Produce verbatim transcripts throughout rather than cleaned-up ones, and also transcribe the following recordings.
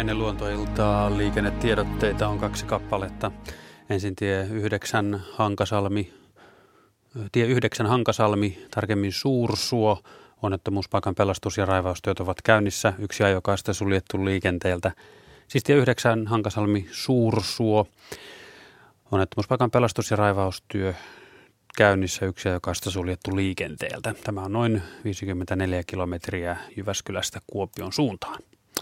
Ennen luontoiltaa liikennetiedotteita on kaksi kappaletta. Ensin tie yhdeksän Hankasalmi, tie yhdeksän Hankasalmi, tarkemmin Suursuo. Onnettomuuspaikan pelastus- ja raivaustyöt ovat käynnissä. Yksi ajokaista suljettu liikenteeltä. Siis tie yhdeksän Hankasalmi, Suursuo. Onnettomuuspaikan pelastus- ja raivaustyö käynnissä, yksi ajokaista suljettu liikenteeltä. Tämä on noin viisikymmentäneljä kilometriä Jyväskylästä Kuopion suuntaan.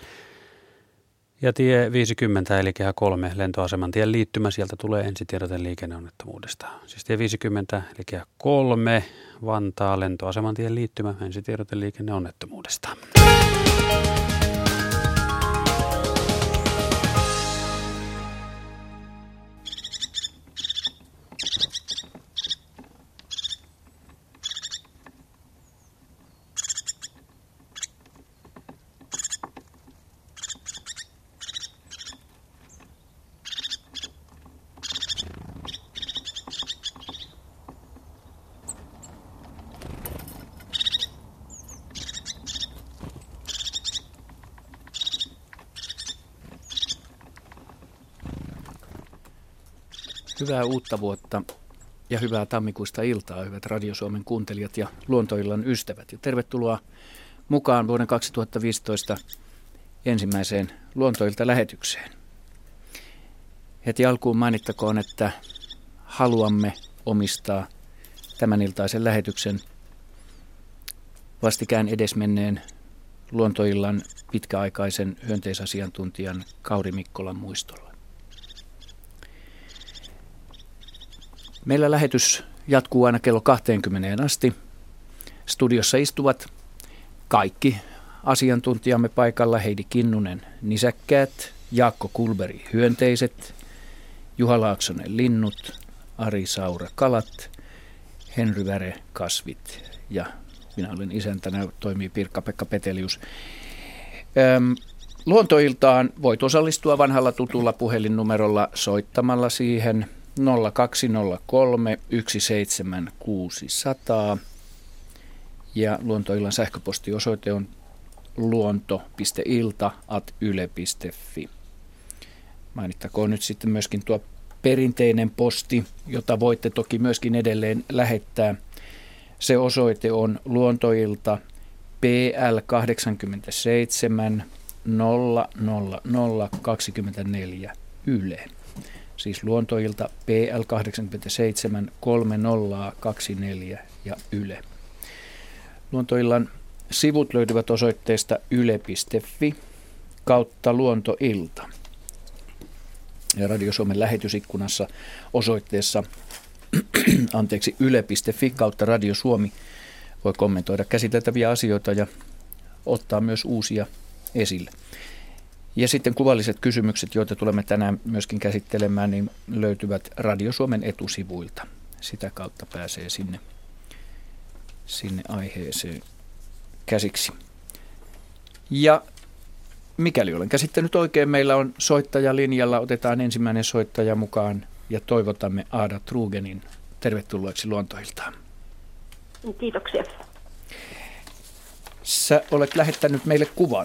Ja tie viisikymmentä eli kehä kolme lentoaseman tien liittymä, sieltä tulee ensitiedote liikenneonnettomuudesta. Siis tie viisikymmentä eli kehä kolme, Vantaa lentoaseman tien liittymä, ensitiedote liikenneonnettomuudesta. Hyvää uutta vuotta ja hyvää tammikuista iltaa, hyvät Radio Suomen kuuntelijat ja Luontoillan ystävät. Ja tervetuloa mukaan vuoden kaksituhattaviisitoista ensimmäiseen Luontoilta-lähetykseen. Heti alkuun mainittakoon, että haluamme omistaa tämän iltaisen lähetyksen vastikään edesmenneen Luontoillan pitkäaikaisen hyönteisasiantuntijan Kauri Mikkolan muistolla. Meillä lähetys jatkuu aina kello kaksikymmentä asti. Studiossa istuvat kaikki asiantuntijamme paikalla: Heidi Kinnunen, nisäkkäät, Jaakko Kulberi, hyönteiset, Juha Laaksonen, linnut, Ari Saura, kalat, Henry Väre, kasvit ja minä olen isäntänä, toimii Pirkka-Pekka Petelius. Öm, Luontoiltaan voit osallistua vanhalla tutulla puhelinnumerolla soittamalla siihen nolla kaksi nolla kolme yksi seitsemän kuusi nolla nolla ja Luontoillan sähköpostiosoite on luonto piste ilta at yle piste fi. Mainittakoon nyt sitten myöskin tuo perinteinen posti, jota voitte toki myöskin edelleen lähettää. Se osoite on Luontoilta P L kahdeksankymmentäseitsemän nolla nolla nolla kaksikymmentäneljä Yle. Siis Luontoilta P L kahdeksankymmentäseitsemän kolme nolla kaksi neljä ja Yle. Luontoillan sivut löytyvät osoitteesta yle piste fi kautta Luontoilta. Ja Radio Suomen lähetysikkunassa osoitteessa anteeksi yle piste fi kautta Radio Suomi voi kommentoida käsiteltäviä asioita ja ottaa myös uusia esille. Ja sitten kuvalliset kysymykset, joita tulemme tänään myöskin käsittelemään, niin löytyvät Radio Suomen etusivuilta. Sitä kautta pääsee sinne, sinne aiheeseen käsiksi. Ja mikäli olen käsittänyt oikein, meillä on soittaja linjalla. Otetaan ensimmäinen soittaja mukaan ja toivotamme Aada Trugenin tervetulleeksi Luontoiltaan. Kiitoksia. Sä olet lähettänyt meille kuvan.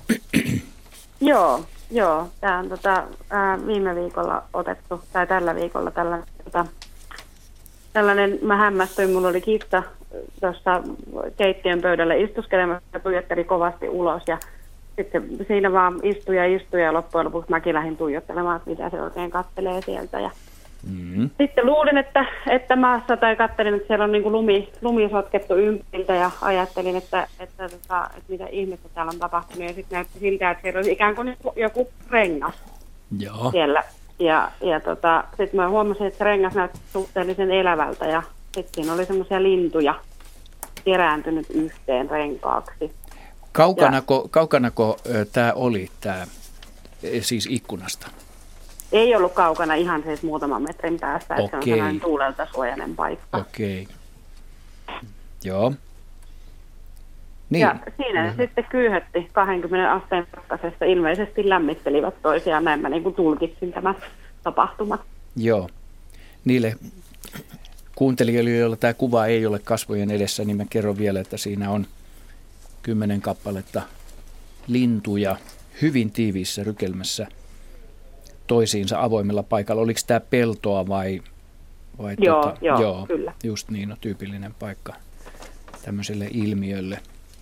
Joo, joo. Tämä on tota, ää, viime viikolla otettu, tai tällä viikolla tällainen, tota, tällainen, mä hämmästyin, mulla oli kissa tuossa keittiön pöydällä istuskelemassa ja tuijotteli kovasti ulos ja sitten siinä vaan istui ja istui ja loppujen lopuksi mäkin lähdin tuijottelemaan, että mitä se oikein kattelee sieltä ja mm-hmm. Sitten luulin, että, että maassa tai kattelin, että siellä on niin kuin lumi, lumi sotkettu ympäriltä ja ajattelin, että, että, että, että mitä ihmettä täällä on tapahtunut. Ja sitten näytti siltä, että siellä oli ikään kuin joku rengas Joo. siellä. Ja, ja tota, sitten mä huomasin, että se rengas näytti suhteellisen elävältä ja sitten siinä oli semmoisia lintuja kerääntynyt yhteen renkaaksi. Kaukanako, kaukanako tämä oli, tämä siis ikkunasta? Ei ollut kaukana, ihan siis muutaman metrin päästä, että Okei. se on sellainen tuulelta suojainen paikka. Okei. Joo. Niin. Ja siinä ne sitten kyyhötti kaksikymmentä asteen pakkasessa. Ilmeisesti lämmittelivät toisiaan, näin mä niin kuin tulkitsin tämä tapahtuma. Joo. Niille kuuntelijoille, joilla tämä kuva ei ole kasvojen edessä, niin mä kerron vielä, että siinä on kymmenen kappaletta lintuja hyvin tiiviissä rykelmässä toisiinsa avoimella paikalla. Oliko tämä peltoa vai? vai joo, tota, joo, joo, kyllä. Just niin, no, tyypillinen paikka tämmöiselle ilmiölle.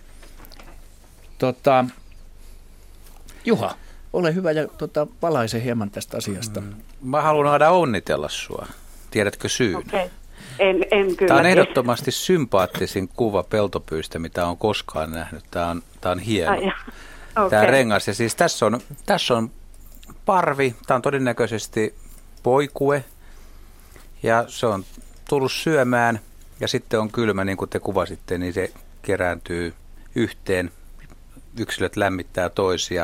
Tota, Juha, ole hyvä ja tota, valaise hieman tästä asiasta. Mm. Mä haluan aina onnitella sua. Tiedätkö syyn? Okay. En, en kyllä. Tämä on ehdottomasti sympaattisin kuva peltopyystä, mitä on koskaan nähnyt. Tämä on, tämä on hieno. Ai, okay. Tämä rengas. Ja siis tässä on, tässä on parvi. Tämä on todennäköisesti poikue. Ja se on tullut syömään. Ja sitten on kylmä, niin kuin te kuvasitte, niin se kerääntyy yhteen. Yksilöt lämmittää toisia.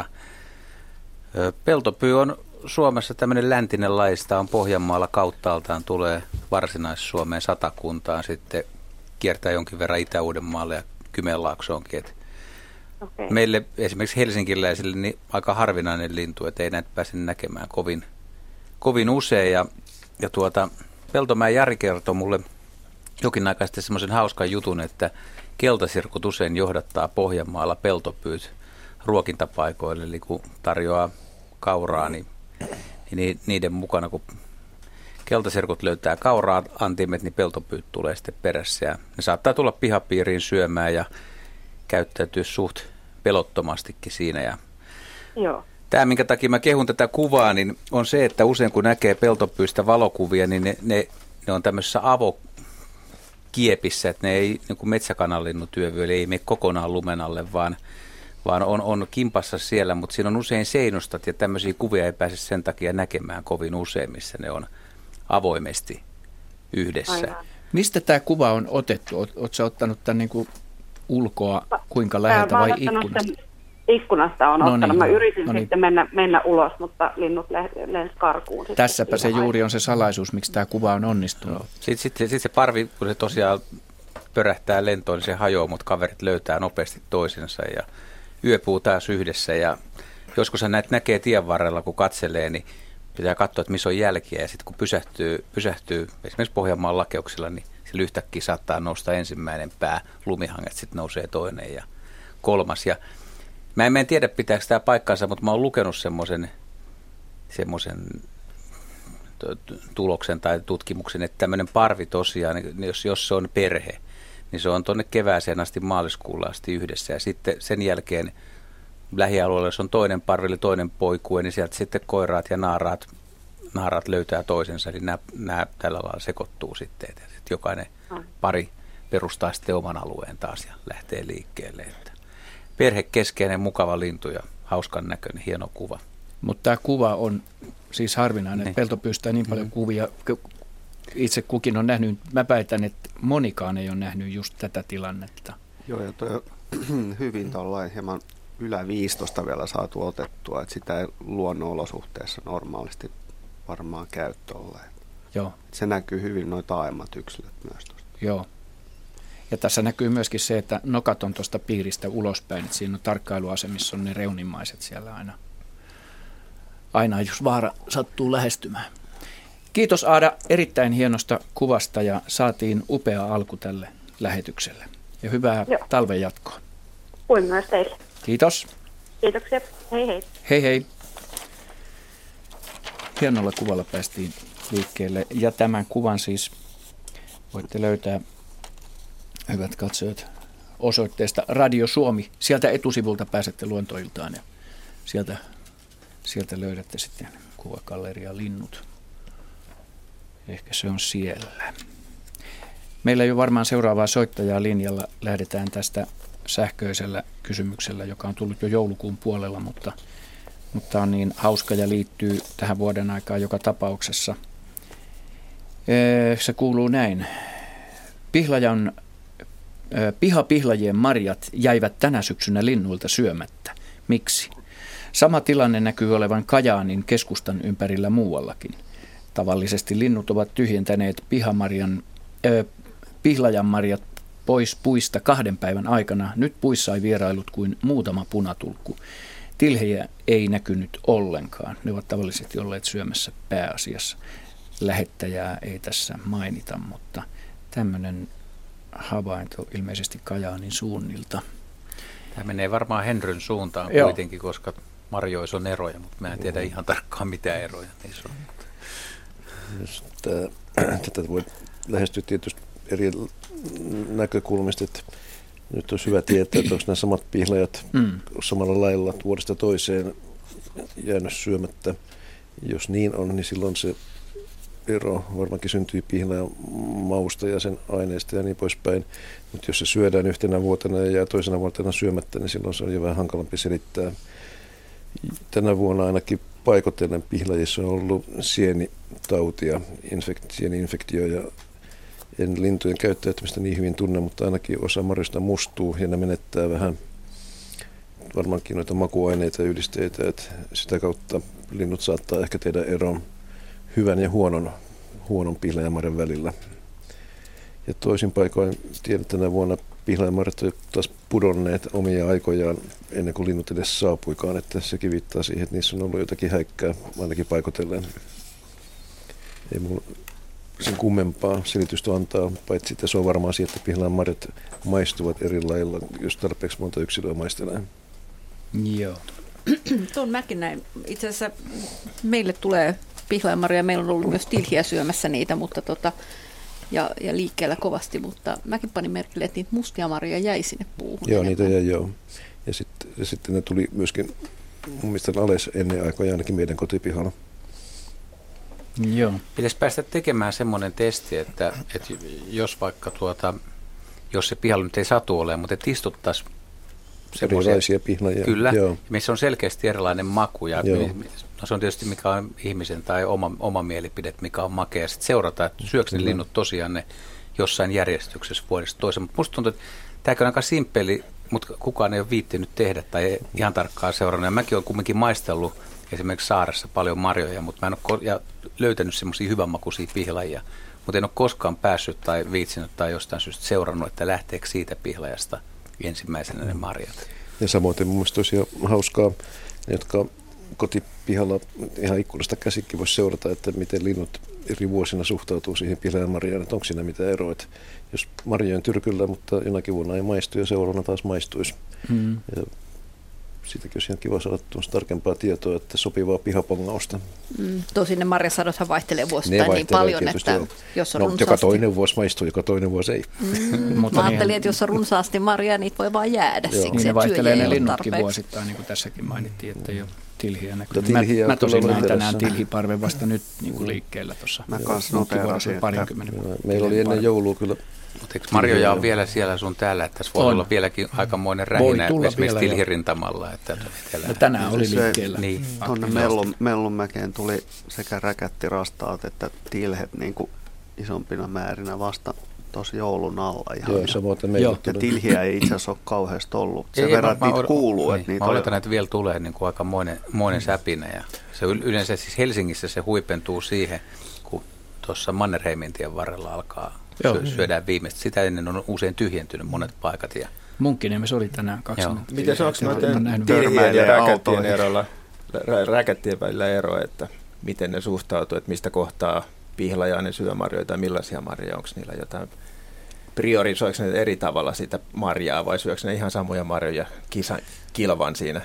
Peltopyy on Suomessa tämmöinen läntinen laista, on Pohjanmaalla kauttaaltaan, tulee Varsinais-Suomeen Satakuntaan, sitten kiertää jonkin verran Itä-Uudenmaalle ja Kymenlaaksoonkin. Okay. Meille esimerkiksi helsinkiläisille niin aika harvinainen lintu, että ei näitä pääse näkemään kovin, kovin usein. Ja, ja tuota, Peltomäen Jari kertoi mulle jokin aika sitten semmoisen hauskan jutun, että keltasirkut usein johdattaa Pohjanmaalla peltopyyt ruokintapaikoille, eli kun tarjoaa kauraa, niin, niin niiden mukana, kun keltasirkut löytää kauraa antimet, niin peltopyyt tulee sitten perässä. Ja ne saattaa tulla pihapiiriin syömään ja käyttäytyä suht pelottomastikin siinä. Ja joo. Tämä, minkä takia mä kehun tätä kuvaa, niin on se, että usein kun näkee peltopyystä valokuvia, niin ne, ne, ne on tämmöisessä avokiepissä, että ne ei, niin kuin metsäkananlinnutyövyö, ei mene kokonaan lumen alle, vaan vaan on, on kimpassa siellä, mutta siinä on usein seinustat ja tämmöisiä kuvia ei pääse sen takia näkemään kovin usein, missä ne on avoimesti yhdessä. Aivan. Mistä tämä kuva on otettu? Oletko ottanut tämän niin kuin ulkoa kuinka läheltä vai ikkunasta? Ikkunasta on no ottanut. Niin, Mä yritin no sitten niin. mennä, mennä ulos, mutta linnut lensivät karkuun. Tässäpä se juuri on se salaisuus, miksi tämä kuva on onnistunut. No. Sitten, sitten, sitten se parvi, kun se tosiaan pörähtää lentoon, niin se hajoaa, mutta kaverit löytää nopeasti toisensa ja yöpuu taas yhdessä. Ja joskus näitä näkee tien varrella, kun katselee, niin pitää katsoa, että missä on jälkiä. Ja sitten kun pysähtyy, pysähtyy esimerkiksi Pohjanmaan lakeuksilla, niin sillä yhtäkkiä saattaa nousta ensimmäinen pää lumihanget, sitten nousee toinen ja kolmas. Ja mä en, en tiedä, pitääkö tämä paikkansa, mutta mä oon lukenut semmoisen semmoisen tuloksen tai tutkimuksen, että tämmöinen parvi tosiaan, jos, jos se on perhe, niin se on tuonne kevääseen asti, maaliskuulla asti yhdessä. Ja sitten sen jälkeen lähialueella, jos on toinen parvi, eli toinen poikue, niin sieltä sitten koiraat ja naaraat, naaraat löytää toisensa. Eli nämä, nämä tällä lailla sekoittuu sitten. Ja sitten jokainen pari perustaa sitten oman alueen taas ja lähtee liikkeelle. Että perhekeskeinen, mukava lintu ja hauskan näköinen, hieno kuva. Mutta tämä kuva on siis harvinainen. Niin. Peltopyystä niin paljon mm. kuvia. Itse kukin on nähnyt. Mä väitän, että monikaan ei ole nähnyt just tätä tilannetta. Joo, ja toi on hyvin tuollain hieman yläviistosta vielä saatu otettua, että sitä ei luonnonolosuhteessa normaalisti varmaan käy tolleen. Joo. Se näkyy hyvin noin taaemmat yksilöt myös tuosta. Joo. Ja tässä näkyy myöskin se, että nokat on tuosta piiristä ulospäin, että siinä on tarkkailuasemissa on ne reunimaiset siellä aina. Aina, jos vaara sattuu lähestymään. Kiitos Aada erittäin hienosta kuvasta ja saatiin upea alku tälle lähetykselle. Ja hyvää Joo. talven jatkoa. Kuin myös teille. Kiitos. Kiitoksia. Hei hei. Hei hei. Hienolla kuvalla päästiin liikkeelle. Ja tämän kuvan siis voitte löytää, hyvät katsojat, osoitteesta Radio Suomi. Sieltä etusivulta pääsette luontoiltaan ja sieltä, sieltä löydätte sitten kuvagalleria Linnut. Ehkä se on siellä. Meillä ei ole varmaan seuraavaa soittajaa linjalla. Lähdetään tästä sähköisellä kysymyksellä, joka on tullut jo joulukuun puolella, mutta, mutta on niin hauska ja liittyy tähän vuoden aikaan joka tapauksessa. Se kuuluu näin. Pihlajan, pihapihlajien marjat jäivät tänä syksynä linnuilta syömättä. Miksi? Sama tilanne näkyy olevan Kajaanin keskustan ympärillä muuallakin. Tavallisesti linnut ovat tyhjentäneet pihamarjan, ö, pihlajanmarjat pois puista kahden päivän aikana. Nyt puissa ei vierailut kuin muutama punatulkku. Tilhejä ei näkynyt ollenkaan. Ne ovat tavallisesti olleet syömässä pääasiassa. Lähettäjää ei tässä mainita, mutta tämmöinen havainto ilmeisesti Kajaanin suunnilta. Tämä menee varmaan Henryn suuntaan Joo. kuitenkin, koska marjoissa on eroja, mutta mä en tiedä ihan tarkkaan mitä eroja niissä on. Tämä, tätä voi lähestyä tietysti eri näkökulmista, että nyt olisi hyvä tietää, että onko nämä samat pihlajat mm. samalla lailla vuodesta toiseen jäänyt syömättä. Jos niin on, niin silloin se ero varmaankin syntyy pihlajan mausta ja sen aineista ja niin poispäin. Mutta jos se syödään yhtenä vuotena ja jää toisena vuotena syömättä, niin silloin se on jo vähän hankalampi selittää. Tänä vuonna ainakin paikotellen pihlajissa on ollut sienitautia, infekt, sieni-infektio ja en lintujen käyttäytymistä niin hyvin tunne, mutta ainakin osa marjoista mustuu ja ne menettää vähän varmaankin noita makuaineita ja yhdisteitä, että sitä kautta linnut saattaa ehkä tehdä eron hyvän ja huonon, huonon pihlajamarjan välillä. Ja toisin paikoin tiedän, että tänä vuonna pihlajamarjat ovat taas pudonneet omia aikojaan ennen kuin linnut edes saapuikaan, että sekin viittaa siihen, että niissä on ollut jotakin häikkää ainakin paikotellen. Ei mulla sen kummempaa selitystä antaa, paitsi että se on varmaan siitä, että pihlajanmarjat maistuvat eri lailla, jos tarpeeksi monta yksilöä maistelee. Joo. Tuon mäkin näin. Itse asiassa meille tulee pihlajanmarjoja, meillä on ollut myös tilhiä syömässä niitä, mutta tota, ja, ja liikkeellä kovasti, mutta mäkin panin merkille, että niitä mustia marjoja jäi sinne puuhun. Joo, enemmän. Niitä jäi joo. Ja sitten, ja sitten ne tuli myöskin mun mielestä alas ennen aikoja ainakin meidän kotipihalla. Joo. Pitäisi päästä tekemään semmoinen testi, että, että jos vaikka tuota, jos se pihalla nyt ei satu ole, mutta että istuttaisiin erilaisia pihlajia. Kyllä, joo. Missä on selkeästi erilainen maku. Ja no se on tietysti mikä on ihmisen tai oma, oma mielipide, mikä on makea. Sitten seurataan, että syökö ne linnut tosiaan ne jossain järjestyksessä vuodesta toiseen. Mutta musta tuntuu, että tämäkin on aika simppeli, mutta kukaan ei ole viittinyt tehdä tai ihan tarkkaan seurannut. Ja mäkin olen kumminkin maistellut esimerkiksi saaressa paljon marjoja, mutta mä en ole ko- ja löytänyt semmoisia hyvänmakuisia pihlajia. Mutta en ole koskaan päässyt tai viitsinyt tai jostain syystä seurannut, että lähteekö siitä pihlajasta ensimmäisenä ne marjat. Ja samoin mun mielestä olisi hauskaa, jotka kotipihalla ihan ikkunasta käsikin voisi seurata, että miten linnut eri vuosina suhtautuu siihen pihlajanmarjaan, että onko siinä mitään eroa. Että jos marjojen tyrkyllä, mutta jonakin vuonna ei maistu ja seuraavana taas maistuisi. Mm. Ja siitäkin olisi ihan kiva saada tarkempaa tietoa, että sopivaa pihapongausta. Mm, tosin ne marjasadothan vaihtelee vuosittain niin paljon, että jo. Jos on no, runsaasti... Joka toinen vuosi maistuu, joka toinen vuosi ei. Mm, mutta mä ajattelin, että jos on runsaasti marjaa, niitä voi vaan jäädä. Joo. Siksi, niin ne vaihtelee ne linnutkin vuosittain, niin kuin tässäkin mainittiin, että ei ole tilhiä näkyy. Tilhiä mä, mä tosin näin tänään tilhiparven vasta nyt niin kuin liikkeellä tuossa. Mä kanssa noteerasin. Meillä oli ennen joulua kyllä. Mutta eikö marjoja on vielä siellä sun täällä, että tässä voi on. olla vieläkin aikamoinen rähinä esimerkiksi tilhirintamalla. Että no, tänään oli liikkeellä. Niin. Tuonne Mellun, Mellunmäkeen tuli sekä räkättirastaat että tilhet niin kuin isompina määrinä vasta tuossa joulun alla. Ihan. Joo, samoin meillä. Ja tilhiä ei itse asiassa ole kauheasti ollut. Sen verran, että niitä kuuluu. Niin, että niitä mä oletan, että vielä tulee niin kuin aika moinen, moinen säpinä. Ja se yleensä siis Helsingissä se huipentuu siihen, kun tuossa Mannerheimintien varrella alkaa. Joo, syödään viimeistä. Sitä ennen on usein tyhjentynyt monet paikat. Ja... Munkkiniemessä oli tänään kaksi. Miten onko noiden tilhien ja räkättien erolla, rä, räkättien välillä ero, että miten ne suhtautuu, että mistä kohtaa pihlajaa ne syö marjoja tai millaisia marjoja, onko niillä jotain, priorisoiko ne eri tavalla sitä marjaa vai syökö ne ihan samoja marjoja kisan, kilvan siinä?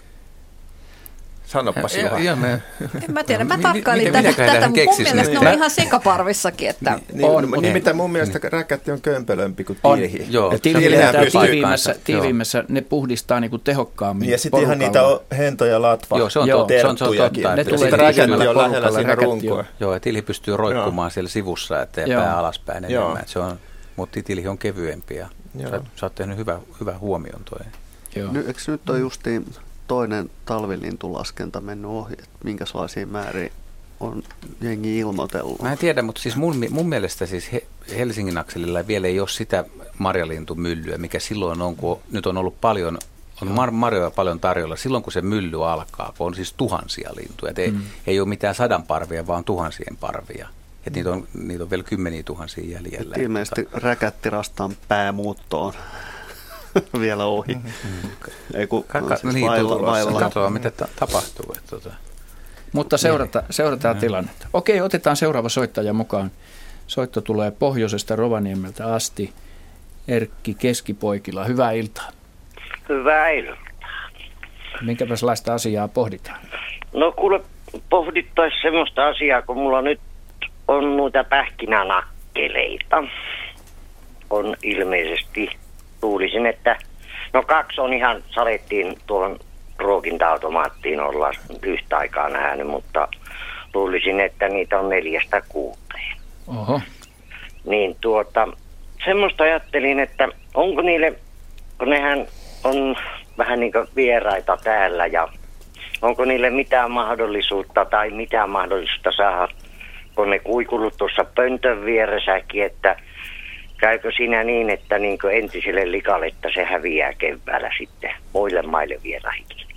Sanopas Juha. Ja, me... En mä tiedä, mä tarkkailin tätä, tätä mun mielestä ne on ihan sekaparvissakin. Että niin, on, niin, nimittäin mun mielestä räkätti on kömpelömpi kuin tilhi. Joo, tiiviimmässä, tiiviimmässä ne puhdistaa niinku tehokkaammin. Ja sitten ihan niitä hentoja latva. Joo, se on, to, se on, se on totta. Ne tulee räkätti on lähellä siinä runkoa. Joo, ja tilhi pystyy roikkumaan siellä sivussa, ettei pää alaspäin enemmän. Mutta tilhi on kevyempi ja sä oot tehnyt hyvän huomion toi. Eikö nyt ole justiin toinen talvilintulaskenta mennyt ohi, että minkälaisia määriä on jengi ilmoitellut? Mä en tiedä, mutta siis mun, mun mielestä siis he, Helsingin akselilla vielä ei ole sitä marjalintumyllyä, mikä silloin on, kun nyt on ollut paljon, on mar, marjoja paljon tarjolla. Silloin kun se mylly alkaa, kun on siis tuhansia lintuja, ei, mm. ei ole mitään sadan parvia, vaan tuhansien parvia. Että niitä on, niitä on vielä kymmeniä tuhansia jäljellä. Et ilmeisesti räkättirastaan päämuuttoon. Vielä ohi. Mm-hmm. Ei kun Kaka, siis niin, vailla, vailla. Katsotaan, mitä ta- tapahtuu. Että, tuota. Mutta seurata, seurataan tilannetta. Okei, otetaan seuraava soittaja mukaan. Soitto tulee pohjoisesta Rovaniemeltä asti. Erkki Keskipoikila, hyvää iltaa. Hyvää iltaa. Minkälaista asiaa pohditaan? No kuule, pohdittaisiin semmoista asiaa, kun mulla nyt on noita pähkinänakkeleita. On ilmeisesti, luulisin, että no kaksi on ihan, salettiin tuohon ruokinta-automaattiin olla yhtä aikaa nähnyt, mutta luulisin, että niitä on neljästä kuuteen. Oho. Niin tuota, semmoista ajattelin, että onko niille, kun nehän on vähän niin kuin vieraita täällä ja onko niille mitään mahdollisuutta tai mitään mahdollisuutta saada, kun ne kuikulut tuossa pöntön vieressäkin, että käykö siinä niin, että niin kuin entiselle likalle, että se häviää keväällä sitten muille maille vieraille?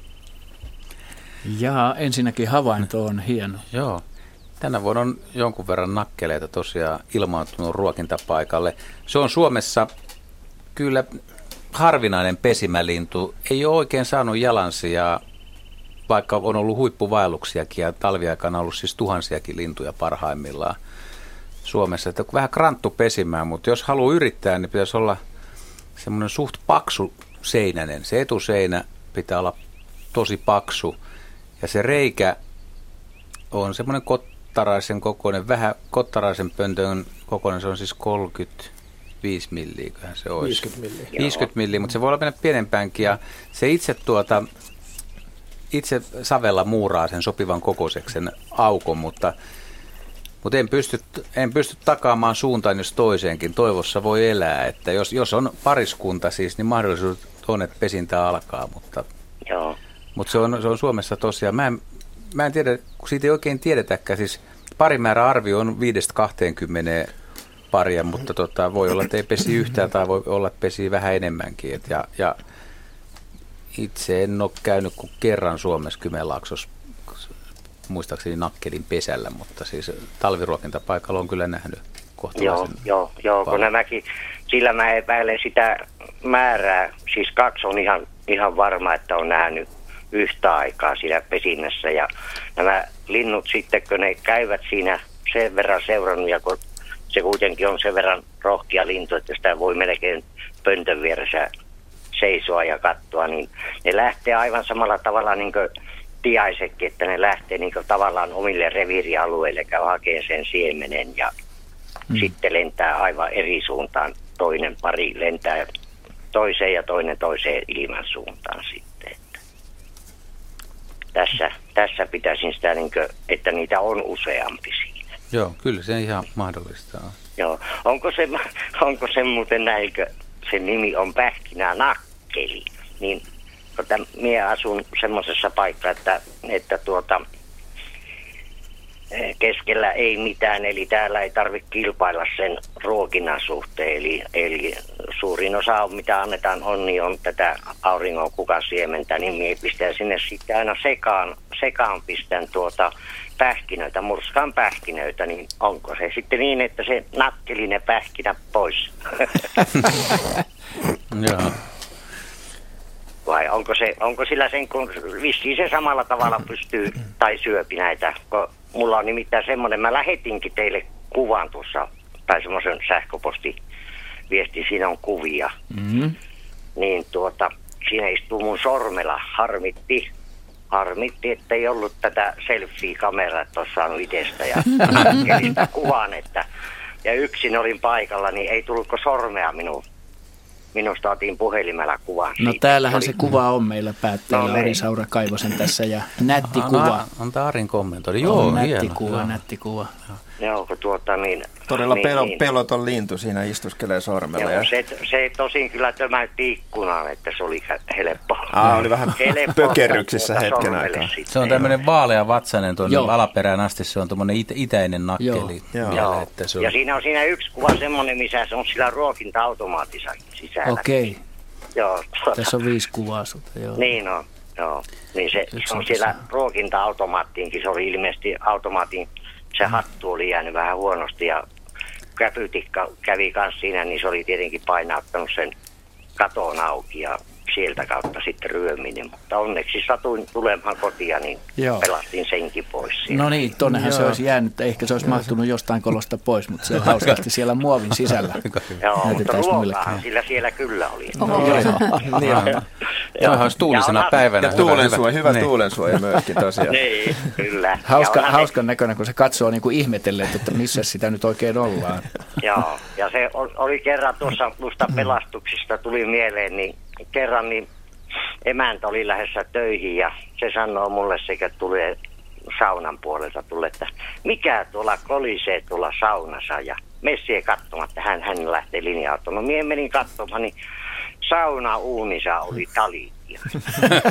Ja ensinnäkin havainto on hieno. Joo. Tänä vuonna on jonkun verran nakkeleita tosiaan ilmaantunut ruokintapaikalle. Se on Suomessa kyllä harvinainen pesimälintu. Ei ole oikein saanut jalansijaa, vaikka on ollut huippuvaelluksiakin ja talviaikana on ollut siis tuhansiakin lintuja parhaimmillaan Suomessa. Että vähän kranttu pesimään, mutta jos haluaa yrittää, niin pitäisi olla semmoinen suht paksu seinäinen. Se etuseinä pitää olla tosi paksu ja se reikä on semmoinen kottaraisen kokoinen, vähän kottaraisen pöntön kokoinen, se on siis kolmekymmentäviisi milliä, köhän se olisi. viisikymmentä milliä. viisikymmentä milliä, mutta se voi olla mennä pienempäänkin ja se itse tuota, itse savella muuraa sen sopivan kokoiseksi sen aukon, mutta, mutta en, pysty, en pysty takaamaan suuntaan jos toiseenkin. Toivossa voi elää, että jos, jos on pariskunta siis, niin mahdollisuus on, että pesintä alkaa, mutta, Joo. mutta se, on, se on Suomessa tosiaan. Mä en, mä en tiedä, kun siitä ei oikein tiedetäkään, siis parimäärä arvio on viidestä kahteenkymmeneen paria, mutta tota, voi olla, että ei pesi yhtään tai voi olla, että pesi vähän enemmänkin. Et ja, ja itse en ole käynyt kuin kerran Suomessa Kymenlaaksossa, muistaakseni nakkelin pesällä, mutta siis talviruokintapaikalla on kyllä nähnyt kohtalaisen. Joo, joo, joo kun nämäkin, sillä mä epäilen sitä määrää, siis kaksi on ihan, ihan varma, että on nähnyt yhtä aikaa siinä pesinnässä ja nämä linnut sitten, kun ne käyvät siinä sen verran seurannut ja kun se kuitenkin on sen verran rohkea lintu, että sitä voi melkein pöntön vieressä seisoa ja katsoa, niin ne lähtee aivan samalla tavalla niin kuin tiaisetkin, että ne lähtee niin kuin tavallaan omille reviirialueille, käy hakee sen siemenen ja mm. sitten lentää aivan eri suuntaan. Toinen pari lentää toiseen ja toinen toiseen ilman suuntaan sitten. Että tässä, tässä pitäisin sitä, niin kuin, että niitä on useampi siinä. Joo, kyllä se ihan mahdollista on. Joo, onko se, onko se muuten näinkö, sen nimi on pähkinänakkeli, niin tota, minä asun semmoisessa paikassa, että, että tuota, keskellä ei mitään, eli täällä ei tarvitse kilpailla sen ruokinnan suhteen, eli, eli suurin osa, mitä annetaan on, niin on tätä auringon kukasiementä, niin minä pistän sinne sitten aina sekaan, sekaan pistän tuota pähkinöitä, murskaan pähkinöitä, niin onko se sitten niin, että se nakkeli ne pähkinät pois? Joo. Vai onko, se, onko sillä sen, kun vissiin se samalla tavalla pystyy tai syöpi näitä, kun mulla on nimittäin semmoinen, mä lähetinkin teille kuvan tuossa, tai semmoisen sähköpostiviesti, siinä on kuvia, mm-hmm. niin tuota, siinä istuu mun sormella, harmitti, harmitti, että ei ollut tätä selfie-kameraa, että olisi saanut itsestä ja nakkelista kuvan, että, ja yksin olin paikalla, niin ei tullutko sormea minuun. Minusta otin puhelimella kuvan. No siitä. täällähän oli... se kuva on meillä päätteellä. No, Ari Saura Kaivosen tässä ja nätti Anna, kuva. Antaa Arin kommentoida. Joo, on nätti hieno. kuva, Joo. nätti kuva. Joo, kun tuota niin... Todella niin, pelo, niin. peloton lintu siinä istuskelee sormella. Joo, Ja... se, se tosin kyllä tömäytti ikkunaan, että se oli helppoa. Aa, oli vähän pökerryksissä tuota hetken aikaa. Se on tämmöinen vaalea vatsainen tuonne Joo. alaperään asti, se on tuommoinen itä, itäinen nakkeli. Joo. Joo. Että se on... Ja siinä on siinä yksi kuva semmoinen, missä se on sillä ruokinta-automaatissa sisällä. Okei. Okay. Joo. Tuota. Tässä on viisi kuvaa sulta, joo. Niin on, joo. Niin se, Yksi se on on siellä tässä. ruokinta-automaattiinkin, se oli ilmeisesti automaatin, se hattu oli jäänyt vähän huonosti ja käpytikka kävi kanssa siinä, niin se oli tietenkin painauttanut sen katon auki ja sieltä kautta sitten ryöminen. Mutta onneksi satuin tulemaan kotia, niin Joo. pelastin senkin pois siellä. No niin, tonnehan se olisi jäänyt, ehkä se olisi mahtunut jostain kolosta pois, mutta se on hauskasti siellä muovin sisällä. Joo, mutta Näytetään ruokaahan muillekin. sillä siellä kyllä oli. Oho. Joo. Niin on. Toihan olisi tuulisena onhan, päivänä. Ja tuulensuoja, hyvä niin. tuulensuojamökki tosiaan. Niin, kyllä. Hauska, Ja hauskan näköinen, kun se katsoo niin kuin ihmetelleen, että missä sitä nyt oikein ollaan. Joo, ja se oli kerran tuossa musta pelastuksista tuli mieleen, niin kerran niin emäntä oli lähdössä töihin ja se sanoo mulle sekä tulee saunan puolelta tulee, että mikä tuolla kolisee tuolla saunassa ja messiä katsomaan, että hän, hän lähtee linja-autoon. No minä menin katsomaan, niin saunauunissa oli Taliittiainen.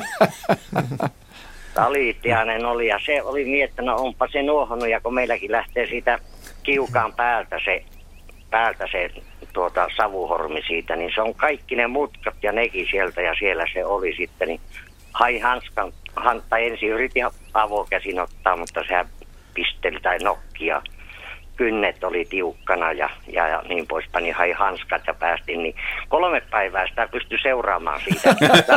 Taliittiainen oli ja se oli miettinyt, onpa se nuohonnut ja kun meilläkin lähtee siitä kiukaan päältä se, päältä se tuota, savuhormi siitä, niin se on kaikki ne mutkat ja nekin sieltä ja siellä se oli sitten, niin hai hanskan, han, tai ensin yritin avokäsin ottaa, mutta sehän pisteli tai nokkia. Kynnet oli tiukkana ja, ja, ja niin poispäin, niin hai hanskat ja päästiin, niin kolme päivää sitä pystyi seuraamaan siitä.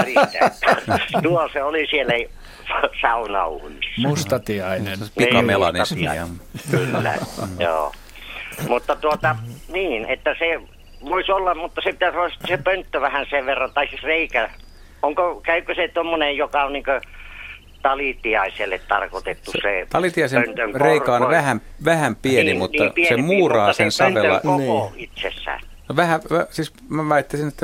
Tuo se oli siellä saunauunissa. Mustatiainen. Pikamelanismia. Kyllä, joo. Mutta tuota, niin, että se voisi olla, mutta se pitäisi olla se pönttö vähän sen verran, tai siis reikä. Onko, käykö se tommonen, joka on niinkö talitiaiselle tarkoitettu se Talitiaisen reikä on vähän, vähän pieni, niin, mutta niin pieni, se muuraa mutta sen savella. Koko niin. Itsessään. No vähän, siis mä väittäisin, että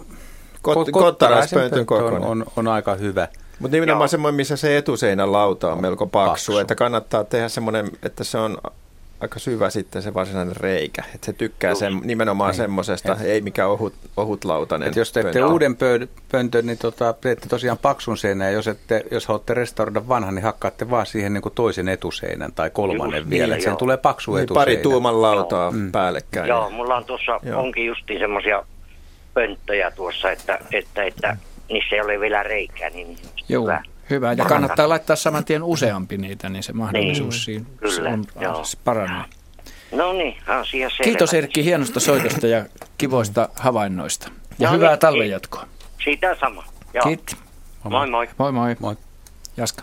Kot, kottaraisen pönttö on, on, on aika hyvä. Mutta nimenomaan semmoinen, missä se etuseinän lauta on melko paksu, paksu. Että kannattaa tehdä semmoinen, että se on aika syvä sitten se varsinainen reikä. Että se tykkää sen, nimenomaan niin. Semmoisesta, ei mikään ohut, ohutlautainen. Jos teette pöntö. uuden pöntön, niin tota, teette tosiaan paksun seinän. Jos, ette, jos haluatte restauroida vanhan, niin hakkaatte vaan siihen niin kuin toisen etuseinän tai kolmannen just, vielä. Niin, sen tulee paksu niin, etuseinä. Pari tuuman lautaa mm. päällekkäin. Joo, mulla on tuossa, onkin justiin semmoisia pönttöjä tuossa, että, että, että niissä ei ole vielä reikää. Niin joo, hyvä. hyvä. Ja kannattaa laittaa saman tien useampi niitä, niin se mahdollisuus niin, siinä on paranee. No niin, asia selvä. Kiitos Erkki hienosta soitosta ja kivoista havainnoista. Ja no hyvää niin, talvenjatkoa. Siitä sama. Kiitos. Moi moi. Moi moi. moi. Jaska.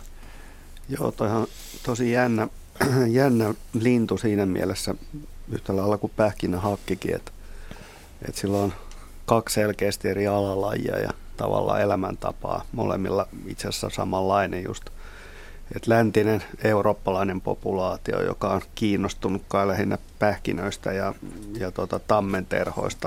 Joo, toihan tosi jännä, jännä lintu siinä mielessä yhtä lailla kuin pähkinähakkikin, että, että sillä on kaksi selkeästi eri alalajia ja tavallaan elämäntapaa. Molemmilla itse asiassa samanlainen just. Et läntinen eurooppalainen populaatio, joka on kiinnostunut kai lähinnä pähkinöistä ja, ja tota, tammenterhoista,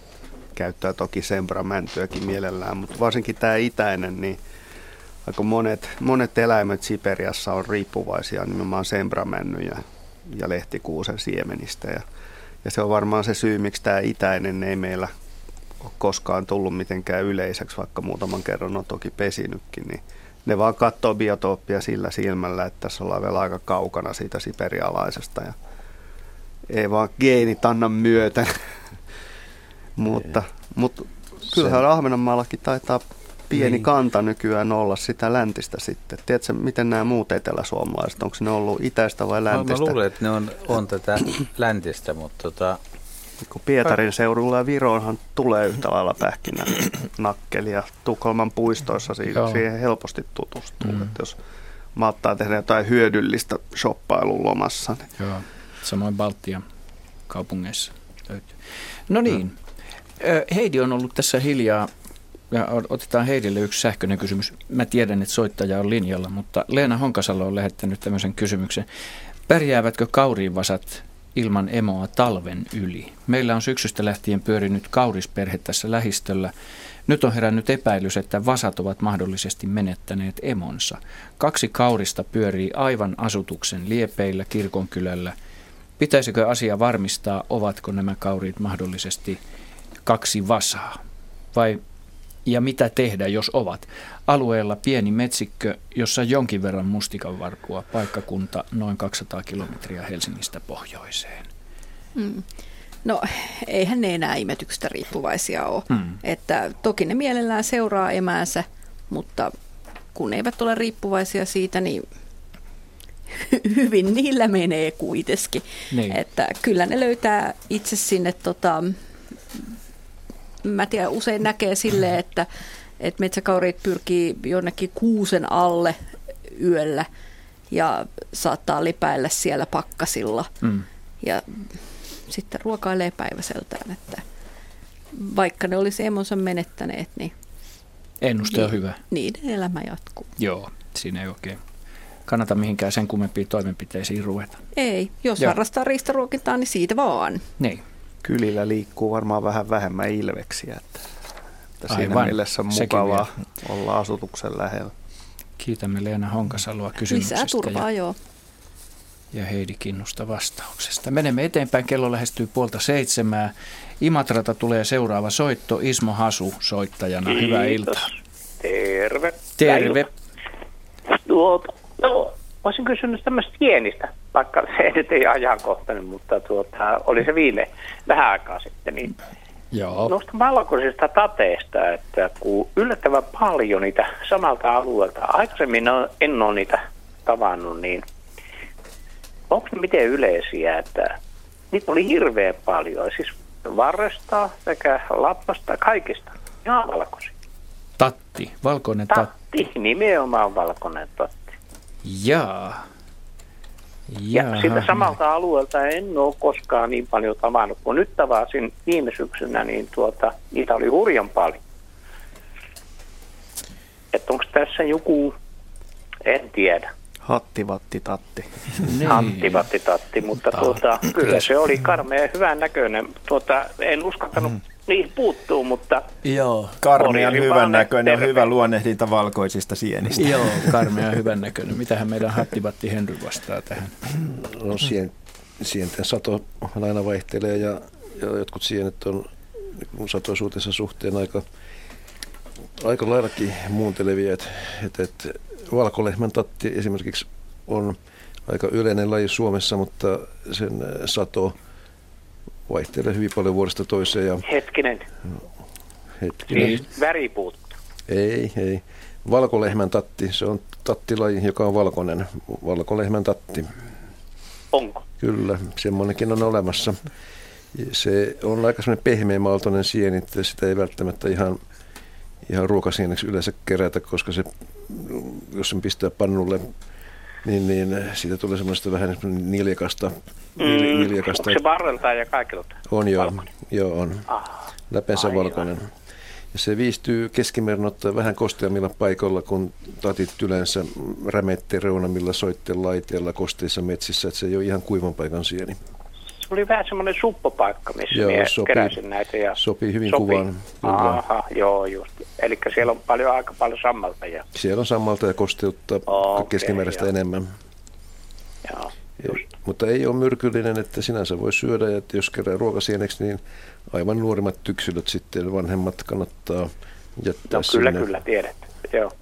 käyttää toki sembramäntyäkin mielellään, mutta varsinkin tämä itäinen, niin aika monet, monet eläimet Siperiassa on riippuvaisia nimenomaan sembramännyn ja, ja lehtikuusen siemenistä. Ja, ja se on varmaan se syy, miksi tämä itäinen ei meillä ole koskaan tullut mitenkään yleiseksi, vaikka muutaman kerran on toki pesinytkin, niin ne vaan katsoo biotooppia sillä silmällä, että tässä ollaan vielä aika kaukana siitä siperialaisesta ja ei vaan geenit anna myöten. mutta, mutta kyllähän Ahvenanmaallakin taitaa pieni niin. kanta nykyään olla sitä läntistä sitten. Tiedätkö, miten nämä muut eteläsuomalaiset, onko ne ollut itäistä vai läntistä? Mä luulen, että ne on, on tätä läntistä, mutta tota... kun Pietarin seudulla ja Viroonhan tulee yhtä lailla pähkinänakkeli ja Tukholman puistoissa siihen, siihen helposti tutustuu, mm. että jos malttaa tehdä jotain hyödyllistä shoppailun lomassa. Niin. Joo, samoin Baltian kaupungeissa löytyy. No niin, mm. Heidi on ollut tässä hiljaa ja otetaan Heidille yksi sähköinen kysymys. Mä tiedän, että soittaja on linjalla, mutta Leena Honkasalo on lähettänyt tämmöisen kysymyksen. Pärjäävätkö kauriinvasat ilman emoa talven yli? Meillä on syksystä lähtien pyörinyt kaurisperhe tässä lähistöllä. Nyt on herännyt epäilys, että vasat ovat mahdollisesti menettäneet emonsa. Kaksi kaurista pyörii aivan asutuksen liepeillä kirkonkylällä. Pitäisikö asia varmistaa, ovatko nämä kauriit mahdollisesti kaksi vasaa? Vai ja mitä tehdä, jos ovat? Alueella pieni metsikkö, jossa jonkin verran mustikanvarpua, paikkakunta noin kaksisataa kilometriä Helsingistä pohjoiseen. Hmm. No eihän ne enää imetyksestä riippuvaisia ole. Hmm. Että toki ne mielellään seuraa emäänsä, mutta kun eivät ole riippuvaisia siitä, niin hyvin niillä menee kuitenkin. Niin. Että kyllä ne löytää itse sinne, tota, mä tiedän, usein näkee silleen, että, että metsäkauriit pyrkii jonnekin kuusen alle yöllä ja saattaa lipäillä siellä pakkasilla. Mm. Ja sitten ruokailee päiväseltään, että vaikka ne olisi emonsa menettäneet, niin Ennuste on hyvä. Niiden elämä jatkuu. Joo, siinä ei oikein kannata mihinkään sen kummempiin toimenpiteisiin ruveta. Ei, jos Joo. harrastaa riistaruokintaa, niin siitä vaan. Niin. Kylillä liikkuu varmaan vähän vähemmän ilveksiä, että, että siinä Aivan. mielessä on mukavaa olla asutuksen lähellä. Kiitämme Leena Honkasaloa kysymyksestä. Lisää turvaa, ja, joo. ja Heidi Kinnusta vastauksesta. Menemme eteenpäin, kello lähestyy puolta seitsemää. Imatralta tulee seuraava soitto, Ismo Hasu soittajana. Kiitos. Hyvää iltaa. Terve. Terve. Tuota, no, olisin kysynyt tämmöistä sienistä, vaikka se nyt ei ajankohtainen, mutta tuota, oli se viime vähän aikaa sitten. Niin Joo. noista valkoisista tateista, että kun yllättävän paljon niitä samalta alueelta, aikaisemmin en ole niitä tavannut, niin onko ne miten yleisiä, että niitä oli hirveän paljon, siis varresta sekä lappasta, kaikista, ihan valkoisia. Tatti, valkoinen tatti. Tatti, nimenomaan valkoinen tatti. Jaa. Ja Jaa. sitä samalta alueelta en ole koskaan niin paljon tavannut, kun nyt tavasin viime syksynä, niin tuota, niitä oli hurjan paljon. Että onko tässä joku, en tiedä. Hattivatti tatti. Niin. Hattivatti tatti, mutta tuota, kyllä se oli karmea hyvän näköinen. Tuota, en uskaltanut mm. niihin puuttuu, mutta joo, karmean oli hyvän vaan näköinen ja terve. hyvä luonnehdinta valkoisista sienistä. Joo, karmea hyvän näköinen. Mitähän meidän Hattivatti Henry vastaa tähän? No sien, sienten sato aina vaihtelee ja, ja jotkut sienet on niin satoisuutensa suhteen aika, aika laillakin muuntelevia. Et, et, et, valkolehmän tatti esimerkiksi on aika yleinen laji Suomessa, mutta sen sato vaihtelee hyvin paljon vuodesta toiseen. Ja Hetkinen, hetkinen. siis väri puuttuu. Ei, ei. Valkolehmän tatti, se on tattilaji, joka on valkoinen. Valkolehmän tatti. Onko? Kyllä, semmoinenkin on olemassa. Se on aika semmoinen pehmeämaaltoinen sieni, että sitä ei välttämättä ihan, ihan ruokasieneksi yleensä kerätä, koska se, jos sen pistää pannulle, niin, niin siitä tulee semmoista vähän niljakasta. Mm, niljakasta. onko se varreltaan ja kaikilta? On joo, valkoinen? joo on. Ah, Läpensä aivan. valkoinen. Ja se viistyy keskimäärin ottaa vähän kosteammilla paikoilla, kun tatit yleensä rämetteen reunamilla, soitten laiteilla, kosteissa metsissä, että se ei ole ihan kuivan paikan sieni. Se oli vähän semmoinen suppopaikka, missä Joo, minä sopii- keräsin näitä. Ja sopii hyvin sopii. kuvaan, kyllä. Aha, joo just. Eli siellä on paljon, aika paljon sammalta. Ja, Siellä on sammalta ja kosteutta Okei, keskimääräistä joo. enemmän. joo, Ei, mutta ei ole myrkyllinen, että sinänsä voi syödä, ja että jos kerää ruokasieneksi, niin aivan nuorimmat yksilöt sitten, vanhemmat kannattaa jättää no sinne. kyllä, kyllä, tiedät. Joo.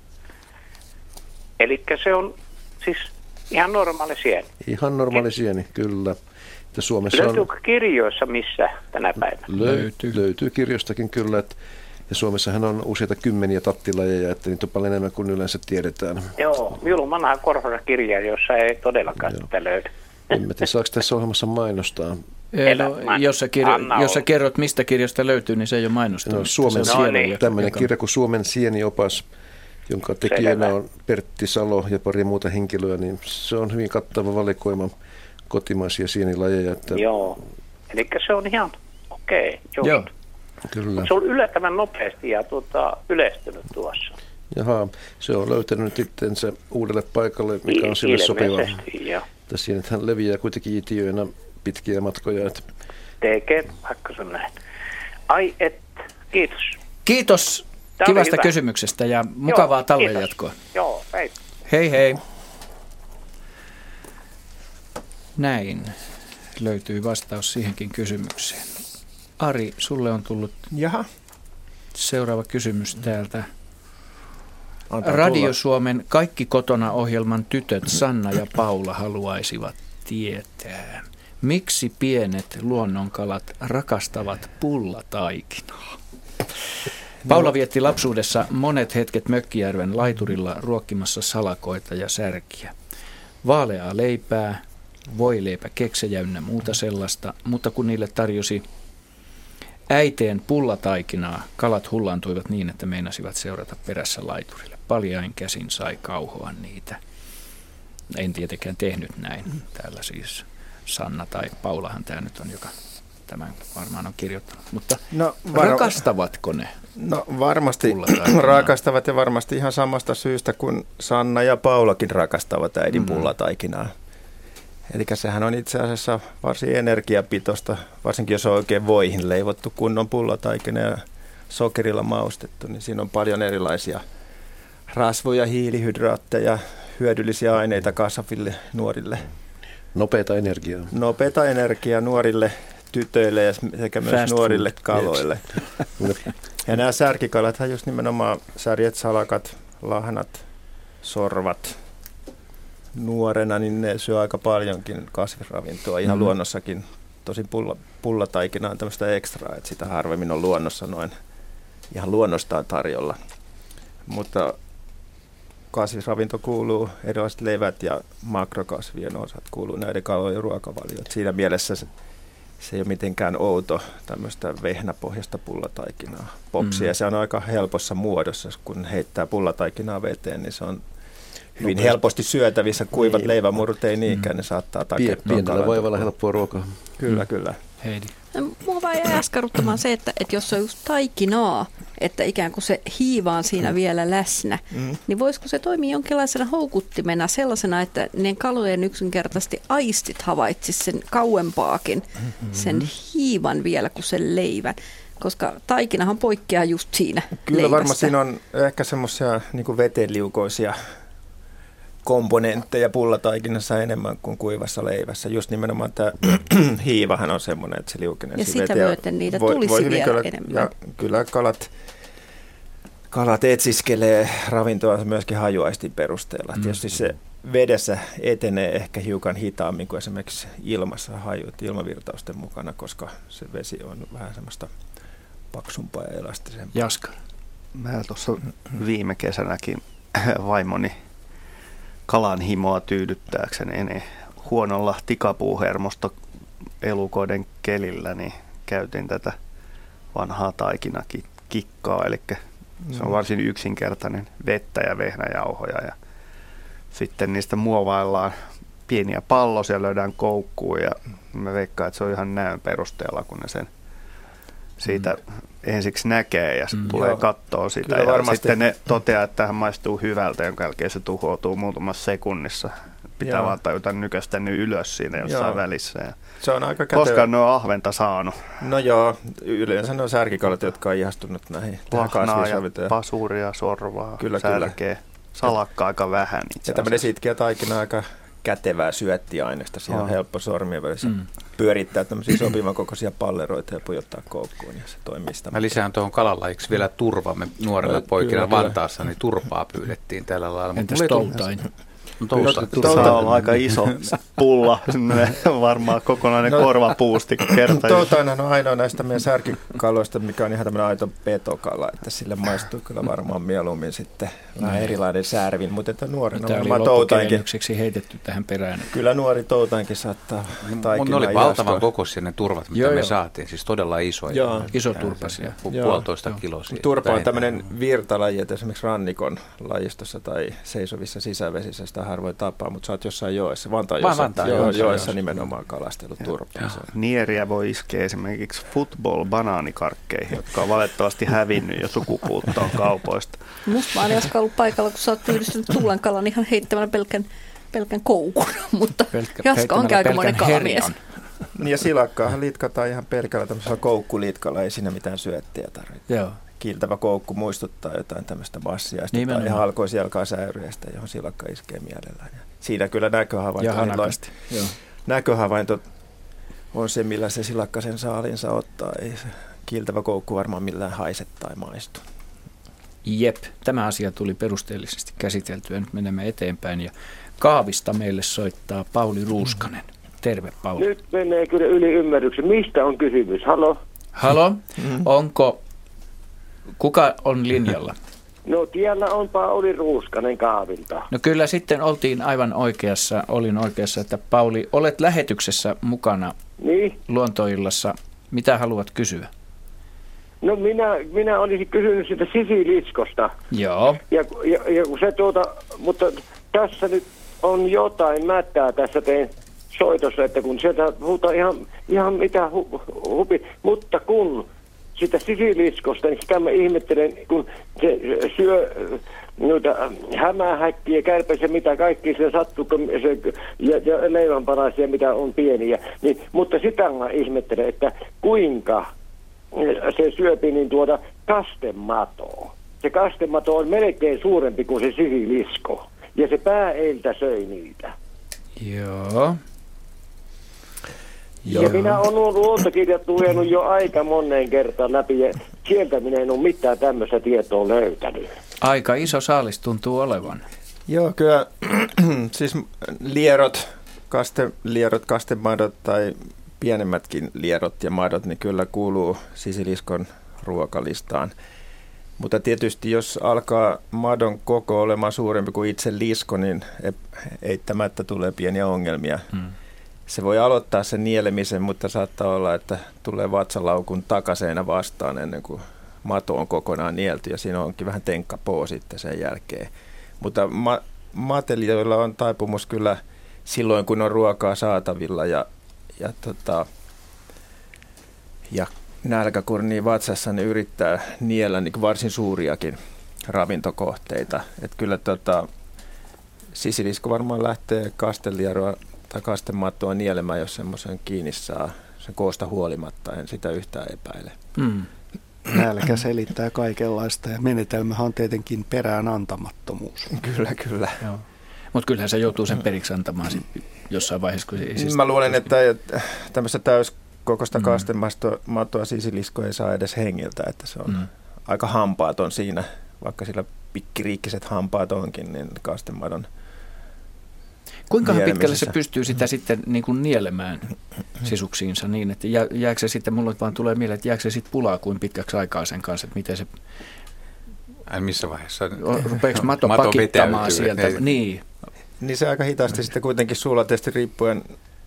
Eli se on siis ihan normaali sieni. Ihan normaali sieni, kyllä. Että Suomessa Löytyykö on, kirjoissa missä tänä päivänä? löytyy. löytyy kirjostakin kyllä, että, ja Suomessahan on useita kymmeniä tattilajeja, että niitä on paljon enemmän kuin yleensä tiedetään. Joo, minulla on vanha korhosa kirja, jossa ei todellakaan Joo. sitä löydy. En mä tiedä, saako tässä ohjelmassa mainostaa? Ei, no, Elämä. jos, sä kirjo, Anna jos sä olla. kerrot, mistä kirjasta löytyy, niin se ei ole mainostamista. No, Suomen Se on No siellä niin. jo- Tämmöinen joka- kirja kuin Suomen sieniopas, jonka tekijänä Selvä. on Pertti Salo ja pari muuta henkilöä, niin se on hyvin kattava valikoima kotimaisia sienilajeja. Että Joo, eli se on ihan okei. Okay, Joo. kyllä. Se on yllättävän nopeasti ja tuota, yleistynyt tuossa. Jaha, se on löytänyt itsensä uudelle paikalle, mikä on sille sopiva. Ilmeisesti, joo. Tässä sienethän leviää kuitenkin itiöinä pitkiä matkoja. Että Tekee vaikka se näin. Ai et, kiitos. Kiitos Tämä oli kivasta hyvä. kysymyksestä ja mukavaa Joo, talven kiitos. jatkoa. Joo, hei. Hei hei. Näin löytyy vastaus siihenkin kysymykseen. Ari, sulle on tullut Jaha. seuraava kysymys täältä. Antaa Radio tulla. Suomen Kaikki kotona -ohjelman tytöt Sanna ja Paula haluaisivat tietää, miksi pienet luonnonkalat rakastavat pullataikinaa. Paula vietti lapsuudessa monet hetket Mökkijärven laiturilla ruokkimassa salakoita ja särkiä. Vaaleaa leipää, voileipä, keksejä ynnä muuta sellaista, mutta kun niille tarjosi äiteen pullataikinaa, kalat hullaantuivat niin, että meinasivat seurata perässä laiturille. Paljain käsin sai kauhoa niitä. En tietenkään tehnyt näin. Täällä siis Sanna tai Paulahan tämä nyt on, joka tämän varmaan on kirjoittanut. Mutta No, varo- rakastavatko ne No varmasti rakastavat ja varmasti ihan samasta syystä kuin Sanna ja Paulakin rakastavat äidin mm-hmm. pullataikinaa. Eli sehän on itse asiassa varsin energiapitoista, varsinkin jos on oikein voihin leivottu kunnon pullataikina ja sokerilla maustettu, niin siinä on paljon erilaisia rasvoja, hiilihydraatteja, hyödyllisiä aineita kasvaville nuorille. Nopeata energiaa. Nopeata energiaa nuorille tytöille ja sekä myös Fast nuorille food. Kaloille. Ja nämä särkikalathan just nimenomaan särjet, salakat, lahnat, sorvat nuorena, niin ne syö aika paljonkin kasvisravintoa ihan mm. luonnossakin. Tosin pulla, pullataikina on tämmöistä ekstraa, että sitä harvemmin on luonnossa noin ihan luonnostaan tarjolla. Mutta kasvisravinto kuuluu, erilaiset levät ja makrokasvien osat kuuluu näiden kalojen ruokavalioon. Siinä mielessä se, se ei ole mitenkään outo tämmöistä vehnäpohjasta pullataikinaa popsia. Mm. Se on aika helpossa muodossa, kun heittää pullataikinaa veteen, niin se on hyvin no, helposti syötävissä. Kuivat niin. Leivämurut ei niinkään, mm. ne saattaa takertua. Pienellä voi olla helppoa ruokaa. Kyllä, mm. kyllä. Heidi. Mua vaan jäi askarruttamaan se, että, että jos on just taikinaa, että ikään kuin se hiiva on siinä mm. vielä läsnä, mm. niin voisiko se toimia jonkinlaisena houkuttimena sellaisena, että ne kalojen yksinkertaisesti aistit havaitsisi sen kauempaakin, mm-hmm. sen hiivan vielä kuin sen leivän? Koska taikinahan poikkeaa just siinä Kyllä leivästä. Varmaan siinä on ehkä semmoisia niin kuin vetenliukoisia komponentteja pullataikinassa enemmän kuin kuivassa leivässä. Just nimenomaan tämä hiivahan on semmoinen, että se liukenee. Ja sitä myöten niitä voi, tulisi voi vielä kyllä, enemmän. Ja kyllä kalat, kalat etsiskelee ravintoa myöskin hajuaistin perusteella. Mm. Tietysti se vedessä etenee ehkä hiukan hitaammin kuin esimerkiksi ilmassa hajut ilmavirtausten mukana, koska se vesi on vähän semmoista paksumpaa ja elastisempaa. Jaskar. Mä tuossa viime kesänäkin vaimoni kalan himoa tyydyttääkseni niin huonolla tikapuuhermosto elukoiden kelillä, niin käytin tätä vanhaa taikinakikkaa, eli se on varsin yksinkertainen vettä ja vehnäjauhoja ja sitten niistä muovaillaan pieniä pallosia, löydään koukkuun ja mä veikkaan, että se on ihan näön perusteella, kun ne sen siitä mm. ensiksi näkee ja mm. tulee katsoa sitä. Kyllä ja varmasti. Sitten ne toteaa, että tähän maistuu hyvältä, jonka jälkeen se tuhoutuu muutamassa sekunnissa. Pitää Joo. vaan tajuta nykästä nyt ylös siinä jossain Joo. välissä. Ja se on aika kätevä. Koskaan ne on ahventa saanut. No joo, yleensä ne on särkikalat, jotka on ihastunut näihin kasvisravintoja. Ja pasuria, sorvaa, kyllä, särkeä. Kyllä. Salakka aika vähän itse asiassa. Ja tämmöinen sitkeä taikina aika kätevää syöttiaineesta. Siinä on helppo sormien välissä mm. pyörittää tämmöisiä sopivan kokoisia palleroita ja pujottaa koukkuun ja se toimii sitä. Mä lisään tuohon kalalajiksi vielä turva. Me nuorella poikina kyllä, Vantaassa niin turpaa pyydettiin tällä lailla. Entäs toutain? Touta on aika iso pulla, varmaan kokonainen korvapuusti kerta. Toutainhan on ainoa näistä meidän särkikaloista, mikä on ihan tämmöinen aito petokala, että sille maistuu kyllä varmaan mieluummin sitten vähän erilainen särvin, mutta että nuorena tämä varmaan toutainkin. heitetty tähän perään. Kyllä nuori toutainkin saattaa taikinaa. Ne oli valtavan kokoisia ne turvat, mitä joo, me joo. saatiin, siis todella isoja. Joo, iso turpasia. Puolitoista kilosia. Turpa on tämmöinen virtalaji, että esimerkiksi rannikon lajistossa tai seisovissa sisävesissä sitä harvoin tapaa, mutta sä oot jossain joessa, Vantaan joessa, Vantaan, jo, joessa, joessa nimenomaan kalastellut turpaa. Nieriä voi iskeä esimerkiksi football-banaanikarkkeihin, jotka on valitettavasti hävinnyt jo sukupuuttoon kaupoista. Musta mä oon Jaska ollut paikalla, kun sä oot tyydystynyt tuulenkalan ihan heittämällä pelkän, pelkän koukun, mutta Pelkkä, Jaska onkin aikamoinen kalamies. Niin ja silakkaahan litkataan ihan pelkällä tämmöisellä koukkulitkalla, ei siinä mitään syöttiä tarvitse. Joo. Kiiltävä koukku muistuttaa jotain tämmöistä massiaista tai ihan halkoisjalkaa säyriästä, johon silakka iskee mielellään. Ja siinä kyllä näköhavainto on erilaista. Näköhavainto on se, millä se silakka sen saalinsa ottaa. Ei se kiiltävä koukku varmaan millään haise tai maistu. Jep, tämä asia tuli perusteellisesti käsiteltyä. Nyt menemme eteenpäin ja kahvista meille soittaa Pauli Ruuskanen. Terve, Pauli. Nyt menee kyllä yli ymmärryksen. Mistä on kysymys? Halo? Halo? Mm-hmm. Onko... Kuka on linjalla? No tiellä on Pauli Ruuskanen kahvilta. No kyllä sitten oltiin aivan oikeassa, olin oikeassa, että Pauli, olet lähetyksessä mukana niin? Luontoillassa. Mitä haluat kysyä? No minä, minä olisin kysynyt sitä sisiliskosta. Joo. Ja, ja, ja se tuota, mutta tässä nyt on jotain mättää tässä tein soitossa, että kun sieltä puhutaan ihan, ihan mitä hu, hupi, mutta kun sitä sisiliskosta, niin sitä mä ihmettelen, kun se syö noita hämähäkkiä, kärpäisiä, mitä kaikki se sattuu, se, ja, ja leivänparaisia, mitä on pieniä. Niin, mutta sitä mä ihmettelen, että kuinka se syöpi niin tuota kastematoa. Se kastemato on melkein suurempi kuin se sisilisko. Ja se pääeiltä söi niitä. Joo. Ja Joo. minä olen nuo luontokirjat lukenut jo aika moneen kertaan läpi, ja sieltä minä en ole mitään tämmöistä tietoa löytänyt. Aika iso saalis tuntuu olevan. Joo, kyllä siis lierot, kastelierot, kastemadot tai pienemmätkin lierot ja madot, niin kyllä kuuluu sisiliskon ruokalistaan. Mutta tietysti jos alkaa madon koko olemaan suurempi kuin itse lisko, niin eittämättä tulee pieniä ongelmia. Hmm. Se voi aloittaa sen nielemisen, mutta saattaa olla, että tulee vatsalaukun takaseinä vastaan ennen kuin mato on kokonaan nielty ja siinä onkin vähän tenkkapoo sitten sen jälkeen. Mutta ma- matelijoilla on taipumus kyllä silloin, kun on ruokaa saatavilla ja, ja, tota, ja nälkäkurnia vatsassa, niin yrittää niellä niin varsin suuriakin ravintokohteita. Et kyllä tota, sisilisko varmaan lähtee kastelieroa tai kastematoa nielemään, jos semmoisen kiinni saa sen koosta huolimatta. En sitä yhtään epäile. Mm. Nälkä selittää kaikenlaista ja menetelmähän on tietenkin perään antamattomuus. Kyllä, kyllä. Mutta kyllähän se joutuu sen periksi antamaan jossain vaiheessa. Kun se, siis mä luulen, että tämmöistä täyskokoista mm. kastematoa sisilisko ei saa edes hengiltä, että se on mm. aika hampaaton siinä, vaikka sillä pikkiriikkiset hampaat onkin, niin kastemadon kuinka pitkälle se pystyy sitä sitten niin kuin nielemään sisuksiinsa niin, että jää, jääkö se sitten, mulle vaan tulee mieleen, että jääkö se sitten pulaa kuin pitkäksi aikaa sen kanssa, että miten se... Ai missä vaiheessa? Rupeeko mato, mato pakittamaan sieltä? Ne, niin. Niin se aika hitaasti sitten kuitenkin sulaa tietysti riippuen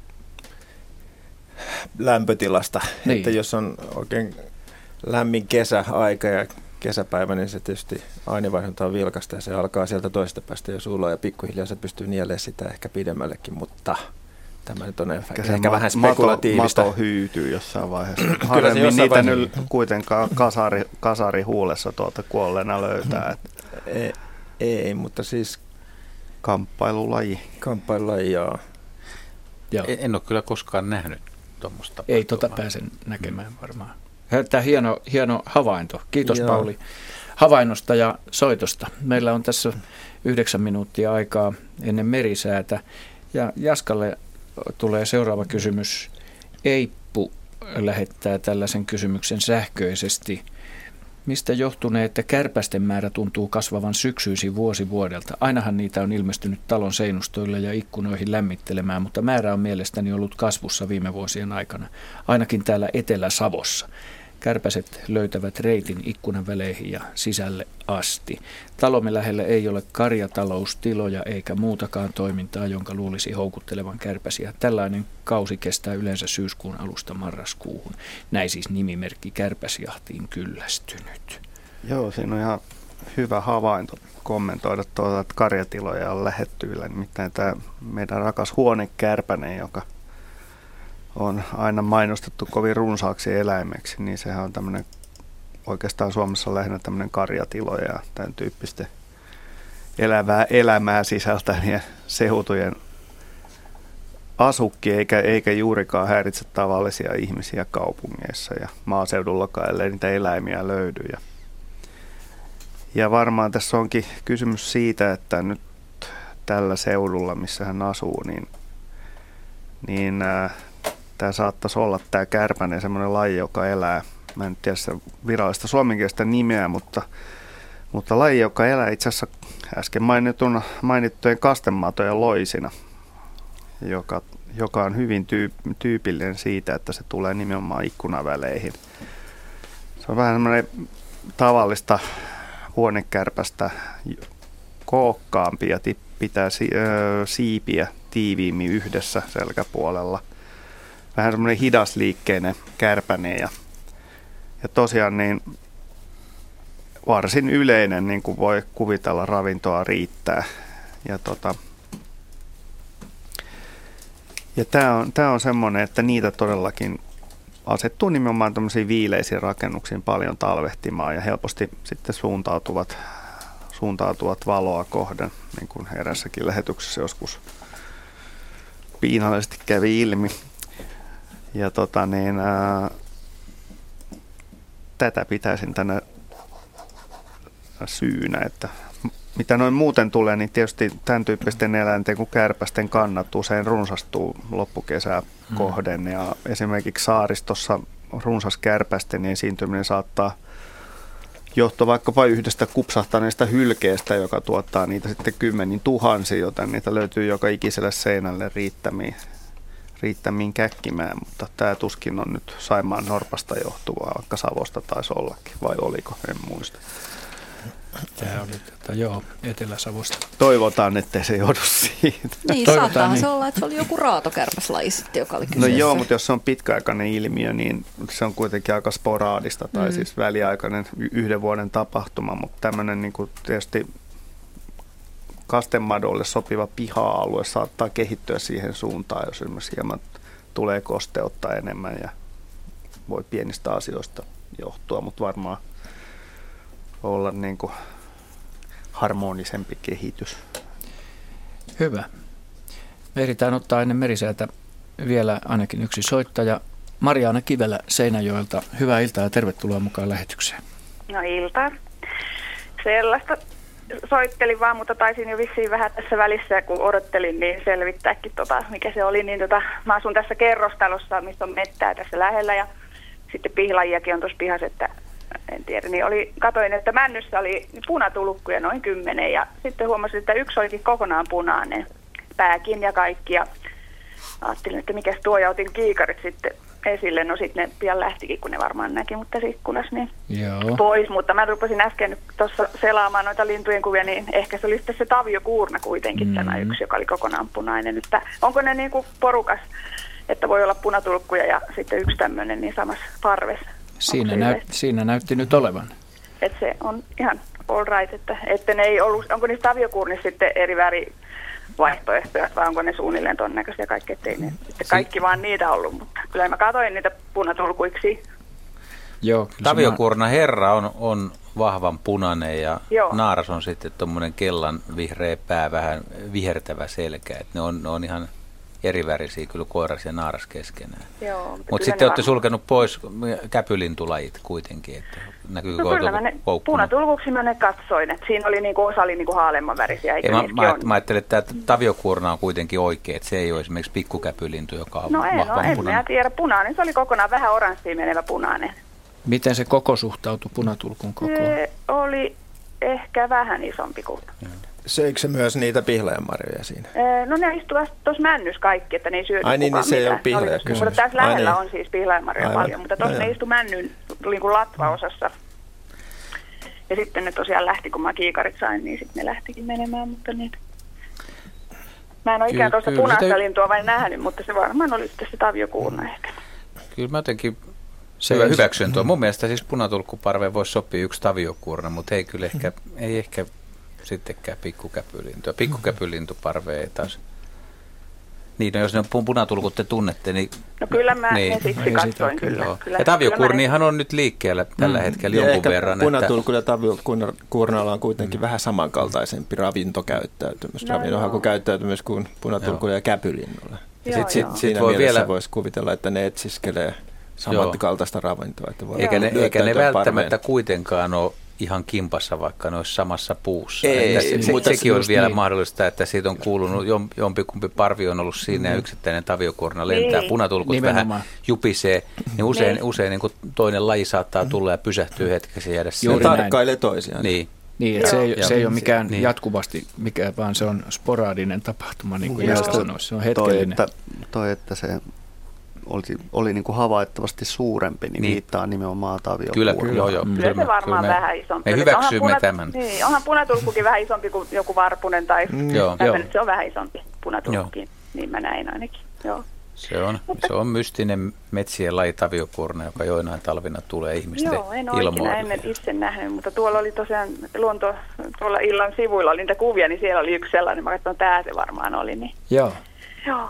lämpötilasta, niin. Että jos on oikein lämmin kesäaika ja kesäpäivä, niin se tietysti aineenvaihdunta on vilkasta ja se alkaa sieltä toisesta päästä jo sulaa ja pikkuhiljaa se pystyy nielemään sitä ehkä pidemmällekin, mutta tämä nyt on ehkä, ehkä ma- vähän spekulatiivista. Mato hyytyy jossain vaiheessa. Harvemmin niitä vaiheessa nyt kuitenkaan kasari, kasari huulessa tuolta kuolleena löytää. Ei, ei, mutta siis kamppailulaji. Kamppailulaji, joo. joo. En ole kyllä koskaan nähnyt tuommoista. Ei tota pääse näkemään varmaan. Tämä hieno, hieno havainto. Kiitos Joo. Pauli havainnosta ja soitosta. Meillä on tässä yhdeksän minuuttia aikaa ennen merisäätä. Ja Jaskalle tulee seuraava kysymys. Eippu lähettää tällaisen kysymyksen sähköisesti. Mistä johtunee, että kärpästen määrä tuntuu kasvavan syksyisin vuosi vuodelta? Ainahan niitä on ilmestynyt talon seinustoille ja ikkunoihin lämmittelemään, mutta määrä on mielestäni ollut kasvussa viime vuosien aikana. Ainakin täällä Etelä-Savossa. Kärpäset löytävät reitin ikkunan väleihin ja sisälle asti. Talomme lähellä ei ole karjataloustiloja eikä muutakaan toimintaa, jonka luulisi houkuttelevan kärpäsiä. Tällainen kausi kestää yleensä syyskuun alusta marraskuuhun. Näin siis nimimerkki Kärpäsjahtiin kyllästynyt. Joo, siinä on ihan hyvä havainto kommentoida tuota, että karjatiloja on lähettyillä. Nimittäin tämä meidän rakas huonekärpänen, joka on aina mainostettu kovin runsaaksi eläimeksi, niin sehän on tämmöinen, oikeastaan Suomessa lähinnä tämmöinen karjatilo ja tämän tyyppistä elävää elämää sisältävien seutujen asukki, eikä, eikä juurikaan häiritse tavallisia ihmisiä kaupungeissa ja maaseudullakaan, ellei niitä eläimiä löydy. Ja, ja varmaan tässä onkin kysymys siitä, että nyt tällä seudulla, missä hän asuu, niin, niin äh, tämä saattaisi olla tämä kärpänen, semmoinen laji, joka elää, mä en tiedä sitä virallista suomenkielistä nimeä, mutta, mutta laji, joka elää itse asiassa äsken mainitun, mainittujen kastematojen loisina, joka, joka on hyvin tyyp, tyypillinen siitä, että se tulee nimenomaan ikkunaväleihin. Se on vähän semmoinen tavallista huonekärpästä kookkaampi ja pitää siipiä tiiviimmin yhdessä selkäpuolella. Vähän semmoinen hidasliikkeinen kärpäne ja, ja tosiaan niin varsin yleinen, niin kuin voi kuvitella, ravintoa riittää. Ja, tota, ja tämä on, tää on semmoinen, että niitä todellakin asettuu nimenomaan tämmöisiin viileisiin rakennuksiin paljon talvehtimaan ja helposti sitten suuntautuvat, suuntautuvat valoa kohden, niin kuin erässäkin lähetyksessä joskus piinallisesti kävi ilmi. Ja tota niin, ää, tätä pitäisin tänä syynä, että mitä noin muuten tulee, niin tietysti tämän tyyppisten eläinten kuin kärpästen kannat usein runsastuu loppukesää kohden. Ja esimerkiksi saaristossa runsas kärpästen esiintyminen saattaa johtua vaikkapa yhdestä kupsahtaneesta hylkeestä, joka tuottaa niitä sitten kymmenin tuhansia, joten niitä löytyy joka ikiselle seinälle riittämiin, riittämiin käkkimään. Mutta tämä tuskin on nyt Saimaan norpasta johtuvaa, vaikka Savosta taisi ollakin, vai oliko, en muista. Tämä oli tätä, joo, Etelä-Savosta. Toivotaan, ettei se johdu siitä. Niin, saattaa niin. Se olla, että se oli joku raatokärpäslaji sitten, joka oli kyseessä. No joo, mutta jos se on pitkäaikainen ilmiö, niin se on kuitenkin aika sporaadista tai mm. siis väliaikainen yhden vuoden tapahtuma, mutta tämmöinen niin kuin tietysti kastemadolle sopiva piha-alue saattaa kehittyä siihen suuntaan, jos esimerkiksi hieman tulee kosteutta enemmän ja voi pienistä asioista johtua, mutta varmaan olla niin kuin harmonisempi kehitys. Hyvä. Me ehditään ottaa ennen Merisäätä vielä ainakin yksi soittaja. Mariana Kivelä Seinäjoelta. Hyvää iltaa ja tervetuloa mukaan lähetykseen. No iltaa. Sellaista soittelin vaan, mutta taisin jo vissiin vähän tässä välissä, kun odottelin, niin selvittääkin, tota, mikä se oli. Niin tota, mä asun tässä kerrostalossa, missä on mettää tässä lähellä ja sitten pihlajiakin on tuossa pihassa, että en tiedä, niin oli, katoin, että männyssä oli punatulukkuja noin kymmenen ja sitten huomasin, että yksi olikin kokonaan punainen, pääkin ja kaikki ja ajattelin, että mikäs tuo ja otin kiikarit sitten esille, no sitten ne pian lähtikin, kun ne varmaan näki, mutta ikkunassa niin Joo. pois, mutta mä rupesin äsken tuossa selaamaan noita lintujen kuvia, niin ehkä se oli sitten se taviokuurna kuitenkin mm. tämä yksi, joka oli kokonaan punainen, että onko ne niin kuin porukas, että voi olla punatulkkuja ja sitten yksi tämmöinen niin samassa parvessa. Siinä, näy, siinä näytti nyt olevan. Että se on ihan all right, että, että ne ei ollut, onko niissä taviokuurnissa sitten eri värivaihtoehtoja, vai onko ne suunnilleen ton näköisiä kaikki, ettei ne sitten kaikki vaan niitä ollut, mutta kyllä mä katsoin niitä punatulkuiksi. Joo, taviokuurna herra on, on vahvan punainen ja Joo. naaras on sitten tuommoinen kellan vihreä pää, vähän vihertävä selkä, että ne on, ne on ihan erivärisiä kyllä koiras ja naaras keskenään. Mutta Mut sitten olette sulkenut pois käpylintulajit kuitenkin, että näkyykö no kyllä mä ne punatulkuksi mä ne katsoin, että siinä oli niinku, osa oli niinku haalemman värisiä. Eikä mä, mä, mä ajattelin, että tämä taviokuurna on kuitenkin oikein, että se ei ole esimerkiksi pikkukäpylintu, joka on no vahvan no, punainen. No en mä tiedä, punainen, se oli kokonaan vähän oranssiin menevä punainen. Miten se koko suhtautui punatulkun kokoon? Se oli ehkä vähän isompi kuin. Söikö se myös niitä pihlajanmarjoja siinä? No ne istuvat tuossa männys kaikki, että ne ei syödy Ai niin, niin se ei ole pihlaja kysymys. Mutta tässä lähellä niin. on siis pihlajanmarjoja Aivan. paljon, mutta tuossa ne istu männyn niin kuin latvaosassa. Ja sitten ne tosiaan lähti, kun mä kiikarit sain, niin sitten ne lähtikin menemään, mutta niin. Mä en ole ikään tuosta punaista te... lintua vain nähnyt, mutta se varmaan oli sitten se taviokuurna ehkä. Kyllä mä jotenkin se hyvä hyväksyn tuo. Mun mielestä siis punatulkkuparveen voisi sopia yksi taviokuurna, mutta ei kyllä ehkä, ei ehkä sittenkään pikkukäpylintu. Pikkukäpylintuparve ei taas. Niin, no jos ne punatulkut te tunnette, niin... No kyllä mä niin. ne siksi katsoin kyllä. kyllä. Ja taviokuurnihan on nyt liikkeellä tällä mm. hetkellä jonkun ehkä verran. Punatulkulla ja taviokuurnalla on kuitenkin mm. vähän samankaltaisempi ravintokäyttäytymys, ravintohakukäyttäytymys kuin punatulkulla ja käpylinnulla. Ja sitten sit, siinä voi mielessä vielä... voisi kuvitella, että ne etsiskelee samankaltaista ravintoa. Että voi eikä ne, eikä ne välttämättä parveen. Kuitenkaan ole ihan kimpassa, vaikka ne olisi samassa puussa. Ei, se, mutta sekin on vielä niin. mahdollista, että siitä on kuulunut, jompikumpi parvi on ollut siinä mm. ja yksittäinen taviokuorna lentää. Niin. Punatulkut nimenomaan. Vähän jupisee, niin usein, niin. usein niin kuin toinen laji saattaa tulla ja pysähtyä hetkessä ja jäädä siihen. Tarkkailee toisiaan. Niin. Niin, että se ei, se ei ole mikään niin. jatkuvasti, mikä, vaan se on sporaadinen tapahtuma, niin kuin Jasta sanoi. Se on hetkellinen. Toi, että, toi, että se oli, oli niin kuin havaittavasti suurempi, niin, niin. viittaa nimenomaan taviokuurna. Kyllä, kyllä, joo, joo. Kyllä se varmaan kyllä vähän isompi. Me hyväksymme onhan tämän. Niin, onhan punatulkkukin vähän isompi kuin joku varpunen tai mm. se on vähän isompi punatulkkukin, niin mä näin ainakin. Joo. Se on, se on mystinen metsien laji taviokuorna, joka joinain talvina tulee ihmisten ilmoille. Joo, en ole ikinä itse nähnyt, mutta tuolla oli tosiaan luonto, tuolla illan sivuilla oli niitä kuvia, niin siellä oli yksi sellainen, mä katsoin, tämä se varmaan oli. Niin. Joo. Joo.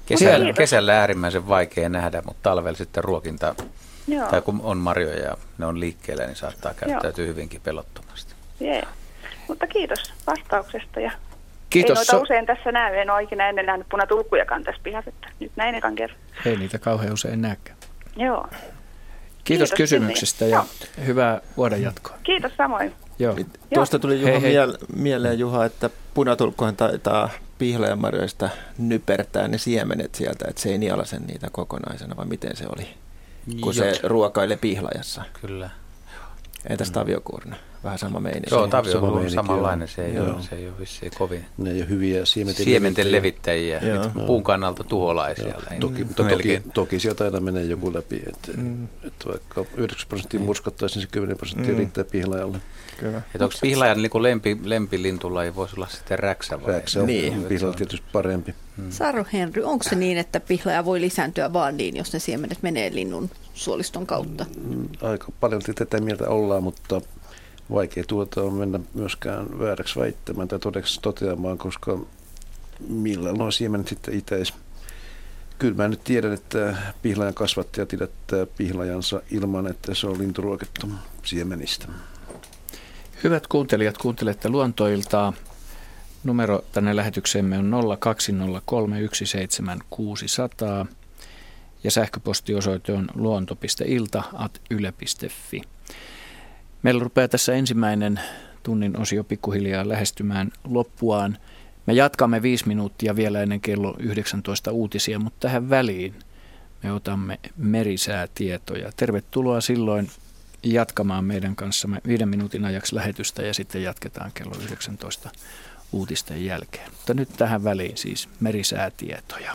Kesällä, kesällä äärimmäisen vaikea nähdä, mutta talvella sitten ruokinta, Joo. tai kun on marjoja ja ne on liikkeellä, niin saattaa käyttäytyä Joo. hyvinkin pelottomasti. Jee. Mutta kiitos vastauksesta. Ja Kiitos. ei noita usein tässä näy, en ole ikinä ennen nähnyt punatulkkujakaan tässä pihassa. Nyt näin ekan kerran. Ei niitä kauhean usein näkään. Joo. Kiitos, Kiitos kysymyksestä sinne. ja Joo. hyvää vuoden jatkoa. Kiitos samoin. Joo. Tuosta tuli Juha Hei, hei. miele- mieleen, Juha, että punatulkkuhan taitaa pihlajanmarjoista nypertää ne siemenet sieltä, että se ei nialaise niitä kokonaisena, vai miten se oli, kun Joo. se ruokailee pihlajassa. Kyllä. Entäs taviokuurna? Vähän sama meininki. Joo, tavio Sama on meininki, samanlainen, se ei, joo. ole, se ei ole vissiin kovin. Ne ei ole hyviä siementen, Siementen levittäjiä, Joo. levittäjiä puun kannalta tuholaisia. Joo. Toki, mutta toki, toki sieltä aina menee joku läpi, että, mm. että vaikka yhdeksänkymmentä prosenttia murskattaisiin, niin se kymmenen prosenttia mm. riittää pihlajalle. Kyllä. Että onko pihlajan niin lempi, lempilintulaji, voisi olla sitten räksä vai? Räksä on Niin. pihlalla tietysti parempi. Hmm. Saro Henry, onko se niin, että pihlaja voi lisääntyä vaan niin, jos ne siemenet menee linnun suoliston kautta? Aika paljon tätä mieltä ollaan, mutta vaikea tuota on mennä myöskään vääräksi väittämään tai todeksi toteamaan, koska millä nuo siemenet sitten itäisi. Kyllä mä nyt tiedän, että pihlajan kasvattajat idättää pihlajansa ilman, että se on linturuokittu siemenistä. Hyvät kuuntelijat, kuuntelette Luontoiltaa. Numero tänne lähetykseemme on nolla kaksi nolla kolme yksi seitsemän kuusi nolla nolla ja sähköpostiosoite on luonto piste ilta at yle piste fi. Meillä rupeaa tässä ensimmäinen tunnin osio pikkuhiljaa lähestymään loppuaan. Me jatkamme viisi minuuttia vielä ennen kello yhdeksäntoista uutisia, mutta tähän väliin me otamme merisäätietoja. Tervetuloa silloin jatkamaan meidän kanssamme viiden minuutin ajaksi lähetystä ja sitten jatketaan kello yhdeksäntoista uutisten jälkeen. Mutta nyt tähän väliin siis merisäätietoja.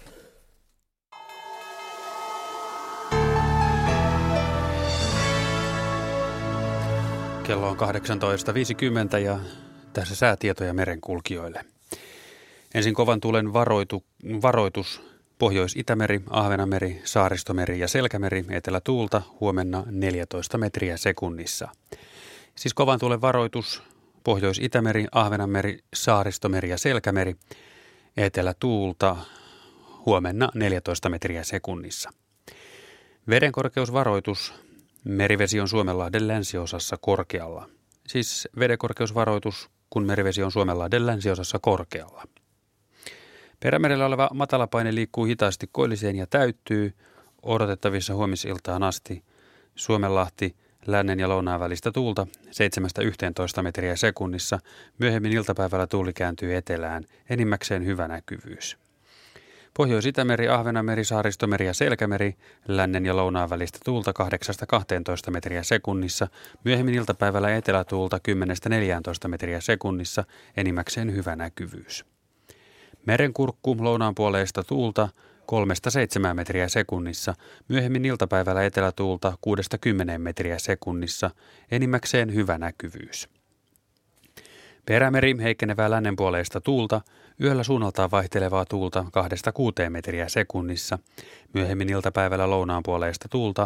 Kello on kahdeksantoista viisikymmentä ja tässä säätietoja merenkulkijoille. Ensin kovan tuulen varoitu, varoitus Pohjois-Itämeri, Ahvenanmeri, Saaristomeri ja Selkämeri, etelätuulta huomenna neljätoista metriä sekunnissa. Siis kovan tuulen varoitus Pohjois-Itämeri, Ahvenanmeri, Saaristomeri ja Selkämeri, etelätuulta huomenna neljätoista metriä sekunnissa. Vedenkorkeusvaroitus. Merivesi on Suomenlahden länsiosassa korkealla. Siis vedenkorkeusvaroitus, kun merivesi on Suomenlahden länsiosassa korkealla. Perämerellä oleva matalapaine liikkuu hitaasti koilliseen ja täyttyy odotettavissa huomisiltaan asti. Suomenlahti lännen ja lounaan välistä tuulta seitsemästä yhteentoista metriä sekunnissa. Myöhemmin iltapäivällä tuuli kääntyy etelään, enimmäkseen hyvä näkyvyys. Pohjois-Itämeri, Ahvenanmeri, Saaristomeri ja Selkämeri, lännen ja lounaan välistä tuulta kahdeksasta kahteentoista metriä sekunnissa, myöhemmin iltapäivällä etelätuulta kymmenestä neljääntoista metriä sekunnissa, enimmäkseen hyvä näkyvyys. Merenkurkku, lounaan puoleista tuulta kolmesta seitsemään metriä sekunnissa, myöhemmin iltapäivällä etelätuulta kuudesta kymmeneen metriä sekunnissa, enimmäkseen hyvä näkyvyys. Perämeri, heikkenevää lännenpuoleista tuulta, yöllä suunnaltaan vaihtelevaa tuulta kahdesta kuuteen metriä sekunnissa, myöhemmin iltapäivällä lounaanpuoleista tuulta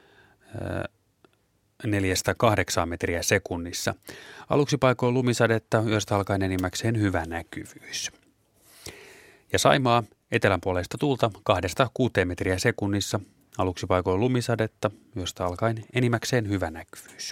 neljästä kahdeksaan metriä sekunnissa. Aluksi paikoin lumisadetta, yöstä alkaen enimmäkseen hyvä näkyvyys. Ja Saimaa, etelänpuoleista tuulta kahdesta kuuteen metriä sekunnissa, aluksi paikoin lumisadetta, yöstä alkaen enimmäkseen hyvä näkyvyys.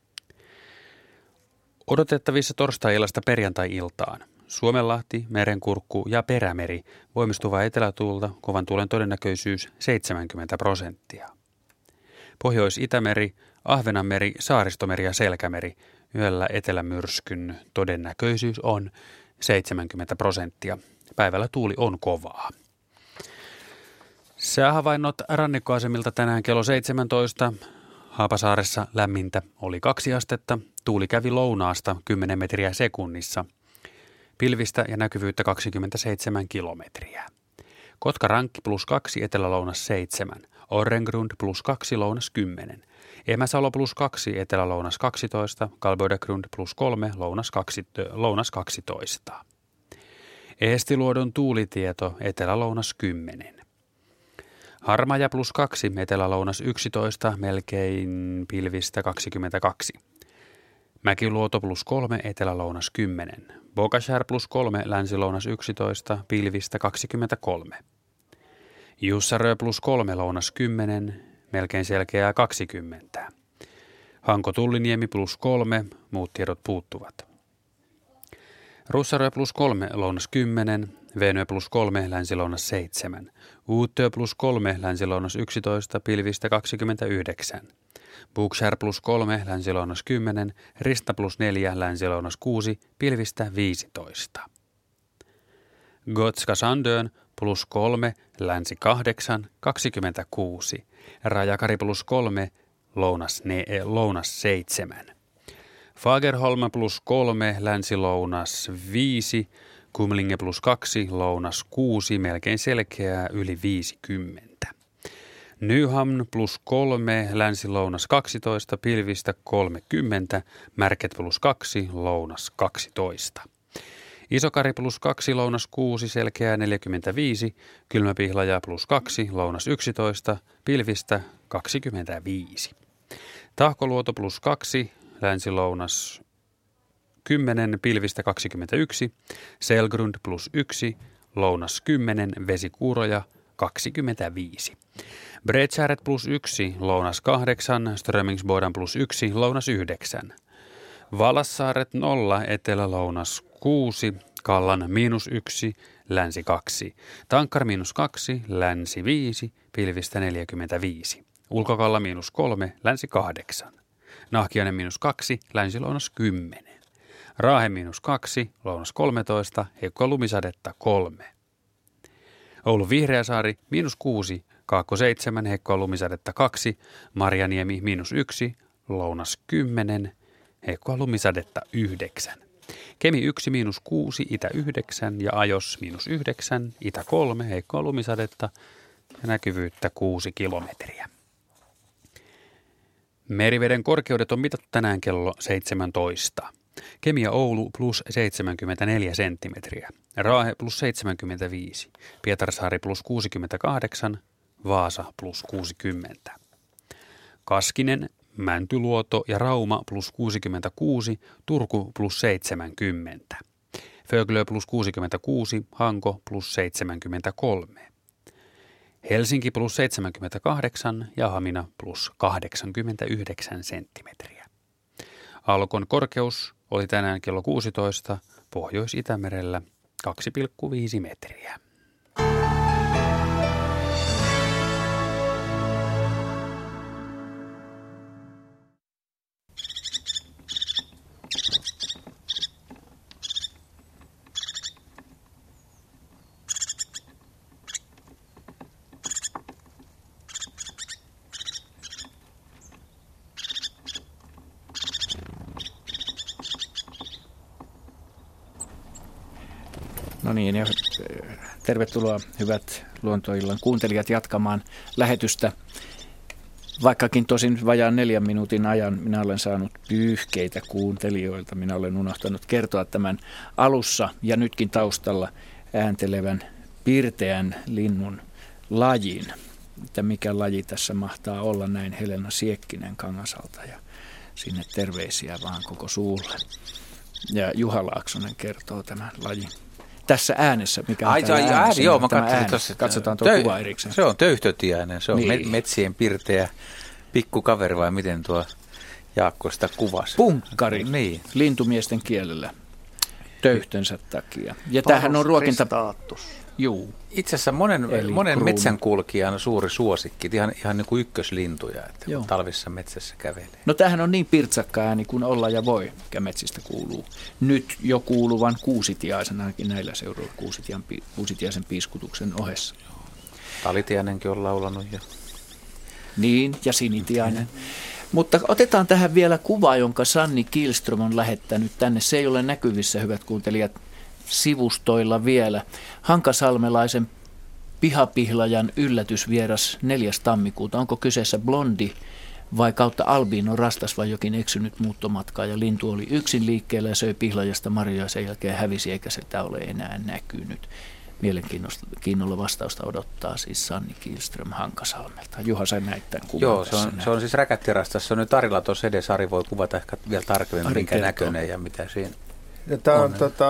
Odotettavissa torstai-illasta perjantai-iltaan. Suomenlahti, Merenkurkku ja Perämeri, voimistuva etelätuulta, kovan tuulen todennäköisyys seitsemänkymmentä prosenttia. Pohjois-Itämeri, Ahvenanmeri, Saaristomeri ja Selkämeri, yöllä etelämyrskyn todennäköisyys on seitsemänkymmentä prosenttia. Päivällä tuuli on kovaa. Säähavainnot rannikkoasemilta tänään kello seitsemäntoista. Haapasaaressa lämmintä oli kaksi astetta, tuuli kävi lounaasta kymmenen metriä sekunnissa. Pilvistä ja näkyvyyttä kaksikymmentäseitsemän kilometriä. Kotkarankki plus kaksi, etelä-lounas seitsemän. Orrengrund plus kaksi, lounas kymmenen. Emäsalo plus kaksi, etelä-lounas kaksitoista. Kalbödegrund plus kolme, lounas, kaksi, lounas kaksitoista. Eestiluodon tuulitieto, etelä-lounas kymmenen. Harmaja plus kaksi, etelä-lounas yksitoista, melkein pilvistä kaksikymmentäkaksi. Mäkiluoto plus kolme, etelä-lounas kymmenen. Bogashär plus kolme, länsi-lounas yksitoista, pilvistä kaksikymmentäkolme. Jussarö plus kolme, lounas kymmenen, melkein selkeää kaksikymmentä. Hanko Tulliniemi plus kolme, muut tiedot puuttuvat. Russarö plus kolme, lounas kymmenen, Venö plus kolme, länsilounas seitsemän. Uutö plus kolme, länsilounas yksitoista, pilvistä kaksikymmentäyhdeksän. Bukshär plus kolme, länsilounas kymmenen, Rista plus neljä, länsilounas kuusi, pilvistä viisitoista. Gotska Sandön plus kolme, länsi kahdeksan, kaksikymmentäkuusi. Rajakari plus kolme, lounas, ne, lounas seitsemän. Fagerholm plus kolme, länsi-lounas viisi, Kumlinge plus kaksi, lounas kuusi, melkein selkeää yli viisikymmentä. Nyhamn plus kolme, länsi-lounas kaksitoista, pilvistä kolmekymmentä, Märket plus kaksi, lounas kaksitoista. Isokari plus kaksi, lounas kuusi, selkeää neljäkymmentäviisi, Kylmäpihlaja plus kaksi, lounas yksitoista, pilvistä kaksikymmentäviisi. Tahkoluoto plus kaksi, länsi-lounas kymmenen, pilvistä kaksikymmentäyksi, Selgrund plus yksi, lounas kymmenen, Vesikuuroja kaksikymmentäviisi. Bredshäret plus yksi, lounas kahdeksan, Strömingsbodan plus yksi, lounas yhdeksän. Valassaaret nolla, etelä-lounas kuusi, Kallan miinus yksi, länsi kaksi. Tankkar miinus kaksi, länsi viisi, pilvistä neljäkymmentäviisi. Ulkokalla miinus kolme, länsi kahdeksan. Nahkiainen miinus kaksi, länsi-lounas kymmenen. Raahe miinus kaksi, lounas kolmetoista, heikkoa lumisadetta kolme. Oulun Vihreäsaari miinus kuusi, Kaakko seitsemän, heikkoa lumisadetta kaksi, Marjaniemi miinus yksi, lounas kymmenen, heikkoa lumisadetta yhdeksän. Kemi yksi miinus kuusi, itä yhdeksän ja Ajos miinus yhdeksän, itä kolme, heikkoa lumisadetta ja näkyvyyttä kuusi kilometriä. Meriveden korkeudet on mitattu tänään kello seitsemäntoista. Kemi ja Oulu plus seitsemänkymmentäneljä senttimetriä, Raahe plus seitsemänkymmentäviisi, Pietarsaari plus kuusikymmentäkahdeksan, Vaasa plus kuusikymmentä. Kaskinen, Mäntyluoto ja Rauma plus kuusikymmentäkuusi, Turku plus seitsemänkymmentä. Föglö plus kuusikymmentäkuusi, Hanko plus seitsemänkymmentäkolme. Helsinki plus seitsemänkymmentäkahdeksan ja Hamina plus kahdeksankymmentäyhdeksän senttimetriä. Aallokon korkeus oli tänään kello kuusitoista, Pohjois-Itämerellä kaksi pilkku viisi metriä. No niin, ja tervetuloa hyvät Luontoillan kuuntelijat jatkamaan lähetystä. Vaikkakin tosin vajaan neljän minuutin ajan minä olen saanut pyyhkeitä kuuntelijoilta. Minä olen unohtanut kertoa tämän alussa ja nytkin taustalla ääntelevän pirteän linnun lajin. Että mikä laji tässä mahtaa olla, näin Helena Siekkinen Kangasalta, ja sinne terveisiä vaan koko suulle. Ja Juha Laaksonen kertoo tämän lajin tässä äänessä, mikä on ai, täällä ai, äänessä. Joo, mä katsoin ääni. tuossa. Katsotaan tuo töy, kuva erikseen. Se on töyhtötiäinen, se on niin. metsien pirteä pikkukaveri, vai miten tuo Jaakko sitä kuvasi? Punkkari, niin. Lintumiesten kielellä, töyhtönsä takia. Ja tämähän on ruokinta... Juu. Itse asiassa monen, monen metsänkulkijan suuri suosikki, ihan, ihan niin kuin ykköslintuja, että Joo. talvissa metsässä kävelee. No tämähän on niin pirtsakka ääni kuin olla ja voi, mikä metsistä kuuluu. Nyt jo kuuluvan kuusitiaisen, ainakin näillä seuroilla kuusitiaisen piiskutuksen ohessa. Talitiainenkin on laulanut jo. Niin, ja sinitiainen. Mutta otetaan tähän vielä kuva, jonka Sanni Kihlström on lähettänyt tänne. Se ei ole näkyvissä, hyvät kuuntelijat, sivustoilla vielä. Hankasalmelaisen pihapihlajan yllätysvieras neljäs tammikuuta. Onko kyseessä blondi vai kautta albiino rastas vai jokin eksynyt muuttomatkaa? Ja lintu oli yksin liikkeellä ja söi pihlajasta marjoja, sen jälkeen hävisi eikä sitä ole enää näkynyt. Mielenkiinnolla vastausta odottaa siis Sanni Kihlström Hankasalmelta. Juha, sä näit tämän kuvan. Joo, se on, se on siis räkättirastas. Se on nyt Arilla tuossa edessä. Ari voi kuvata ehkä vielä tarkemmin, Ari minkä kertoo. Näköinen ja mitä siinä ja tämä on, on. Tota,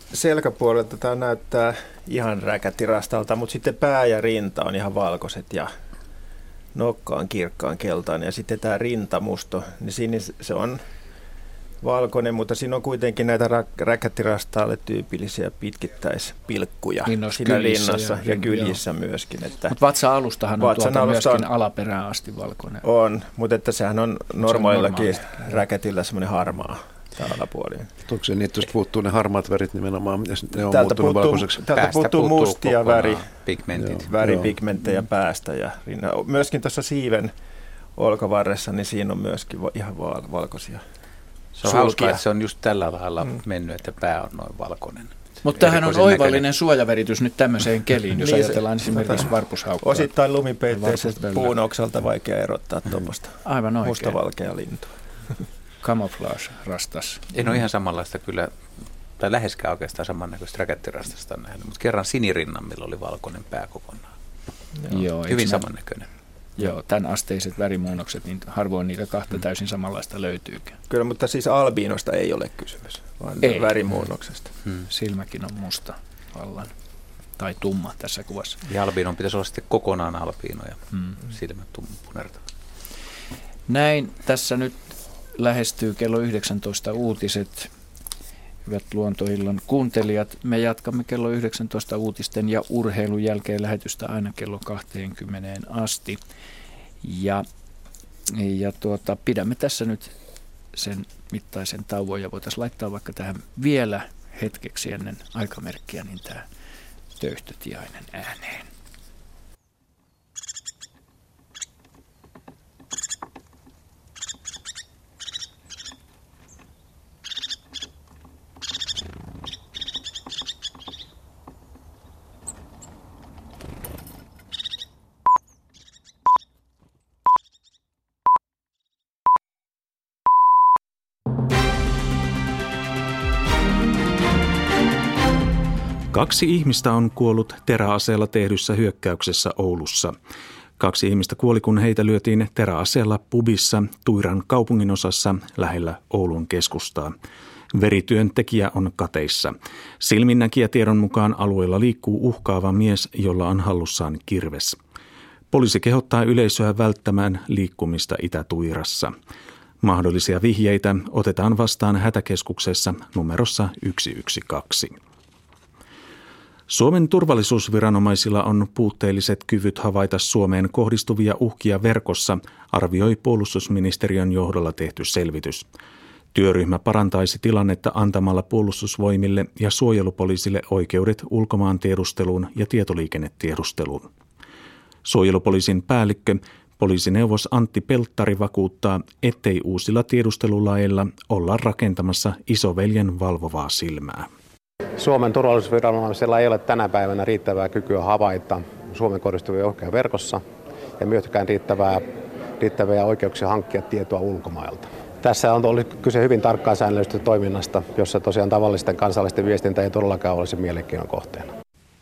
selkäpuolelta tämä näyttää ihan räkätirastalta, mutta sitten pää ja rinta on ihan valkoiset ja nokka on kirkkaan keltainen ja sitten tämä rintamusto, niin siinä se on valkoinen, mutta siinä on kuitenkin näitä rä- räkätirastaalle tyypillisiä pitkittäispilkkuja niin siinä linnassa ja, ja kyljissä joo. myöskin. Mutta vatsa-alustahan on tuolta myöskin on, alaperään asti valkoinen. On, mutta että sehän on normaalillakin räkätillä semmoinen harmaa tämä alapuoli. Onko se niin, että tuosta puuttuu ne harmaat värit nimenomaan, ja ne on täältä muuttunut puuttuu, valkoiseksi? Täältä puuttuu mustia väri, pigmentit. väripigmenttejä päästä ja rinna. Myöskin tuossa siiven olkavarressa, niin siinä on myöskin ihan valkoisia. Se on hauskaa, että se on just tällä lailla mm. mennyt, että pää on noin valkoinen. Mutta tämähän on oivallinen näköinen suojaveritys nyt tämmöiseen keliin, jos niin ajatellaan esimerkiksi varpushaukkaa. Osittain lumipeitteisestä puun oksalta vaikea erottaa tuommoista aivan oikein. Mustavalkea lintua. Camouflage rastas. En ole ihan samanlaista kyllä, tai läheskään oikeastaan samannäköistä räkättirastasta nähnyt, mutta kerran sinirinnamilla oli valkoinen pää kokonaan. Joo, Joo, hyvin samannäköinen. Joo, tämän asteiset värimuunnokset, niin harvoin niitä kahta hmm. täysin samanlaista löytyykään. Kyllä, mutta siis albiinosta ei ole kysymys, vaan ei. värimuunnoksesta. Hmm. Silmäkin on musta vallan, tai tumma tässä kuvassa. Ja albiinon pitäisi olla sitten kokonaan albiino ja hmm. silmät punertavat. Näin tässä nyt lähestyy kello yhdeksäntoista uutiset. Hyvät Luontoillan kuuntelijat, me jatkamme kello yhdeksäntoista uutisten ja urheilun jälkeen lähetystä aina kello kaksikymmentä asti. Ja, ja tuota, pidämme tässä nyt sen mittaisen tauon ja voitaisiin laittaa vaikka tähän vielä hetkeksi ennen aikamerkkiä niin tämä Töyhtötiainen ääneen. Kaksi ihmistä on kuollut teräaseella tehdyssä hyökkäyksessä Oulussa. Kaksi ihmistä kuoli, kun heitä lyötiin teräaseella pubissa Tuiran kaupunginosassa lähellä Oulun keskustaa. Verityöntekijä on kateissa. Silminnäkijätiedon mukaan alueella liikkuu uhkaava mies, jolla on hallussaan kirves. Poliisi kehottaa yleisöä välttämään liikkumista Itä-Tuirassa. Mahdollisia vihjeitä otetaan vastaan hätäkeskuksessa numerossa yksi yksi kaksi. Suomen turvallisuusviranomaisilla on puutteelliset kyvyt havaita Suomeen kohdistuvia uhkia verkossa, arvioi puolustusministeriön johdolla tehty selvitys. Työryhmä parantaisi tilannetta antamalla puolustusvoimille ja suojelupoliisille oikeudet ulkomaantiedusteluun ja tietoliikennetiedusteluun. Suojelupoliisin päällikkö, poliisineuvos Antti Pelttari vakuuttaa, ettei uusilla tiedustelulaeilla olla rakentamassa isoveljen valvovaa silmää. Suomen turvallisuusviranomaisilla ei ole tänä päivänä riittävää kykyä havaita Suomen kohdistuvia uhkia verkossa ja myöskään riittävää, riittäviä oikeuksia hankkia tietoa ulkomailta. Tässä on ollut kyse hyvin tarkkaan säännöllisestä toiminnasta, jossa tosiaan tavallisten kansallisten viestintä ei todellakaan olisi mielenkiinnon kohteena.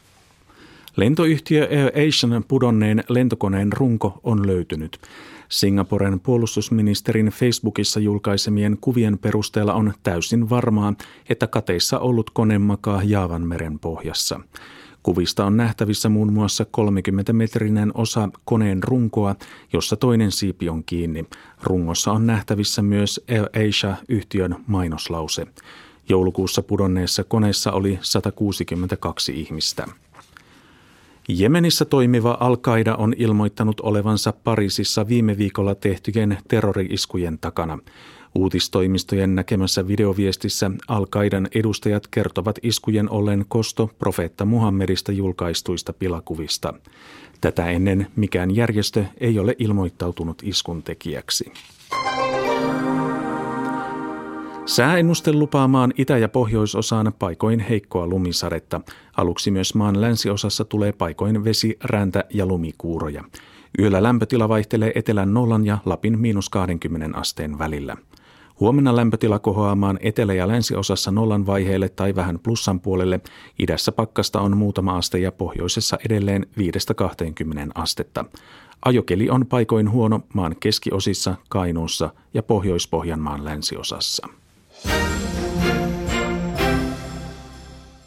Lentoyhtiö AirAsian pudonneen lentokoneen runko on löytynyt. Singaporen puolustusministerin Facebookissa julkaisemien kuvien perusteella on täysin varmaa, että kateissa ollut kone makaa Jaavanmeren pohjassa. Kuvista on nähtävissä muun muassa kolmekymmentämetrinen osa koneen runkoa, jossa toinen siipi on kiinni. Rungossa on nähtävissä myös AirAsia-yhtiön mainoslause. Joulukuussa pudonneessa koneessa oli sata kuusikymmentäkaksi ihmistä. Jemenissä toimiva Al-Qaida on ilmoittanut olevansa Pariisissa viime viikolla tehtyjen terrori-iskujen takana. Uutistoimistojen näkemässä videoviestissä Al-Qaidan edustajat kertovat iskujen ollen kosto profeetta Muhammedista julkaistuista pilakuvista. Tätä ennen mikään järjestö ei ole ilmoittautunut iskun tekijäksi. Sääennuste lupaa maan itä- ja pohjoisosaan paikoin heikkoa lumisadetta. Aluksi myös maan länsiosassa tulee paikoin vesi, räntä ja lumikuuroja. Yöllä lämpötila vaihtelee etelän nollan ja Lapin miinus kaksikymmentä asteen välillä. Huomenna lämpötila kohoaa maan etelä- ja länsiosassa nollan vaiheelle tai vähän plussan puolelle. Idässä pakkasta on muutama aste ja pohjoisessa edelleen viidestä kahteenkymmeneen astetta. Ajokeli on paikoin huono maan keskiosissa, Kainuussa ja Pohjois-Pohjanmaan länsiosassa.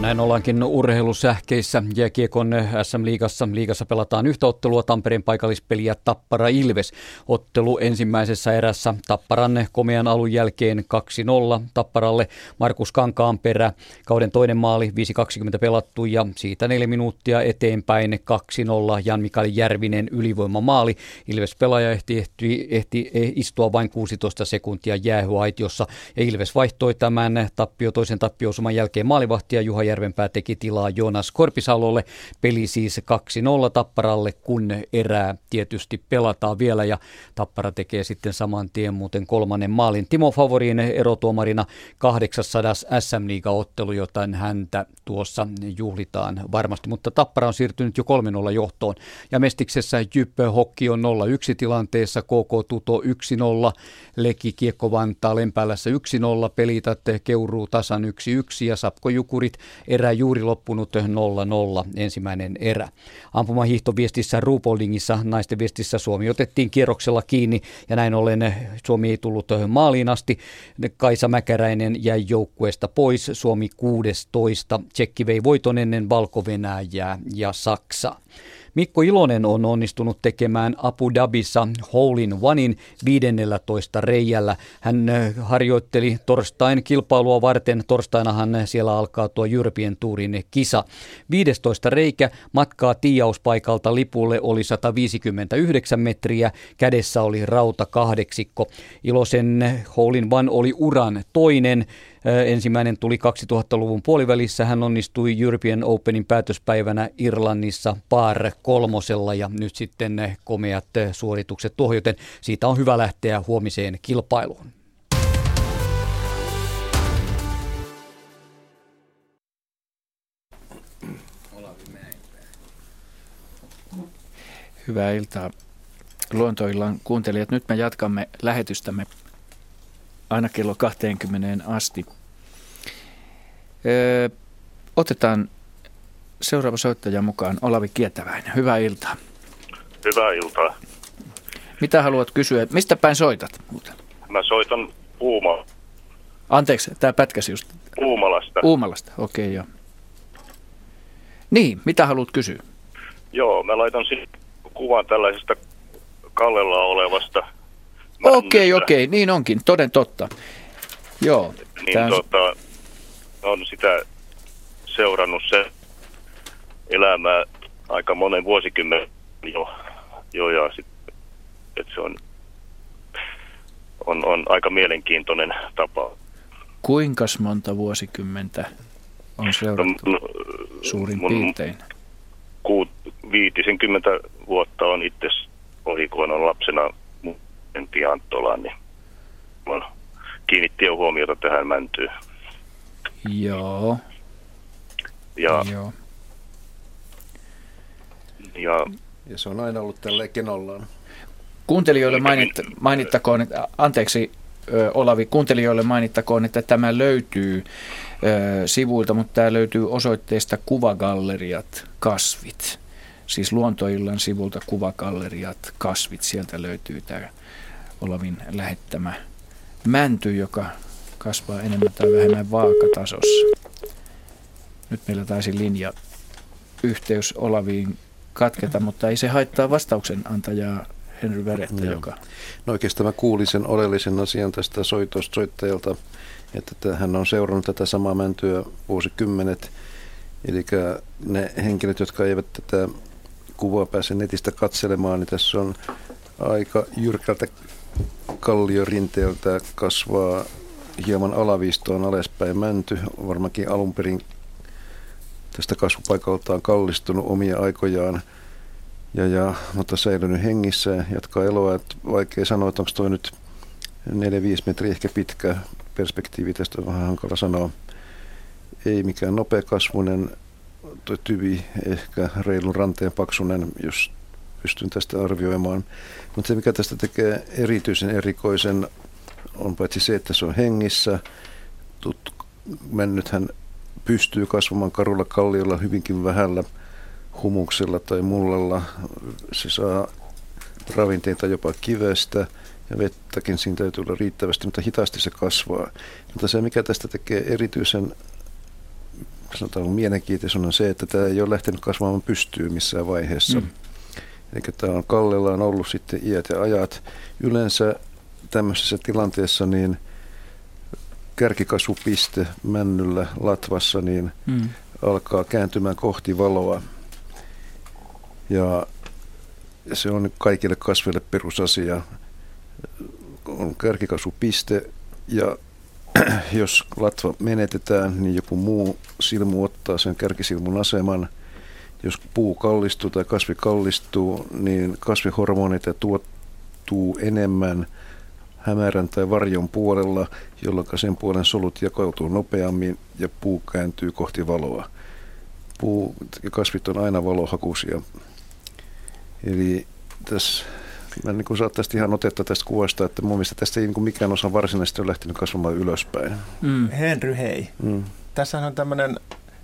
näin ollaankin urheilusähkeissä jääkiekon S M-liigassa. Liigassa pelataan yhtä ottelua, Tampereen paikallispeliä Tappara Ilves. Ottelu ensimmäisessä erässä Tapparan komean alun jälkeen kaksi nolla Tapparalle. Markus Kankaanperä, kauden toinen maali, viisi kaksikymmentä pelattu ja siitä neljä minuuttia eteenpäin kaksi nolla Jan-Mikael Järvinen ylivoimamaali. Ilves-pelaaja ehti, ehti, ehti istua vain kuusitoista sekuntia jäähyaitiossa ja Ilves vaihtoi tämän tappio, toisen tappio-osuman jälkeen maalivahtia. Juha Järvenpää teki tilaa Joonas Korpisalolle. Peli siis kaksi nolla Tapparalle, kun erää tietysti pelataan vielä ja Tappara tekee sitten saman tien muuten kolmannen maalin. Timo Favorin erotuomarina kahdeksansataa S M-liiga-ottelu, joten häntä tuossa juhlitaan varmasti, mutta Tappara on siirtynyt jo kolme nolla johtoon ja Mestiksessä Jyp Hokki on nolla yksi tilanteessa, K K Tuto yksi nolla, Leki Kiekko Vantaa Lempäälässä yksi nolla, Pelitat Keuruu tasan yksi yksi ja Sapko Jukurit erä juuri loppunut nolla nolla ensimmäinen erä. Ampumahiihtoviestissä Ruupoldingissa naisten viestissä Suomi otettiin kierroksella kiinni ja näin ollen Suomi ei tullut maaliin asti. Kaisa Mäkäräinen jäi joukkueesta pois, Suomi kuusitoista. Tsekki vei voiton ennen Valko-Venäjää ja Saksaa. Mikko Ilonen on onnistunut tekemään Abu Dhabissa hole in onein viidennellätoista reijällä. Hän harjoitteli torstain kilpailua varten. Torstainahan siellä alkaa tuo European Tourin kisa. viidestoista reikä, matkaa tiiauspaikalta lipulle oli sata viisikymmentäyhdeksän metriä. Kädessä oli rauta kahdeksikko. Ilosen hole in one oli uran toinen. Ensimmäinen tuli kaksituhattaluvun puolivälissä. Hän onnistui European Openin päätöspäivänä Irlannissa par kolmosella ja nyt sitten komeat suoritukset tuohon, joten siitä on hyvä lähteä huomiseen kilpailuun. Hyvää iltaa Luontoillan kuuntelijat. Nyt me jatkamme lähetystämme aina kello kaksikymmentä asti. Öö, otetaan seuraava soittaja mukaan, Olavi Kietäväinen. Hyvää iltaa. Hyvää iltaa. Mitä haluat kysyä? Mistä päin soitat muuten? Mä soitan Uuma. Anteeksi, tämä pätkäsi just. Uumalasta. Uumalasta, okei okay, joo. Niin, mitä haluat kysyä? Joo, mä laitan siis kuvan tällaisesta kallella olevasta. Okei, okay, okei, okay, niin onkin, toden totta. Joo. Niin Tää... tota, on sitä seurannut se elämää aika monen vuosikymmenen jo, jo ja sit, et se on, on, on aika mielenkiintoinen tapa. Kuinkas monta vuosikymmentä on seurattu no, suurin mun, piirtein? Kuut, viitisenkymmentä vuotta on itse ohi, kun on lapsena Entti Anttolaan, niin on kiinnitti jo huomiota tähän mäntyyn. Joo. Ja, Joo. Ja, ja se on aina ollut tälleen kenollaan. Kuuntelijoille mainit, mainittakoon, että, anteeksi Olavi, kuuntelijoille mainittakoon, että tämä löytyy ö, sivuilta, mutta tämä löytyy osoitteesta Kuvagalleriat kasvit. Siis Luontoillan sivulta Kuvagalleriat kasvit, sieltä löytyy tämä Olavin lähettämä mänty, joka kasvaa enemmän tai vähemmän vaakatasossa. Nyt meillä taisi linja yhteys Olaviin katketa, mutta ei se haittaa vastauksen antajaa Henry Värettä, no, joka... No oikeastaan mä kuulin sen oleellisen asian tästä soitosta soittajalta, että hän on seurannut tätä samaa mäntyä vuosikymmenet. Eli ne henkilöt, jotka eivät tätä kuvaa pääse netistä katselemaan, niin tässä on aika jyrkältä kalliorinteeltä kasvaa hieman alaviistoon alaspäin mänty. Varmaankin alun perin tästä kasvupaikaltaan kallistunut omia aikojaan, ja, ja, mutta säilynyt hengissä ja jatkaa eloa. Että vaikea sanoa, että onko tuo nyt neljä viisi metriä ehkä pitkä perspektiivi, tästä on vähän hankala sanoa. Ei mikään nopeakasvuinen, tuo tyvi ehkä reilun ranteen paksunen, jos pystyn tästä arvioimaan. Mutta se, mikä tästä tekee erityisen erikoisen, on paitsi se, että se on hengissä. Tut, männythän pystyy kasvamaan karulla kalliolla hyvinkin vähällä humuksella tai mullalla. Se saa ravinteita jopa kivestä ja vettäkin siinä täytyy olla riittävästi, mutta hitaasti se kasvaa. Mutta se, mikä tästä tekee erityisen sanotaan mielenkiintoinen on se, että tämä ei ole lähtenyt kasvamaan pystyyn missään vaiheessa. Mm. Eli tämä on kallellaan ollut sitten iät ja ajat. Yleensä tämmöisessä tilanteessa niin kärkikasvupiste männyllä latvassa niin mm. alkaa kääntymään kohti valoa. Ja se on kaikille kasveille perusasia. On kärkikasvupiste ja jos latva menetetään, niin joku muu silmu ottaa sen kärkisilmun aseman. Jos puu kallistuu tai kasvi kallistuu, niin kasvihormonit tuottuu enemmän hämärän tai varjon puolella, jolloin sen puolen solut jakautuu nopeammin ja puu kääntyy kohti valoa. Puu ja kasvit on aina valohakuisia. Eli tässä mä niin kuin saattaisi ihan otetta tästä kuvasta, että mun mielestä tästä ei niin kuin mikään osa varsinaisesti ole lähtenyt kasvamaan ylöspäin. Mm. Henry, hei. Mm. Tässä on tämmöinen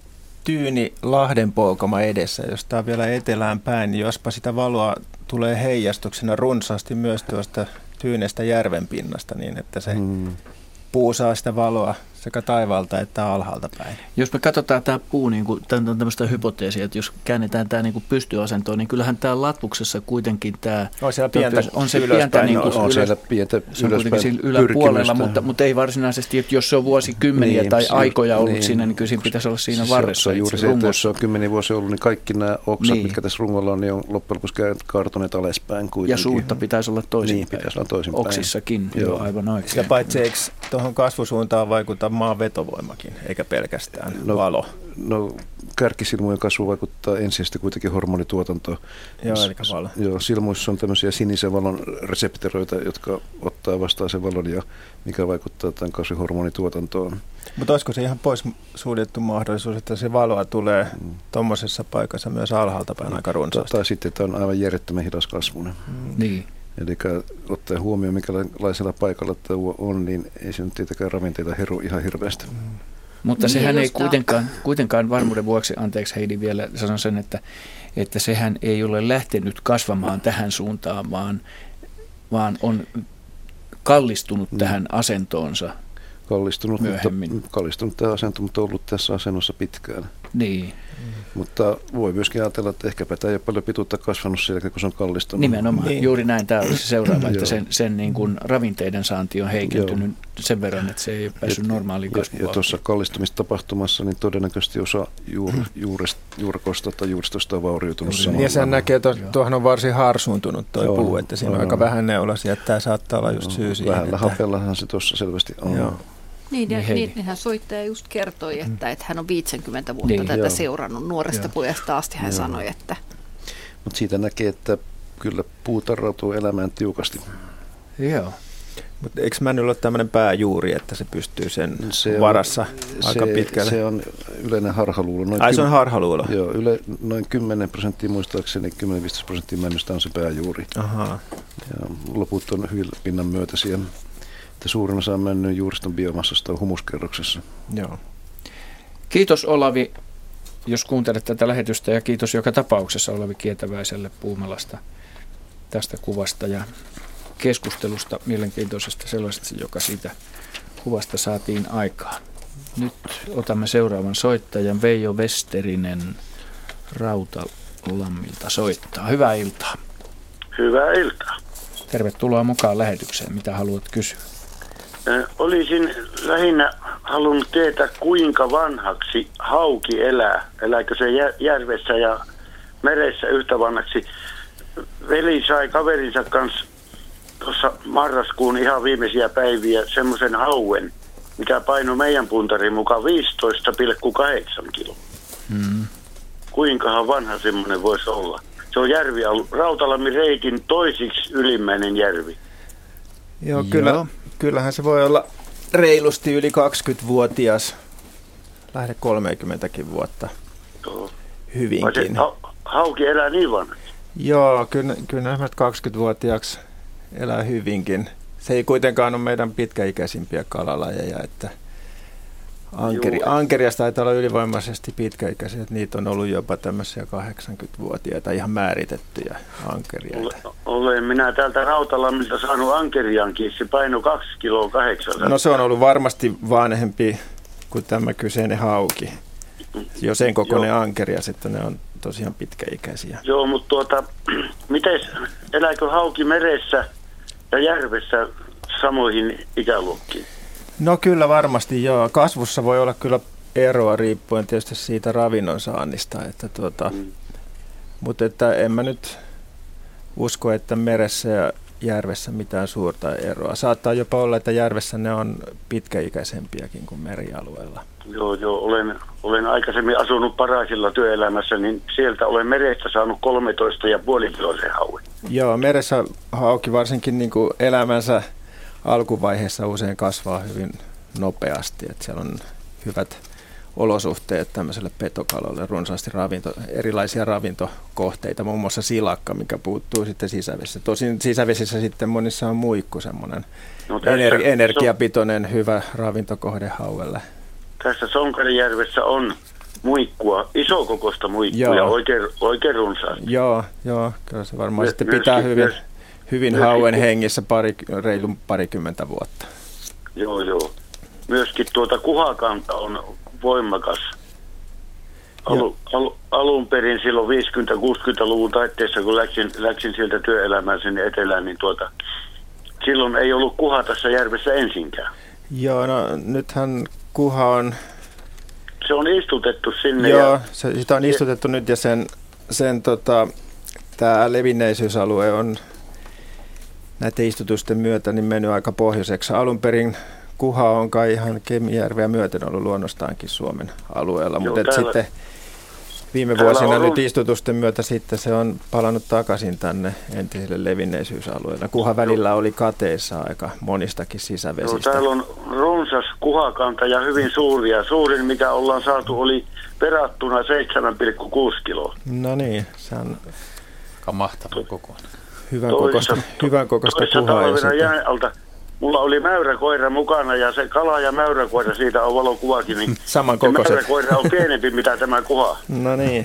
tyyni Lahdenpoukama edessä, josta on vielä etelään päin, niin jospa sitä valoa tulee heijastuksena runsaasti myös tuosta tyynestä järven pinnasta, niin että se mm. puu saa sitä valoa sekä taivaalta että alhaalta päin. Jos me katsotaan tämä puu, niin kuin, tämä on tämmöistä hypoteesia, että jos käännetään tämä niin kuin pystyasentoon, niin kyllähän tämä latvuksessa kuitenkin tämä on, siellä pientä on se pientä, niin kuin, on ylös, siellä pientä se on kuitenkin siinä yläpuolella, mutta, mutta ei varsinaisesti, että jos se on vuosikymmeniä niin, tai aikoja ollut niin, siinä, niin kyllä siinä pitäisi olla siinä varressa. Se on juuri se, että jos se on kymmeniä vuosia ollut, niin kaikki nämä oksat, niin. mitkä tässä rungolla on, niin on loppujen lopuksi kaartuneet alaspäin kuitenkin. Ja suutta pitäisi olla toisinpäin. Niin, pitäisi olla toisinpäin. Oksissakin, joo, aivan oikein. Ja paitsi eikö tuohon kasvusuuntaan vaikuta maan vetovoimakin, eikä pelkästään no, valo? No kärkisilmujen kasvu vaikuttaa ensisijaisesti kuitenkin hormonituotanto. Joo, eli valo. Joo, silmuissa on tämmöisiä sinisen valon reseptoreita, jotka ottaa vastaan sen valon ja mikä vaikuttaa tämän kasvihormonituotantoon. Mutta olisiko se ihan pois suljettu mahdollisuus, että se valoa tulee mm. tuommoisessa paikassa myös alhaalta päin mm. aika runsaasti? Tai sitten, että on aivan järjettömän hidas kasvunen. Mm. Niin. Eli ottaen huomioon, minkälaisella paikalla tämä on, niin ei se nyt tietenkään ravinteita heru ihan hirveästi. Mm. Mutta niin, sehän ei kuitenkaan, kuitenkaan varmuuden vuoksi, anteeksi Heidi vielä sanon sen, että, että sehän ei ole lähtenyt kasvamaan tähän suuntaan, vaan, vaan on kallistunut mm. tähän asentoonsa kallistunut, myöhemmin. Mutta, kallistunut tähän asentoon, mutta ollut tässä asennossa pitkään. Niin. Mm. Mutta voi myöskin ajatella, että ehkäpä tämä ei ole paljon pituutta kasvanut siellä, kun se on kallistunut. Nimenomaan. Niin. Juuri näin tämä olisi seuraava, että sen, sen niin kuin ravinteiden saanti on heikentynyt Joo. sen verran, että se ei ole päässyt normaaliin kasvuvauhtiin. Ja tuossa kallistumistapahtumassa niin todennäköisesti osa juur, juurest, juurkosta tai juuristosta on vaurioitunut samalla. Ja sen näkee, että tuohan on varsin harsuuntunut tuo Joo. puu, että siinä on, on aika vähän neulasia, että tämä saattaa olla just syy siihen. Vähällä että... hapellahan se tuossa selvästi on. Joo. Niin, ja niin, niin hän soittaja just kertoi, että, että hän on viisikymmentä vuotta niin, tätä joo. seurannut nuoresta joo. pojasta asti. Hän joo. sanoi, että... Mutta siitä näkee, että kyllä puu tarrautuu elämään tiukasti. Joo. Mutta eikö männyllä ole tämmöinen pääjuuri, että se pystyy sen se varassa on, aika se, pitkälle? Se on yleinen harhaluulo. Noin Ai kym... se on harhaluulo? Joo, yle, noin kymmenen prosenttia muistaakseni, kymmenen viisitoista prosenttia männystä on se pääjuuri. Aha. Ja loput on hyvin pinnan myötäisiä. Suurin osa männyn juuriston biomassasta on humuskerroksessa. Joo. Kiitos Olavi, jos kuuntelet tätä lähetystä, ja kiitos joka tapauksessa Olavi Kietäväiselle Puumalasta tästä kuvasta ja keskustelusta, mielenkiintoisesta sellaisesta, joka siitä kuvasta saatiin aikaan. Nyt otamme seuraavan soittajan, Veijo Westerinen Rautalammilta soittaa. Hyvää iltaa. Hyvää iltaa. Tervetuloa mukaan lähetykseen. Mitä haluat kysyä? Olisin lähinnä halunnut tietää, kuinka vanhaksi hauki elää. Elääkö se järvessä ja meressä yhtä vanhaksi? Veli sai kaverinsa kanssa tuossa marraskuun ihan viimeisiä päiviä semmoisen hauen, mikä painoi meidän puntarin mukaan viisitoista pilkku kahdeksan kiloa. Hmm. Kuinkahan vanha semmoinen voisi olla? Se on järvi, Rautalammin reitin toisiksi ylimmäinen järvi. Joo, kyllä. Joo. Kyllähän se voi olla reilusti yli kaksikymmentävuotias, lähde kolmekymmentäkin vuotta Joo. hyvinkin. Ha- hauki elää niin vanhaksi? Joo, kyllä, kyllä kaksikymmentävuotiaaksi elää hyvinkin. Se ei kuitenkaan ole meidän pitkäikäisimpiä kalalajeja, että ankeri, ankeriasta taitaa olla ylivoimaisesti pitkäikäisiä, että niitä on ollut jopa tämmöisiä kahdeksankymmentävuotiaita ihan määritettyjä ankeriaita. Olen minä täältä Rautalammilta saanut ankeriankin, se painoi kaksi kiloa kahdeksan. No se on ollut varmasti vanhempi kuin tämä kyseinen hauki. jo sen kokoinen ankeri ja sitten ne on tosiaan pitkäikäisiä. Joo, mutta tuota, miten elääkö hauki meressä ja järvessä samoihin ikäluokkiin? No kyllä varmasti joo. Kasvussa voi olla kyllä eroa riippuen tietysti siitä ravinnon saannista, että tuota, mm. mutta että en mä nyt usko, että meressä ja järvessä mitään suurta eroa. Saattaa jopa olla, että järvessä ne on pitkäikäisempiäkin kuin merialueella. Joo, joo. Olen, olen aikaisemmin asunut Paraisilla työelämässä, niin sieltä olen merestä saanut kolmetoista pilkku viisi kiloisen hauen. Joo, meressä hauki varsinkin niin kuin elämänsä alkuvaiheessa usein kasvaa hyvin nopeasti, että siellä on hyvät olosuhteet tämmöiselle petokalolle, runsaasti ravinto, erilaisia ravintokohteita, muun muassa silakka, mikä puuttuu sitten sisävesissä. Tosin sisävesissä sitten monissa on muikku, semmoinen no ener- energiapitoinen so- hyvä ravintokohde hauelle. Tässä Sonkarijärvessä on muikkua, isokokoista muikkua ja oikein, oikein runsaasti. Joo, joo, kyllä se varmaan My- sitten pitää myöskin, hyvin, myös, hyvin hauen hengissä pari, reilun parikymmentä vuotta. Joo, joo. Myöskin tuota kuhakanta on voimakas. Alu, al, alun perin silloin viisikymmentä-kuusikymmentäluvun taitteessa, kun läksin, läksin sieltä työelämään sinne etelään, niin tuota, silloin ei ollut kuha tässä järvessä ensinkään. Joo, no nythän kuha on... Se on istutettu sinne. Joo, ja, se, sitä on istutettu ja, nyt ja sen, sen tota, tämä levinneisyysalue on näiden istutusten myötä niin mennyt aika pohjoiseksi. Alun perin kuha on kai ihan Kemijärveä myöten ollut luonnostaankin Suomen alueella, joo, mutta sitten viime vuosina nyt istutusten myötä sitten se on palannut takaisin tänne entiselle levinneisyysalueelle. Kuha välillä oli kateissa aika monistakin sisävesistä. Joo, täällä on runsas kuhakanta ja hyvin suuria. Suurin mikä ollaan saatu oli perattuna seitsemän pilkku kuusi kiloa. No niin, se on aika mahtava kokoinen. Hyvän kokoista, hyvän kokoista kuhaa. Jään alta. Mulla oli mäyräkoira mukana ja se kala ja mäyräkoira, siitä on valokuvakin. Niin saman kokoiset. Mäyräkoira on pienempi mitä tämä kuha. No niin.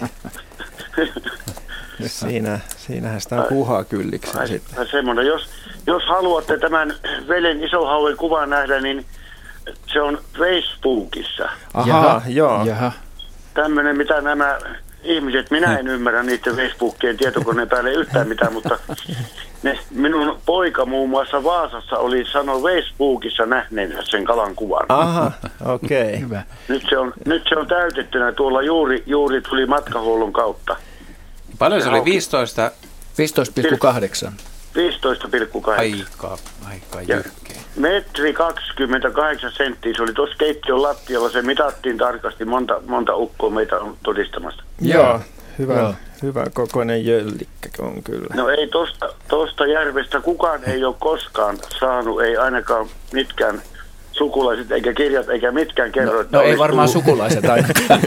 Siinä, siinähän sitä on kuhaa kylliksi. Ai, sitten. Semmoinen. Jos, jos haluatte tämän velen isohauen kuvan nähdä, niin se on Facebookissa. Aha, jaha, joo. Jaha. Tämmöinen, mitä nämä ihmiset, minä en ymmärrä niiden Facebookien tietokoneen päälle yhtään mitään, mutta ne, minun poika muun muassa Vaasassa oli sanonut Facebookissa nähneensä sen kalan kuvan. Aha, okei. Okay. Hyvä. Nyt se on, nyt se on täytettynä tuolla juuri, juuri tuli matkahuollon kautta. Paljon se oli? viisitoista? viisitoista pilkku kahdeksan. viisitoista pilkku kahdeksan. Aika, aika jyrkkeä. Metri kaksikymmentäkahdeksan senttiä. Se oli tuossa keittiön lattialla. Se mitattiin tarkasti. Monta, monta ukkoa meitä on todistamassa. Joo, hyvä, Joo. hyvä kokoinen jöllikkä on kyllä. No ei tosta, tosta järvestä kukaan ei ole koskaan saanut, ei ainakaan mitkään sukulaiset eikä kirjat eikä mitkään kerro. No, no ei varmaan tullut sukulaiset ainakaan.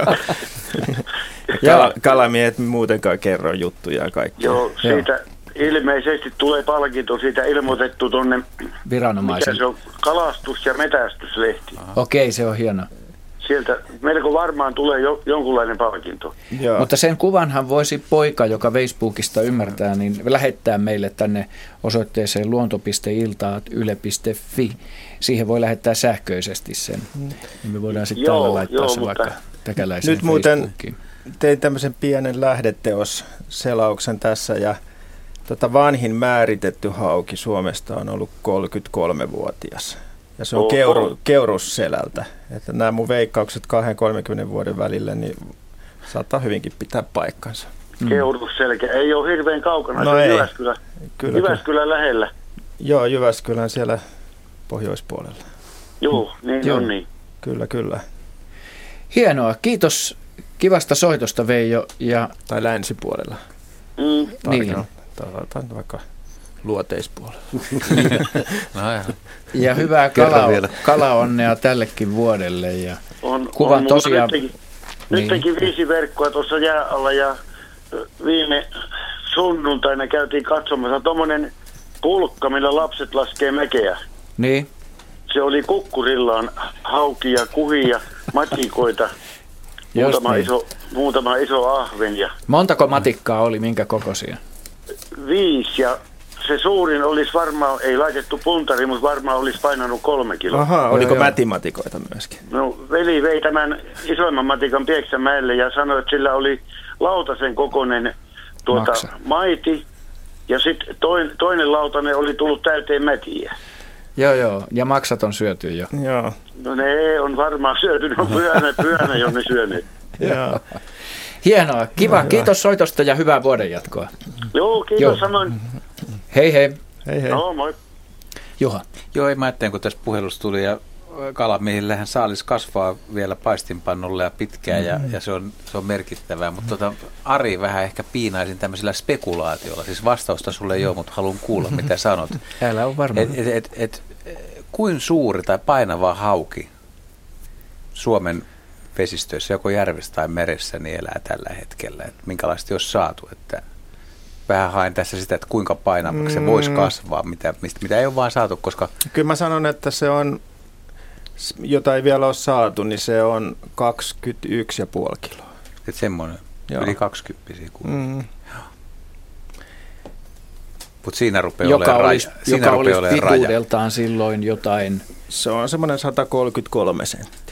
Kala, kalamiehet muutenkaan kerro juttuja kaikki. Joo, siitä... Joo. Ilmeisesti tulee palkinto siitä ilmoitettu tuonne viranomaisen. Mikä se on, kalastus- ja metästyslehti. Okei, se on hieno. Sieltä melko varmaan tulee jo, jonkunlainen palkinto. Joo. Mutta sen kuvanhan voisi poika, joka Facebookista ymmärtää, niin lähettää meille tänne osoitteeseen luonto piste ilta ät yle piste fi. Siihen voi lähettää sähköisesti sen. Mm. Niin me voidaan sitten täällä laittaa joo, se vaikka täkäläiseen nyt muuten tein tämmöisen pienen lähdeteos-selauksen tässä ja Tota vanhin määritetty hauki Suomesta on ollut kolmekymmentäkolmevuotias ja se on keuru, keurusselältä. Että nämä mun veikkaukset kaksikymmentä kolmekymmentä vuoden välillä niin saattaa hyvinkin pitää paikkansa. Mm. Keurusselkä ei ole hirveän kaukana, no se on Jyväskylä, kyllä, Jyväskylän kyllä. lähellä. Joo, Jyväskylän siellä pohjoispuolella. Joo, niin Joo. on niin. Kyllä, kyllä. Hienoa, kiitos kivasta soitosta Veijo. Ja... Tai länsipuolella. Mm. Niin. Otan vaikka luoteispuolella. No, ja hyvää kala, kalaonnea tällekin vuodelle. Ja on, kuva on, tosiaan... Nyt teki, niin. nyt teki viisi verkkoa tuossa jää alla ja viime sunnuntaina käytiin katsomassa tuommoinen pulkka, millä lapset laskee mäkeä. Niin. Se oli kukkurillaan haukia, kuhia, matikoita. Muutama, niin. iso, muutama iso ahven. Ja montako matikkaa oli, minkä kokoisia? Viisi ja se suurin olisi varmaan, ei laitettu puntari, mutta varmaan olisi painanut kolme kiloa. Aha, oliko mätimatikoita myöskin? No veli vei tämän isoimman matikan Pieksämäelle ja sanoi, että sillä oli lautasen kokoinen tuota, maiti ja sitten toin, toinen lautanen oli tullut täyteen mätiä. Joo, joo. Ja maksat on syöty jo. Joo. No ne on varmaan syöty, no pyhänä, pyhänä jo ne syöneet. Joo. Hienoa, kiva. No, kiitos soitosta ja hyvää vuodenjatkoa. Joo, kiitos joo. Samoin. Hei hei. Hei hei. No, moi. Juha. Joo, ei mä ajattelin, kun tässä puhelussa tuli ja kalamiehillähän saalis kasvaa vielä paistinpannulla ja pitkään ja, ja se, on, se on merkittävää, mutta tota, Ari vähän ehkä piinaisin tämmöisellä spekulaatiolla. Siis vastausta sulle ei ole, mutta haluan kuulla, mitä sanot. Älä on varma. Et, et, et, et, kuin suuri tai painava hauki Suomen vesistöissä, joko järvessä tai meressä, niin elää tällä hetkellä? Et minkälaisesti olisi saatu? Että vähän haen tässä sitä, että kuinka painavaksi se voisi kasvaa, mitä, mistä, mitä ei ole vaan saatu, koska... Kyllä mä sanon, että se on, jota ei vielä ole saatu, niin se on kaksikymmentäyksi pilkku viisi kiloa. Että semmoinen, joo. Yli kaksikymmentä mm. Mutta siinä rupeaa joka olemaan olisi, raja. Joka olisi pituudeltaan silloin jotain... Se on semmoinen sata kolmekymmentäkolme senttiä.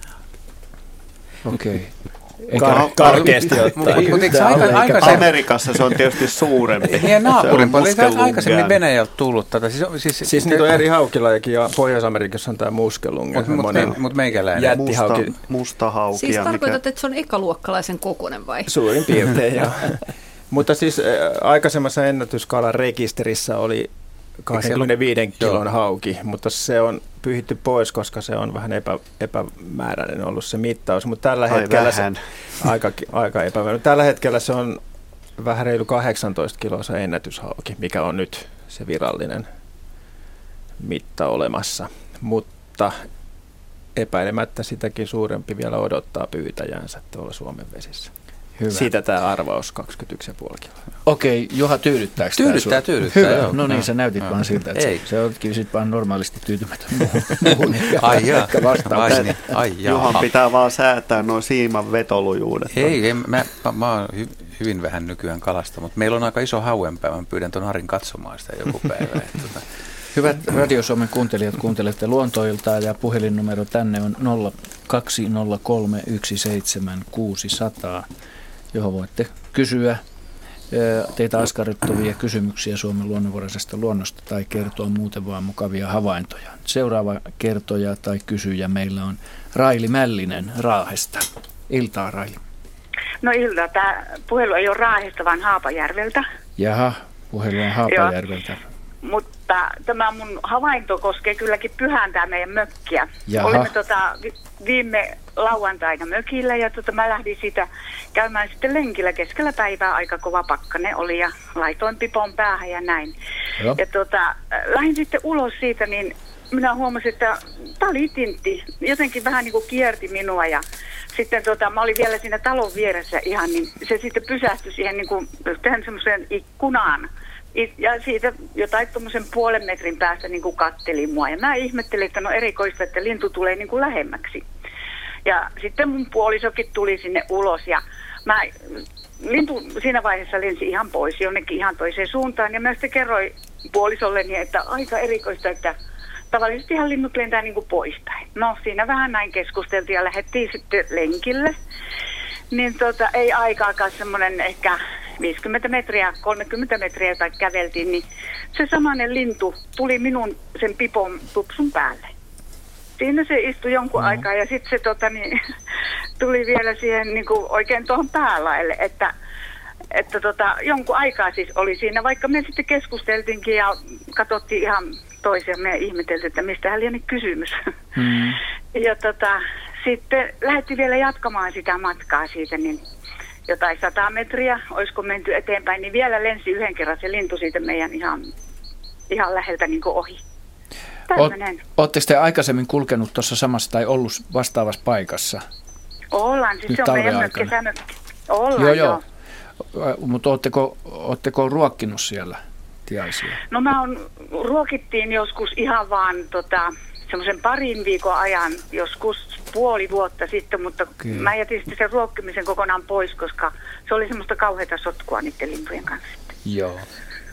Okei. Kar- karkeasti ottaen. Amerikassa se on tietysti suurempi. Niin naapurin puolella. Aikaisemmin Venäjältä tullut tätä. Siis, siis, siis niitä on eri haukilajikin ja Pohjois-Amerikassa on tämä muskelunge. Mutta mut, me, mut meikäläinen. Jättihauki. Musta, musta hauki. Siis tarkoitat, että se on ekaluokkalaisen kokoinen vai? Suurin piirtein, joo. Mutta siis äh, aikaisemmassa ennätyskalan rekisterissä oli kaksikymmentäviisi kilon hauki, mutta se on pyhitty pois, koska se on vähän epä, epämääräinen ollut se mittaus. Mutta tällä Ai hetkellä vähän. se, aika, aika epämääräinen. Tällä hetkellä se on vähän reilu kahdeksantoista kiloa se ennätyshauki, mikä on nyt se virallinen mitta olemassa. Mutta epäilemättä sitäkin suurempi vielä odottaa pyytäjäänsä tuolla Suomen vesissä. Hyvä. Siitä tämä arvaus kaksikymmentäyksi pilkku viisi kiloa. Okei, Juha, tyydyttääkö tämä Tyydyttää, tyydyttää. Hyvä. Joo. No niin, no, sä näytit no, vaan siltä, että ei. se oletkin sitten vaan normaalisti tyytymätön. Ai jaa. Ai jaa. Juhan pitää vaan säätää nuo siiman vetolujuudet. Ei, ei mä, mä, mä oon hy, hyvin vähän nykyään kalasta, mutta meillä on aika iso hauenpäivä. Mä pyydän ton Arin katsomaan sitä joku päivä. Tuota. Hyvät Radio Suomen kuuntelijat, kuuntelette Luontoiltaa ja puhelinnumero tänne on nolla kaksi nolla kolme yksi seitsemän kuusi nolla nolla, johon voitte kysyä teitä askarruttavia kysymyksiä Suomen luonnonvaraisesta luonnosta tai kertoa muuten vaan mukavia havaintoja. Seuraava kertoja tai kysyjä meillä on Raili Mällinen Raahesta. Iltaa, Raili. No iltaa. Tämä puhelu ei ole Raahesta, vaan Haapajärveltä. Jaha, puhelu on Haapajärveltä. Joo. Mutta tämä mun havainto koskee kylläkin Pyhäntää meidän mökkiä. Jaha. Olimme tota, viime lauantaina mökillä ja tota, mä lähdin siitä käymään sitten lenkillä keskellä päivää. Aika kova pakkanen oli ja laitoin pipon päähän ja näin. Joo. Ja tota, lähdin sitten ulos siitä, niin minä huomasin, että tämä oli tintti. Jotenkin vähän niin kuin kierti minua ja sitten tota, mä olin vielä siinä talon vieressä ihan, niin se sitten pysähtyi siihen niin kuin yhteen semmoiseen ikkunaan. Ja siitä jotain tuommoisen puolen metrin päästä niin kuin katteli mua. Ja mä ihmettelin, että no erikoista, että lintu tulee niin kuin lähemmäksi. Ja sitten mun puolisokin tuli sinne ulos ja mä, lintu siinä vaiheessa lensi ihan pois jonnekin ihan toiseen suuntaan. Ja mä sitten kerroin puolisolleni, että aika erikoista, että tavallisesti ihan linnut lentää niin kuin poispäin. No siinä vähän näin keskusteltiin ja lähdettiin sitten lenkille. Niin tota, ei aikaakaan semmoinen ehkä viisikymmentä metriä, kolmekymmentä metriä, jota käveltiin, niin se samainen lintu tuli minun sen pipon tupsun päälle. Siinä se istui jonkun mm. aikaa ja sitten se tota, niin, tuli vielä siihen niin kuin oikein tuohon päälaelle, että, että tota, jonkun aikaa siis oli siinä, vaikka me sitten keskusteltiinkin ja katsottiin ihan toisiamme ja ihmeteltiin, että mistähän lienee kysymys. Mm. Ja tota, sitten lähdettiin vielä jatkamaan sitä matkaa siitä, niin jotain sata metriä, olisiko menty eteenpäin, niin vielä lensi yhden kerran se lintu siitä meidän ihan, ihan läheltä niin kuin ohi. Tällainen. Oletteko te aikaisemmin kulkenut tuossa samassa tai ollut vastaavassa paikassa? Ollaan, siis nyt se on meidän kesämökki. Ollaan, joo. joo. joo. Mutta ootteko, ootteko ruokkinut siellä tiaisia? No mä on, ruokittiin joskus ihan vaan tota, semmoisen parin viikon ajan, joskus puoli vuotta sitten, mutta okay. Mä jätin sitten sen ruokkimisen kokonaan pois, koska se oli semmoista kauheata sotkua niiden lintujen kanssa. Joo.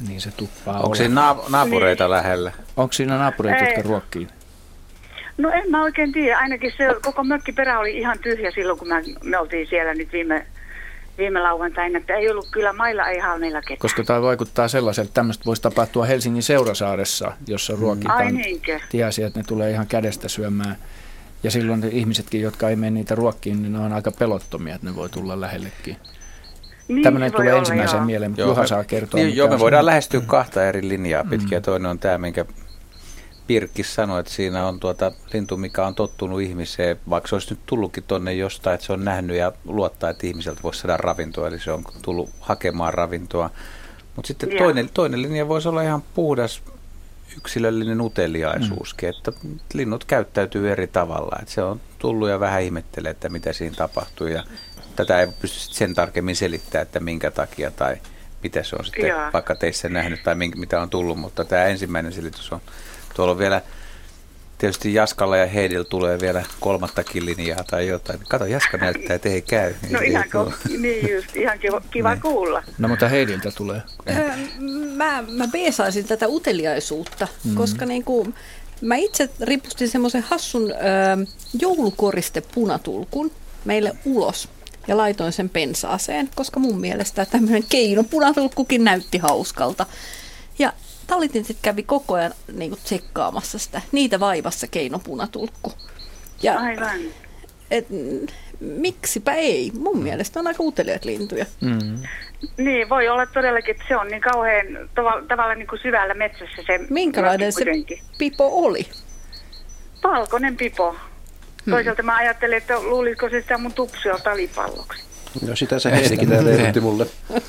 niin se tuppaa Onko siinä naap- naapureita niin. lähellä? Onko siinä naapureita, Ei. jotka ruokkii? No en mä oikein tiedä. Ainakin se koko mökkiperä oli ihan tyhjä silloin, kun mä, me oltiin siellä nyt viime, viime lauantaina. Että ei ollut kyllä mailla, ei halmeilla ketään. Koska tämä vaikuttaa sellaiselta, että tämmöistä voisi tapahtua Helsingin Seurasaaressa, jossa ruokitaan. Ai niinkö? Tiesi, että ne tulee ihan kädestä syömään. Ja silloin ihmisetkin, jotka ei mene niitä ruokkiin, niin ne on aika pelottomia, että ne voi tulla lähellekin. Niin, tämmöinen tulee olla, ensimmäisen joo. mieleen, mutta Joo, Juha me, saa kertoa. Niin, joo, me on voidaan sun... lähestyä kahta eri linjaa pitkin. Mm. Toinen on tämä, minkä Pirkki sanoi, että siinä on tuota lintu, mikä on tottunut ihmiseen, vaikka se olisi nyt tullutkin tuonne jostain, että se on nähnyt ja luottaa, että ihmiseltä voisi saada ravintoa, eli se on tullut hakemaan ravintoa. Mutta sitten toinen, toinen linja voisi olla ihan puhdas yksilöllinen uteliaisuuskin, mm. että linnut käyttäytyy eri tavalla. Että se on tullut ja vähän ihmettelee, että mitä siinä tapahtuu ja tätä ei pysty sen tarkemmin selittämään, että minkä takia tai mitä se on sitten Jaa. vaikka teissä nähnyt tai minkä, mitä on tullut, mutta tämä ensimmäinen selitys on, tuolla on vielä tietysti Jaskalla ja Heidillä tulee vielä kolmattakin linjaa tai jotain. Kato, Jaska näyttää, että ei käy. No ei, ihan, ei niin just, ihan kiva, kiva kuulla. No mutta Heidiltä tulee. Öö, mä, mä beesaisin tätä uteliaisuutta, mm. koska niin kuin, mä itse ripustin semmoisen hassun öö, joulukoriste punatulkun meille ulos ja laitoin sen pensaaseen, koska mun mielestä tämmöinen keino punatulkkukin näytti hauskalta. Ja talitintit kävi koko ajan niin kuin tsekkaamassa sitä. Niitä vaivassa keinopunatulkku. Ja, Aivan. Et, miksipä ei? Mun mielestä on aika uteliaat lintuja. Mm. Niin, voi olla todellakin, että se on niin kauhean tavalla, tavalla niin kuin syvällä metsässä se. Minkälainen se pipo oli? Valkoinen pipo. Hmm. Toisaalta mä ajattelin, että luulisiko se sitä mun tupsia talipalloksi. No sitä se Heidikin täällä ehdotti mulle.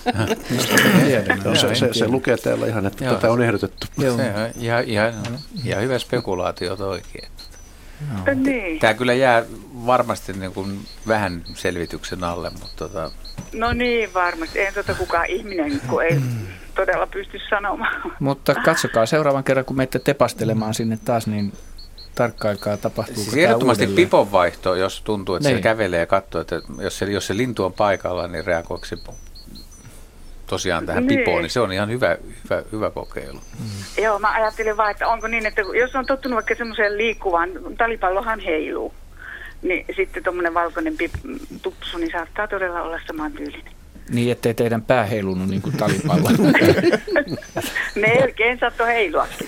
no, se, se, se lukee täällä ihan, että Joo. tätä on ehdotettu. Joo. Se on ihan, ihan, ihan hyvä spekulaatio oikein. No. Niin. Tämä kyllä jää varmasti niin kuin vähän selvityksen alle. Mutta tota... No niin, varmasti. Ei tota kukaan ihminen, kun ei todella pysty sanomaan. Mutta katsokaa seuraavan kerran, kun menette tepastelemaan sinne taas, niin tarkkailkaa, tapahtuuko siis ehdottomasti piponvaihto, jos tuntuu, että niin. se kävelee ja katsoo, että jos se, jos se lintu on paikalla, niin reagoiko se tosiaan tähän niin. pipoon, niin se on ihan hyvä, hyvä, hyvä kokeilu. Mm. Joo, mä ajattelin vaan, että onko niin, että jos on tottunut vaikka semmoiseen liikkuvaan, talipallohan heiluu, niin sitten tuommoinen valkoinen pip- tupsu, niin saattaa todella olla samantyylinen. Niin, ettei teidän pää heilunut niin kuin talipallo. Melkein saattoi heiluakin.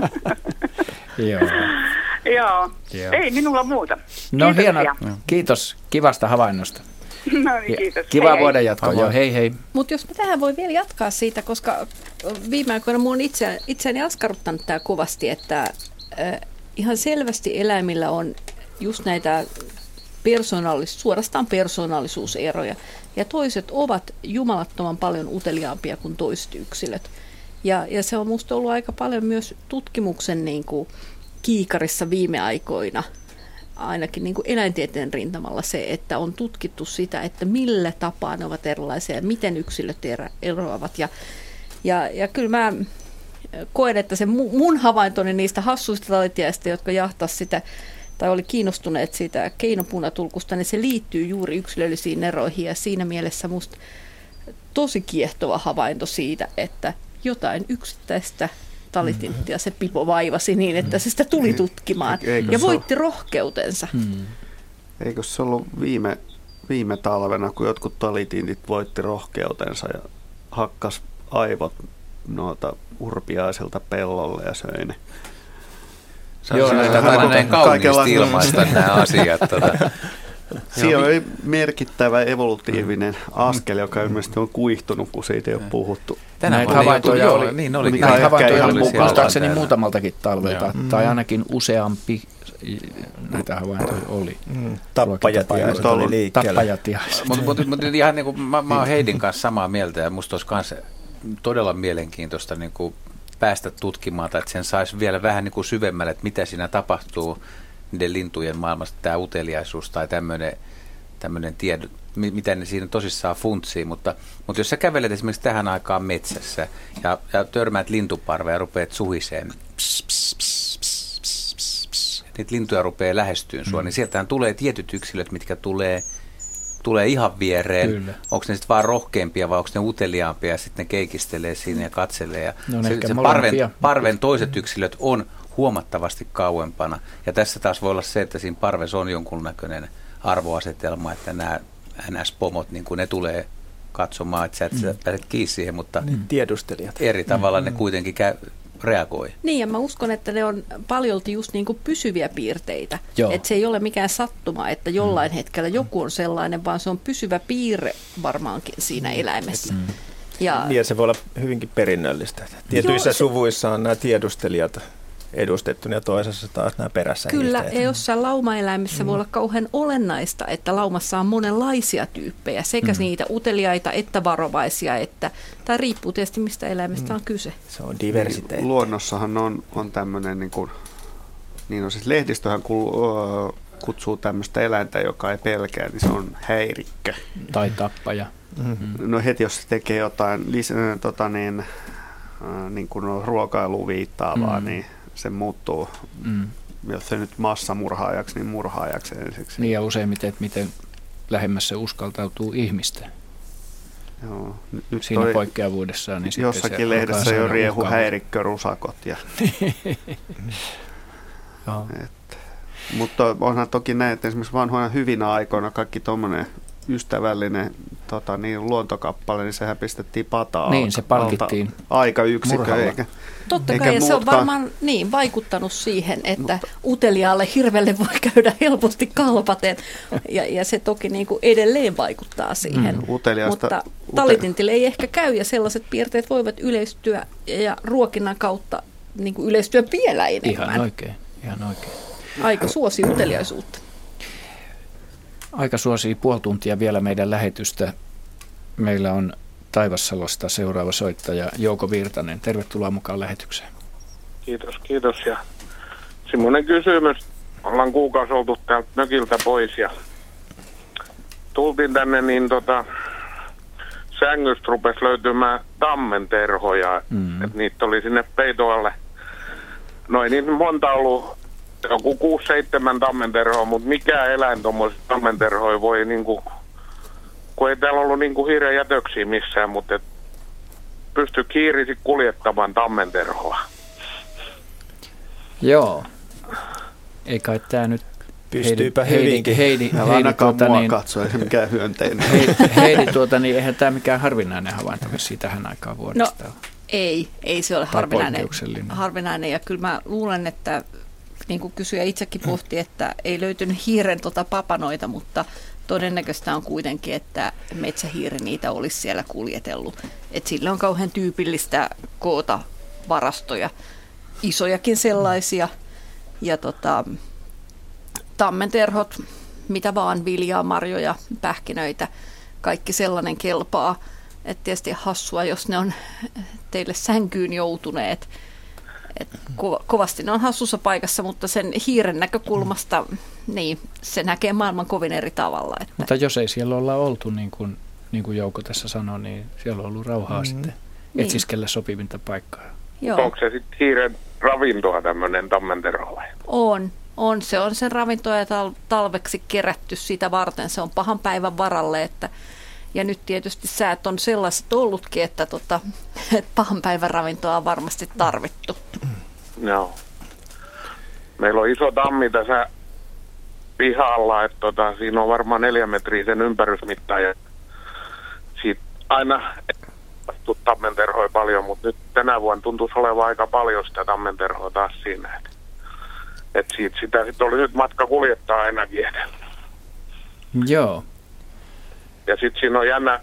Joo. Joo. Joo. Ei minulla muuta. No hienoa. Kiitos kivasta havainnosta. No niin, kiitos. Kiva vuoden jatkoa. Joo, hei hei. Mutta jos mä tähän voi vielä jatkaa siitä, koska viime aikoina mun on itse, itseäni askarruttanut tämä kovasti, että äh, ihan selvästi eläimillä on just näitä persoonallis- suorastaan persoonallisuuseroja. Ja toiset ovat jumalattoman paljon uteliaampia kuin toiset yksilöt. Ja, ja se on musta ollut aika paljon myös tutkimuksen niin kuin kiikarissa viime aikoina, ainakin niin kuin eläintieteen rintamalla se, että on tutkittu sitä, että millä tapaa ne ovat erilaisia ja miten yksilöt eroavat. Ja, ja, ja kyllä mä koen, että se mun havaintoni niistä hassuista talitiaista, jotka jahtasivat sitä, tai oli kiinnostuneet siitä keinopunatulkusta, niin se liittyy juuri yksilöllisiin eroihin ja siinä mielessä musta tosi kiehtova havainto siitä, että jotain yksittäistä talitinttia se pipo vaivasi niin, että se sitä tuli tutkimaan Eikö ja voitti ole... rohkeutensa. Hmm. Eikö se ollut viime, viime talvena, kun jotkut talitintit voitti rohkeutensa ja hakkas aivot noita urpiaisilta pellolle ja söi ne? Se on näin kauniisti ilmaista nämä asiat. Tuota. Siinä oli merkittävä evolutiivinen askel, joka ilmeisesti on kuihtunut, kun siitä ei ole puhuttu. Näitä havaintoja oli, niin oli, näitä havaintoja oli muistaakseni muutamaltakin talvelta, mm. tai ainakin useampi näitä havaintoja oli. Mm. Tappajatiaiset oli liikkeellä. Tappajatiaiset. Mutta mut, mut, ihan niin kuin mä, mä oon Heidin kanssa samaa mieltä, ja musta olisi myös todella mielenkiintoista niin kuin päästä tutkimaan, että sen saisi vielä vähän niin kuin syvemmälle, että mitä siinä tapahtuu niiden lintujen maailmasta, tämä uteliaisuus tai tämmöinen, tämmöinen tiedo, mitä ne siinä tosissaan funtsii, mutta, mutta jos sä kävelet esimerkiksi tähän aikaan metsässä ja, ja törmäät lintuparveja ja rupeat suhiseen, pss, pss, pss, pss, pss, pss, niitä lintuja rupeaa lähestyyn sua, mm. niin sieltähän tulee tietyt yksilöt, mitkä tulee tulee ihan viereen. Kyllä. Onko ne sitten vaan rohkeampia vai onko ne uteliaampia ja sitten ne keikistelee siinä ja katselee. Ja no, se se parven, parven toiset yksilöt on huomattavasti kauempana. Ja tässä taas voi olla se, että siinä parvessa on jonkunnäköinen arvoasetelma, että nämä N S-pomot, niin kun ne tulee katsomaan, että sä et mm. pääset kiinni siihen, mutta niin, tiedustelijat. Eri tavalla mm. ne kuitenkin käy, reagoi. Niin, ja mä uskon, että ne on paljolti just niin kuin pysyviä piirteitä. Että se ei ole mikään sattuma, että jollain mm. hetkellä joku on sellainen, vaan se on pysyvä piirre varmaankin siinä eläimessä. Mm. Ja, ja se voi olla hyvinkin perinnöllistä. Tietyissä Joo, se... suvuissa on nämä tiedustelijat edustettuna ja toisessa taas nämä perässä. Kyllä, ja jossain laumaeläimissä mm. voi olla kauhean olennaista, että laumassa on monenlaisia tyyppejä, sekä mm. niitä uteliaita että varovaisia, että tämä riippuu tietysti mistä eläimestä mm. on kyse. Se on diversiteetti. Luonnossahan on, on tämmöinen, niin kuin, niin on siis lehdistöhän kutsuu tämmöistä eläintä, joka ei pelkää, niin se on häirikkö. Tai tappaja. Mm-hmm. No heti jos se tekee jotain lis- tota niin, äh, niin kuin ruokailuun viittaavaa, mm. niin se muuttuu, mm. jos se nyt massamurhaajaksi, niin murhaajaksi ensiksi. Niin ja useimmiten, että miten lähemmäs se uskaltautuu ihmistä. Joo. Nyt siinä toi, poikkeavuudessaan. Niin jossakin lehdessä jo riehu häirikkörusakot. Ja et, mutta onhan toki näin, että esimerkiksi vanhoina hyvinä aikoina kaikki tuommoinen ystävällinen tota, niin, luontokappale, niin sehän pistettiin pataan. Niin, se palkittiin aika yksikö, eikä Totta kai, ja se on varmaan niin vaikuttanut siihen, että mutta uteliaalle hirvelle voi käydä helposti kalpaten, ja, ja se toki niin kuin edelleen vaikuttaa siihen. Mm, mutta talitintille ei ehkä käy, ja sellaiset piirteet voivat yleistyä, ja ruokinnan kautta niin kuin yleistyä vielä enemmän. Ihan oikein, ihan oikein. Aika suosii uteliaisuutta. Aika suosii puoli tuntia vielä meidän lähetystä. Meillä on Taivassalosta seuraava soittaja Jouko Virtanen. Tervetuloa mukaan lähetykseen. Kiitos, kiitos. Ja semmoinen kysymys. Ollaan kuukausi oltu täältä mökiltä pois ja tultiin tänne, niin tota, sängystä rupesi löytymään tammenterhoja. Mm. Että niitä oli sinne peitoalle. Noin niin monta ollut. Joku kuusi seitsemän tammenterhoa, mutta mikä eläin tuommoisista tammenterhoja voi, niinku, kun ei täällä ollut niinku hiiren jätöksiä missään, mutta et pysty kiirisi kuljettamaan tammenterhoa. Joo. Ei kai tämä nyt pystyypä hyvinkin. Heidi, Heidi, Heidi tuota, niin, katsoa, ei mikään hyönteinen. Heidi, Heidi tuota, niin eihän tämä mikään harvinainen havainto vissiin tähän aikaan vuodesta. No, ei, ei se ole harvinainen, harvinainen. Ja kyllä mä luulen, että niin kuin kysyjä itsekin pohti, että ei löytynyt hiiren tota papanoita, mutta todennäköistä on kuitenkin, että metsähiiri niitä olisi siellä kuljetellut. Et sille on kauhean tyypillistä koota varastoja, isojakin sellaisia. Ja tota, tammenterhot, mitä vaan, viljaa, marjoja, pähkinöitä, kaikki sellainen kelpaa. Et tietysti hassua, jos ne on teille sänkyyn joutuneet. Et ko- kovasti ne on hassussa paikassa, mutta sen hiiren näkökulmasta niin, se näkee maailman kovin eri tavalla. Että. Mutta jos ei siellä olla oltu, niin kuin, niin kuin Jouko tässä sanoi, niin siellä on ollut rauhaa mm. sitten niin. etsiskellä sopivinta paikkaa. Joo. Onko se sitten hiiren ravintoa tämmöinen tammenterho vai? On. On. Se on sen ravintoa ja tal- talveksi kerätty sitä varten. Se on pahan päivän varalle, että ja nyt tietysti säät on sellaiset ollutkin, että, tota, että pahan päivän ravintoa on varmasti tarvittu. Joo. Meillä on iso tammi tässä pihalla, että tota, siinä on varmaan neljä metriä sen ympärysmitta. Ja siitä aina ei tammenterhoja paljon, mutta nyt tänä vuonna tuntuisi olevan aika paljon sitä tammenterhoa taas siinä. Että et siitä, sitä sitten oli nyt matka kuljettaa ainakin. Joo. Ja sitten siinä on jännä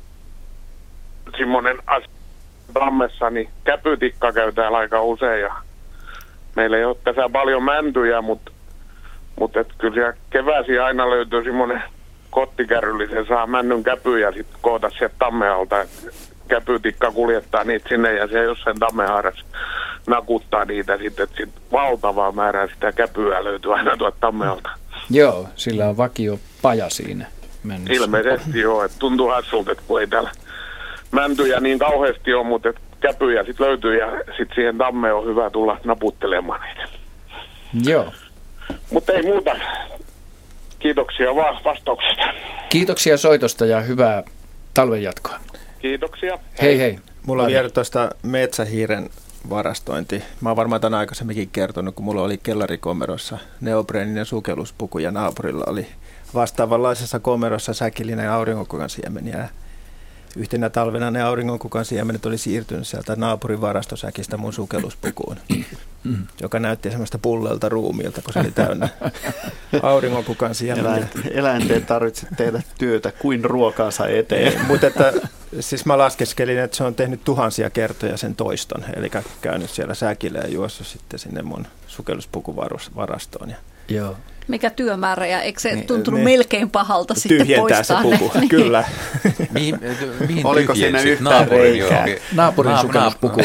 semmoinen asia tammessa, niin käpytikka käy täällä aika usein. Ja meillä ei ole tässä paljon mäntyjä, mutta mut et kyllä siellä keväisin aina löytyy semmoinen kottikärryllisen, saa männyn käpy ja sitten koota sieltä tamme alta. Käpytikka kuljettaa niitä sinne ja se jossain tammenhaarassa nakuttaa niitä sitten, että sit valtavaa määrää sitä käpyä löytyy aina tuolta tammealta. Joo, sillä on vakio paja siinä. Mennessä. Ilmeisesti joo, että tuntuu hassulta, että kun ei täällä mäntyjä niin kauheasti ole, mutta käpyjä sitten löytyy ja sitten siihen tammeen on hyvä tulla naputtelemaan niitä. Joo. Mutta ei muuta. kiitoksia vaan vastauksesta. Kiitoksia soitosta ja hyvää talven jatkoa. Kiitoksia. Hei hei. Mulla on vielä tuosta metsähiiren varastointi. Mä oon varmaan tämän aikaisemminkin kertonut, kun mulla oli kellarikomerossa neopreeninen sukelluspuku ja naapurilla oli vastaavanlaisessa komerossa säkillinen auringonkukan siemeniä. Yhtenä talvena ne auringonkukan siemenet oli siirtynyt sieltä naapurin varastosäkistä mun sukelluspukuun, joka näytti semmoista pullelta ruumiilta, kun se oli täynnä auringonkukan siemeniä. Eläinten ei tarvitse tehdä työtä kuin ruokaansa eteen. Mutta että, siis mä laskeskelin, että se on tehnyt tuhansia kertoja sen toiston, eli käynyt siellä säkillä ja juossut sitten sinne mun sukelluspukuvarastoon. Joo. Mikä työmäärä, ja eikö se niin, tuntunut niin. melkein pahalta sitten poistaa se puku, ne? kyllä. mihin, mihin oliko siinä yhtään reikää? Naapurin sukelluspuku.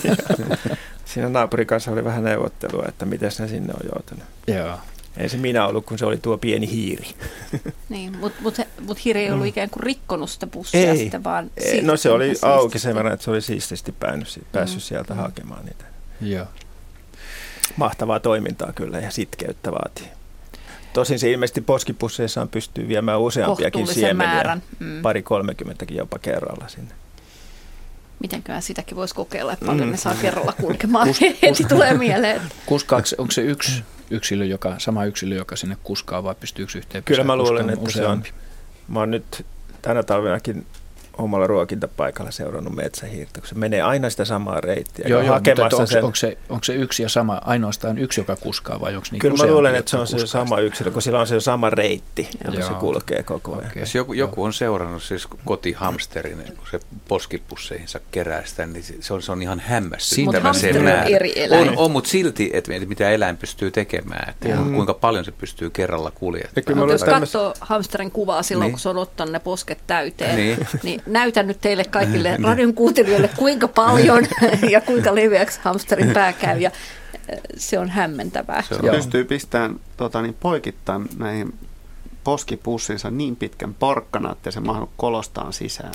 Siinä naapurin kanssa oli vähän neuvottelua, että miten ne sinne on joutunut. Joo. Ei se minä ollut, kun se oli tuo pieni hiiri. Niin, mutta mut, mut hiiri ei ollut ikään kuin rikkonut sitä pussia ei. sitten, vaan... Ei, no se oli siististi. auki sen verran, että se oli siististi päässyt, päässyt mm. sieltä mm. hakemaan niitä. Joo. Mahtavaa toimintaa kyllä ja sitkeyttä vaatii. Tosin se ilmeisesti poskipusseissaan pystyy viemään useampiakin siemeniä, mm. pari kolmekymmentäkin jopa kerralla sinne. Mitenköhän sitäkin voisi kokeilla, että paljon mm. ne saa kerralla kulkemaan. Kus, Heti tulee mieleen. Kuskaaks, onko se yksi yksilö, joka, sama yksilö, joka sinne kuskaa, vai pystyykö yhteen? Kyllä mä luulen, että useampi. Se on. Mä oon nyt tänä talvenakin omalla ruokintapaikalla seurannut metsähiirtä, kun se menee aina sitä samaa reittiä. Joo, joo, mutta onko, sen... onko, se, onko se yksi ja sama, ainoastaan yksi, joka kuskaa, vai onko niitä Kyllä useampia, mä luulen, että se on se sama yksilö, kun sillä on se sama reitti, jolla se kulkee koko ajan. Okay. Joku, joku on seurannut siis kotihamsterin, kun se poskipusseihinsa kerää sitä, niin se on, se on ihan hämmästyttävä se määrä. On, on, mutta silti, että mitä eläin pystyy tekemään, että mm. kuinka paljon se pystyy kerralla kuljettamaan. Jos katsoo hamsterin kuvaa silloin, niin. kun se on ottanut ne posket täyteen, niin, niin näytän nyt teille kaikille radion kuuntelijoille, kuinka paljon ja kuinka leveäksi hamsterin pää käy, ja se on hämmentävää. Se pystyy pistämään tota, niin poikittain näihin poskipussinsa niin pitkän porkkana, että se mahdu kolostaan sisään.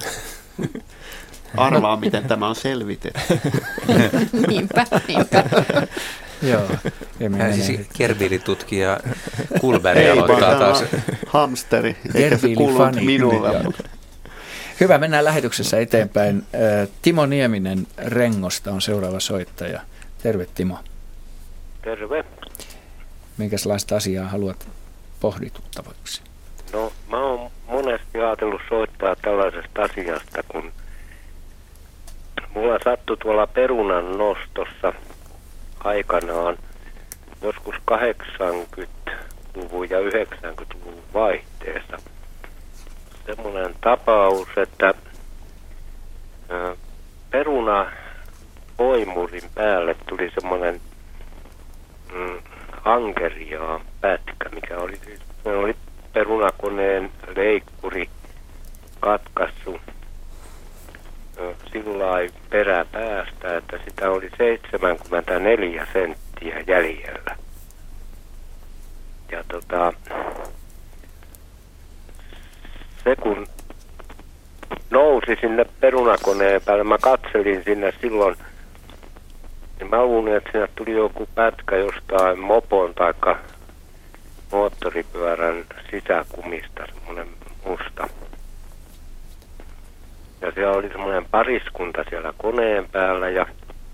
Arvaa, miten tämä on selvitetty. niinpä, niinpä. Joo. Ja siis kerbiilitutkija Kulberg aloittaa taas. Hamsteri, eikä se kuulu minulle. Hyvä, mennään lähetyksessä eteenpäin. Timo Nieminen Rengosta on seuraava soittaja. Terve Timo. Terve. Minkälaista asiaa haluat pohdituttavaksi? No mä oon monesti ajatellut soittaa tällaisesta asiasta, kun mulla sattui tuolla perunan nostossa aikanaan joskus kahdeksankymmentäluvun ja yhdeksänkymmentäluvun vaihteessa semmoinen tapaus, että peruna voimurin päälle tuli semmoinen mm, ankeriaan pätkä, mikä oli, se oli perunakoneen leikkuri katkassu sillai peräpäästä, että sitä oli seitsemänkymmentäneljä senttiä jäljellä. Ja tota, se kun nousi sinne perunakoneen päälle, mä katselin sinne silloin, niin mä luulin, että sinne tuli joku pätkä jostain mopon tai moottoripyörän sisäkumista, semmoinen musta. Ja siellä oli semmoinen pariskunta siellä koneen päällä ja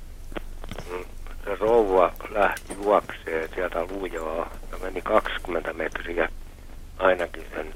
se rouva lähti juokseen sieltä lujaa ja meni kaksikymmentä metriä ainakin sen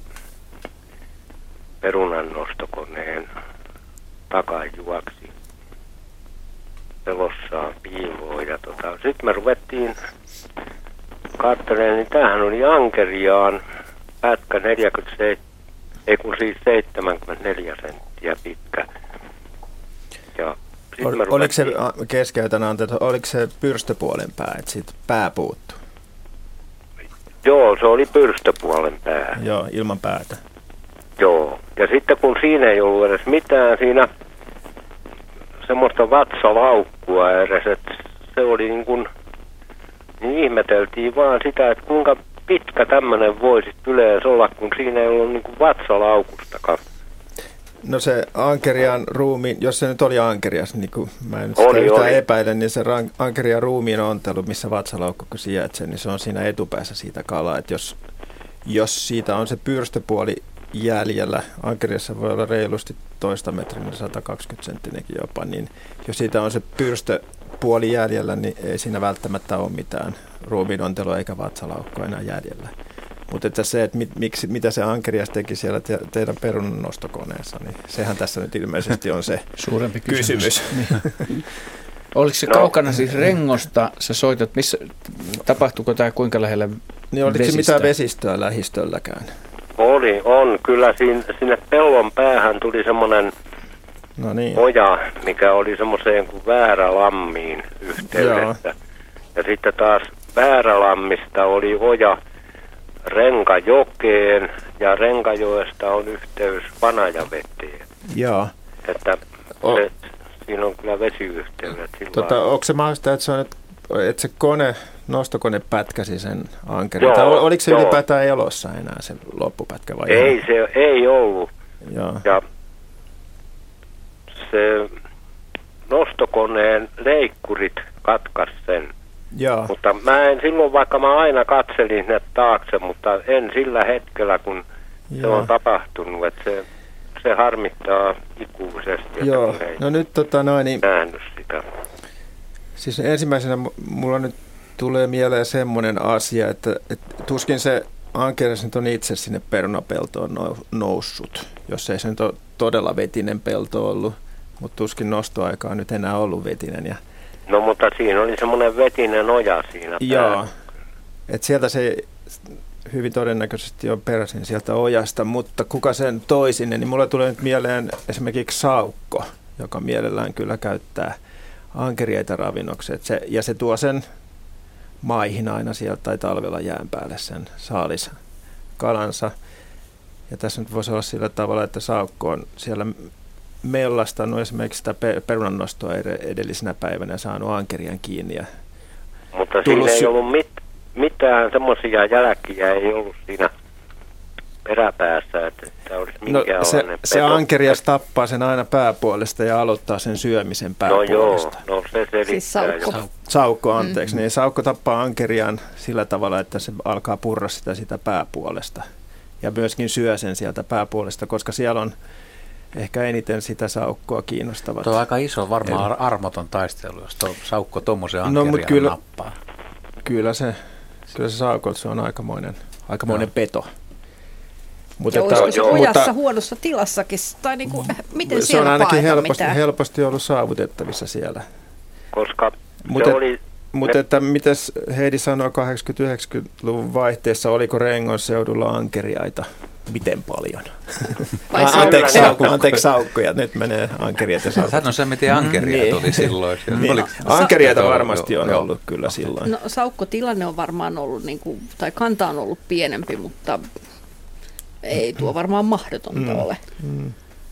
perunannostokoneen takajuoksi pelossaan piiloon. Ja tota, sitten me ruvettiin katselemaan, niin tämähän oli ankeriaan pätkä neljäkymmentäseitsemän, ei kun siis seitsemänkymmentäneljä senttiä pitkä. Ja Ol, ruvettiin... Oliko se, keskeytän anteeksi, oliko se pyrstöpuolen pää, että siitä pää puuttuu? Joo, se oli pyrstöpuolen pää. Joo, ilman päätä. Joo, ja sitten kun siinä ei ollut edes mitään, siinä semmoista vatsalaukkua edes, että se oli niin kuin, niin ihmeteltiin vaan sitä, että kuinka pitkä tämmöinen voisi yleensä olla, kun siinä ei ollut niin kuin vatsalaukustakaan. No se ankerian ruumiin, jos se nyt oli ankerias, niin kuin mä en sitä yhtään epäile, niin se ankerian ruumiin ontelu, missä vatsalaukku kun sijaitsee, niin se on siinä etupäässä siitä kalaa, että jos jos siitä on se pyrstöpuoli jäljellä, ankeriassa voi olla reilusti toista metrin, sata kaksikymmentä senttinenkin jopa, niin jos siitä on se pyrstöpuoli jäljellä, niin ei siinä välttämättä ole mitään ruumiinontelua eikä vatsalaukkoa enää jäljellä. Mutta että se, että mit, miksi, mitä se ankerias teki siellä te, teidän perunannostokoneessa, niin sehän tässä nyt ilmeisesti on se suurempi kysymys. kysymys. Oliko se no. kaukana siis Rengosta, sä soitat, missä, tapahtuuko tämä kuinka lähellä niin oliko vesistä? Se mitään vesistöä lähistölläkään? Oli, on. Kyllä sinne, sinne pellon päähän tuli semmoinen no niin. oja, mikä oli semmoiseen kuin Väärälammiin yhteydessä. Joo. Ja sitten taas Väärälammista oli oja Renkajokeen ja Renkajoesta on yhteys Vanajaveteen. Joo. Että se, siinä on kyllä vesiyhteydet. Tota, onko se mahdollista, että se, on, että se kone, nostokone pätkäsi sen ankerin? Tai oliko se joo. ylipäätään elossa enää se loppupätkä vai? Ei, ihan? Se ei ollut. Joo. Ja se nostokoneen leikkurit katkaisi sen. Joo. Mutta mä en silloin, vaikka mä aina katselin sinne taakse, mutta en sillä hetkellä, kun Joo. se on tapahtunut, että se, se harmittaa ikuisesti. Joo, no nyt tota noin, niin, nähnyt sitä. Siis ensimmäisenä mulla nyt tulee mieleen semmoinen asia, että, että tuskin se ankeras nyt on itse sinne perunapeltoon noussut, jos ei se nyt ole todella vetinen pelto ollut, mutta tuskin nostoaikaa nyt enää ollut vetinen ja no mutta siinä oli semmoinen vetinen oja siinä. Joo, että sieltä se hyvin todennäköisesti on peräisin sieltä ojasta, mutta kuka sen toi sinne, niin mulle tulee nyt mieleen esimerkiksi saukko, joka mielellään kyllä käyttää ankeriaita ravinnoksi. Se, ja se tuo sen maihin aina sieltä tai talvella jään päälle sen saaliskalansa. Ja tässä nyt voisi olla sillä tavalla, että saukko on siellä mellastanut esimerkiksi sitä perunannostoa edellisenä päivänä ja saanut ankerian kiinni. Ja mutta siinä ei sy- ollut mit, mitään semmoisia jälkiä, ei ollut siinä peräpäässä, että tämä olisi minkäänlainen no, se, se ankerias tappaa sen aina pääpuolesta ja aloittaa sen syömisen pääpuolesta. No joo, no se selittää. Siis saukko. Jo. Saukko, anteeksi. Mm. Niin saukko tappaa ankerian sillä tavalla, että se alkaa purra sitä, sitä pääpuolesta. Ja myöskin syö sen sieltä pääpuolesta, koska siellä on ehkä eniten sitä saukkoa kiinnostavat. Tuo on aika iso, varmaan Eli. armoton taistelu, jos tuo saukko tuommoisen ankeriaan no, kyllä, nappaa. Kyllä se, kyllä se saukot, se on aikamoinen, aikamoinen no. peto. Mutta että, olisiko se ojassa mutta, huonossa tilassakin? Tai niin kuin, miten se on ainakin helposti, helposti ollut saavutettavissa siellä. Koska mutta se oli... Mutta että mitäs Heidi sanoi kahdeksankymmentä-yhdeksänkymmentäluvun vaihteessa, oliko Rengon seudulla ankeriaita? Miten paljon? Anteeksi, saukko, anteeksi saukkoja, nyt menee ankeriat ja saukot. Sano sen, miten ankeriat oli silloin. Niin. Ankeriaita varmasti on ollut kyllä silloin. No saukkotilanne on varmaan ollut, niin kuin, tai kanta on ollut pienempi, mutta ei tuo varmaan mahdotonta mm. ole. Mm.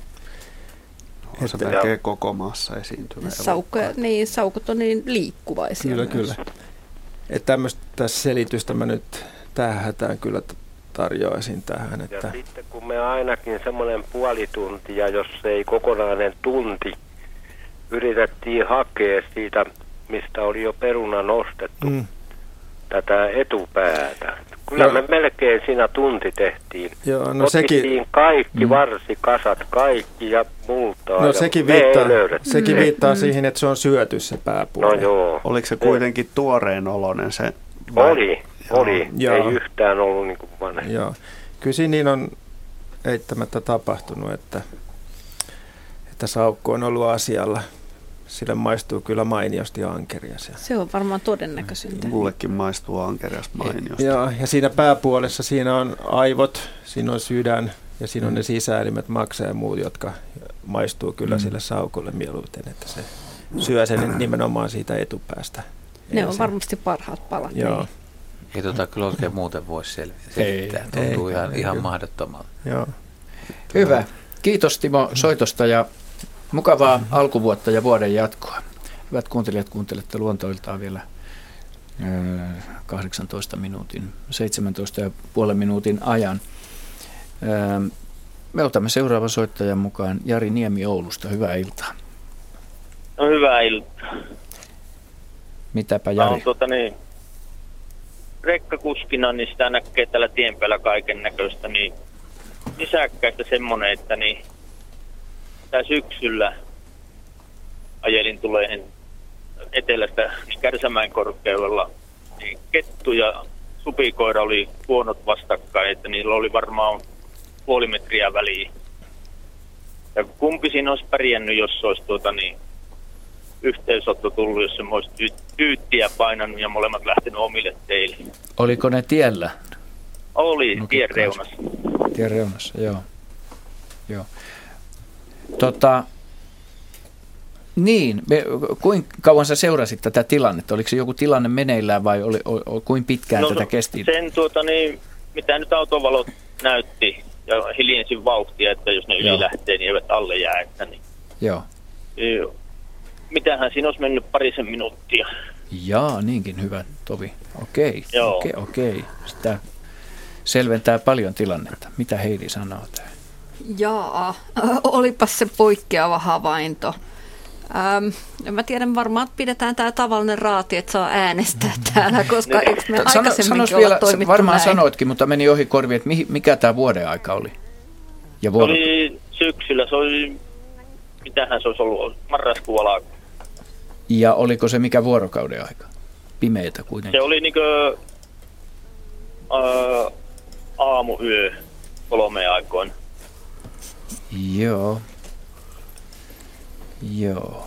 On se melkein koko maassa esiintyvä. Saukkoja, niin, saukot on niin liikkuvaisia. Kyllä, myös. kyllä. Että tämmöistä selitystä mä nyt tähän hätään kyllä tarjoaisin tähän. Että ja sitten kun me ainakin semmoinen puoli tuntia, jos ei kokonainen tunti, yritettiin hakea siitä, mistä oli jo peruna nostettu, mm. tätä etupäätä. Kyllä me melkein siinä tunti tehtiin. Joo, no Otettiin sekin, kaikki varsikasat, kaikki ja multaa. No ja sekin viittaa, sekin viittaa mm. siihen, että se on syöty se pääpuoli. No joo. Oliko se kuitenkin tuoreen oloinen se? Vai? Oli, oli. Joo. Ei yhtään ollut niin kuin vanha. Joo. Kyllä siinä niin on eittämättä tapahtunut, että, että saukko on ollut asialla. Sille maistuu kyllä mainiosti ankerias. Se on varmaan todennäköisintä. Mullekin maistuu ankerias mainiosti. Joo, ja siinä pääpuolessa siinä on aivot, siinä on sydän ja siinä on ne sisäelimet, maksa ja muut, jotka maistuu kyllä mm. sille saukolle mieluiten, että se syö sen nimenomaan siitä etupäästä. Ne Ei on se. varmasti parhaat palat. Joo. Ei tota kyllä oikein muuten voi selvittää. Tuntuu ei, ihan, ei, ihan mahdottomalta. Joo. Hyvä. Kiitos Timo soitosta ja mukavaa alkuvuotta ja vuoden jatkoa. Hyvät kuuntelijat, kuuntelette luontoiltaan vielä kahdeksantoista minuutin, seitsemäntoista ja puolen minuutin ajan. Me otamme seuraavan soittajan mukaan Jari Niemi Oulusta. Hyvää iltaa. No hyvää iltaa. Mitäpä Jari? No, tuota, niin, rekkakuskina, niin sitä näkee tällä tien päällä kaiken näköistä, niin nisäkkäistä semmoinen, että niin tää syksyllä ajelin tulee etelästä Kärsämäen korkeudella, niin kettu ja supikoira oli huonot vastakkain, että niillä oli varmaan puoli metriä väliä. Ja kumpi siinä olisi pärjännyt, jos olisi tuota niin yhteysotto tullut, jos se olisi tyyttiä painanut ja molemmat lähtenyt omille teille. Oliko ne tiellä? Oli, no, tien reunassa. Tien reunassa, joo. joo. Tota, niin, me, kuinka kauan sä seurasit tätä tilannetta? Oliko se joku tilanne meneillään vai oli, o, o, kuinka pitkään no, tätä kesti? Sen tuota niin, mitä nyt autovalot näytti ja hiljensin vauhtia, että jos ne yli joo. lähtee, niin eivät alle jää. Että niin. Joo. Joo. Mitähän siinä olisi mennyt parisen minuuttia. Jaa, niinkin hyvä, Tovi. Okei, Joo. okei, okei. Sitä selventää paljon tilannetta. Mitä Heidi sanoo tähän? Jaa, olipas se poikkeava havainto. Ähm, mä tiedän varmaan, että pidetään tämä tavallinen raati, että saa äänestää täällä, koska eikö me aikaisemminkin vielä, olla toimittu varmaan näin? sanoitkin, mutta meni ohi korviin, että mihin, mikä tämä vuoden aika oli? Ja se oli syksyllä, se oli, mitähän se olisi ollut, marraskuun alku. Ja oliko se mikä vuorokauden aika? Pimeitä kuitenkin. Se oli niinkö ää, aamu-yö kolmeen aikoin. Joo. Joo.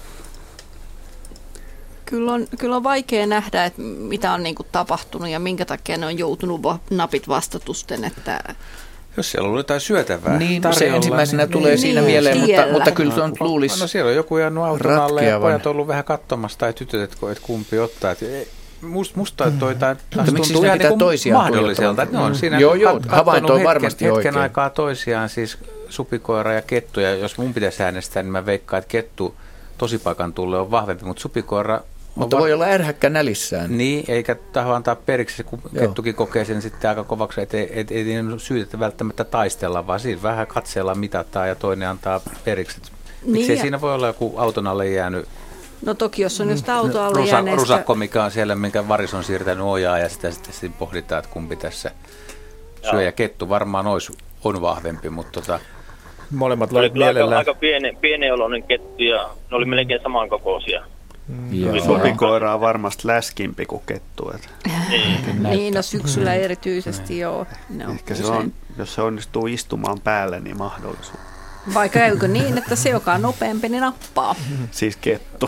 Kyllä on, kyllä on vaikea nähdä, että mitä on niin kuin tapahtunut ja minkä takia ne on joutunut napit vastatusten. Että jos siellä on ollut jotain syötävää niin, tarjolla, se ensimmäisenä niin, tulee niin, siinä niin, mieleen, mutta, mutta kyllä se on luulisi. No siellä on joku jäänyt auton alle ja pojat on ollut vähän katsomassa tai tytöt, että kumpi ottaa. Että musta musta toi taas tuntuu ihan niin mahdolliselta. No, siinä joo, joo, havainto on varmasti hetken, oikein. Hetken aikaa toisiaan, siis supikoira ja kettu, ja jos mun pitäisi äänestää, niin mä veikkaan, että kettu tosipaikan tulle on vahvempi, mutta supikoira mutta voi va- olla ärhäkkä nälissään. Niin, eikä taho antaa periksi, kun joo. kettukin kokee sen sitten aika kovaksi, että ei, ei, ei syytettä välttämättä taistella, vaan siinä vähän katseella mitataan ja toinen antaa periksi. Niin miksei siinä voi olla joku auton alle jäänyt no toki, jos on just auto alle Rusa, jääneestä. Rusakko, mikä on siellä, minkä varis on siirtänyt ojaa ja sitä sitten sit pohditaan, että kumpi tässä syö. Ja kettu varmaan olisi, on vahvempi, mutta tota molemmat oli mielellään. Aika, aika pieni, pienioloinen kettu ja ne oli melkein samankokoisia. Mm. Supikoira on varmasti läskimpi kuin kettu. Niin, niin no syksyllä erityisesti joo. No, ehkä se on, jos se onnistuu istumaan päälle, niin mahdollisuus. Vai käykö niin, että se, joka on nopeampi, niin nappaa? Siis kettu.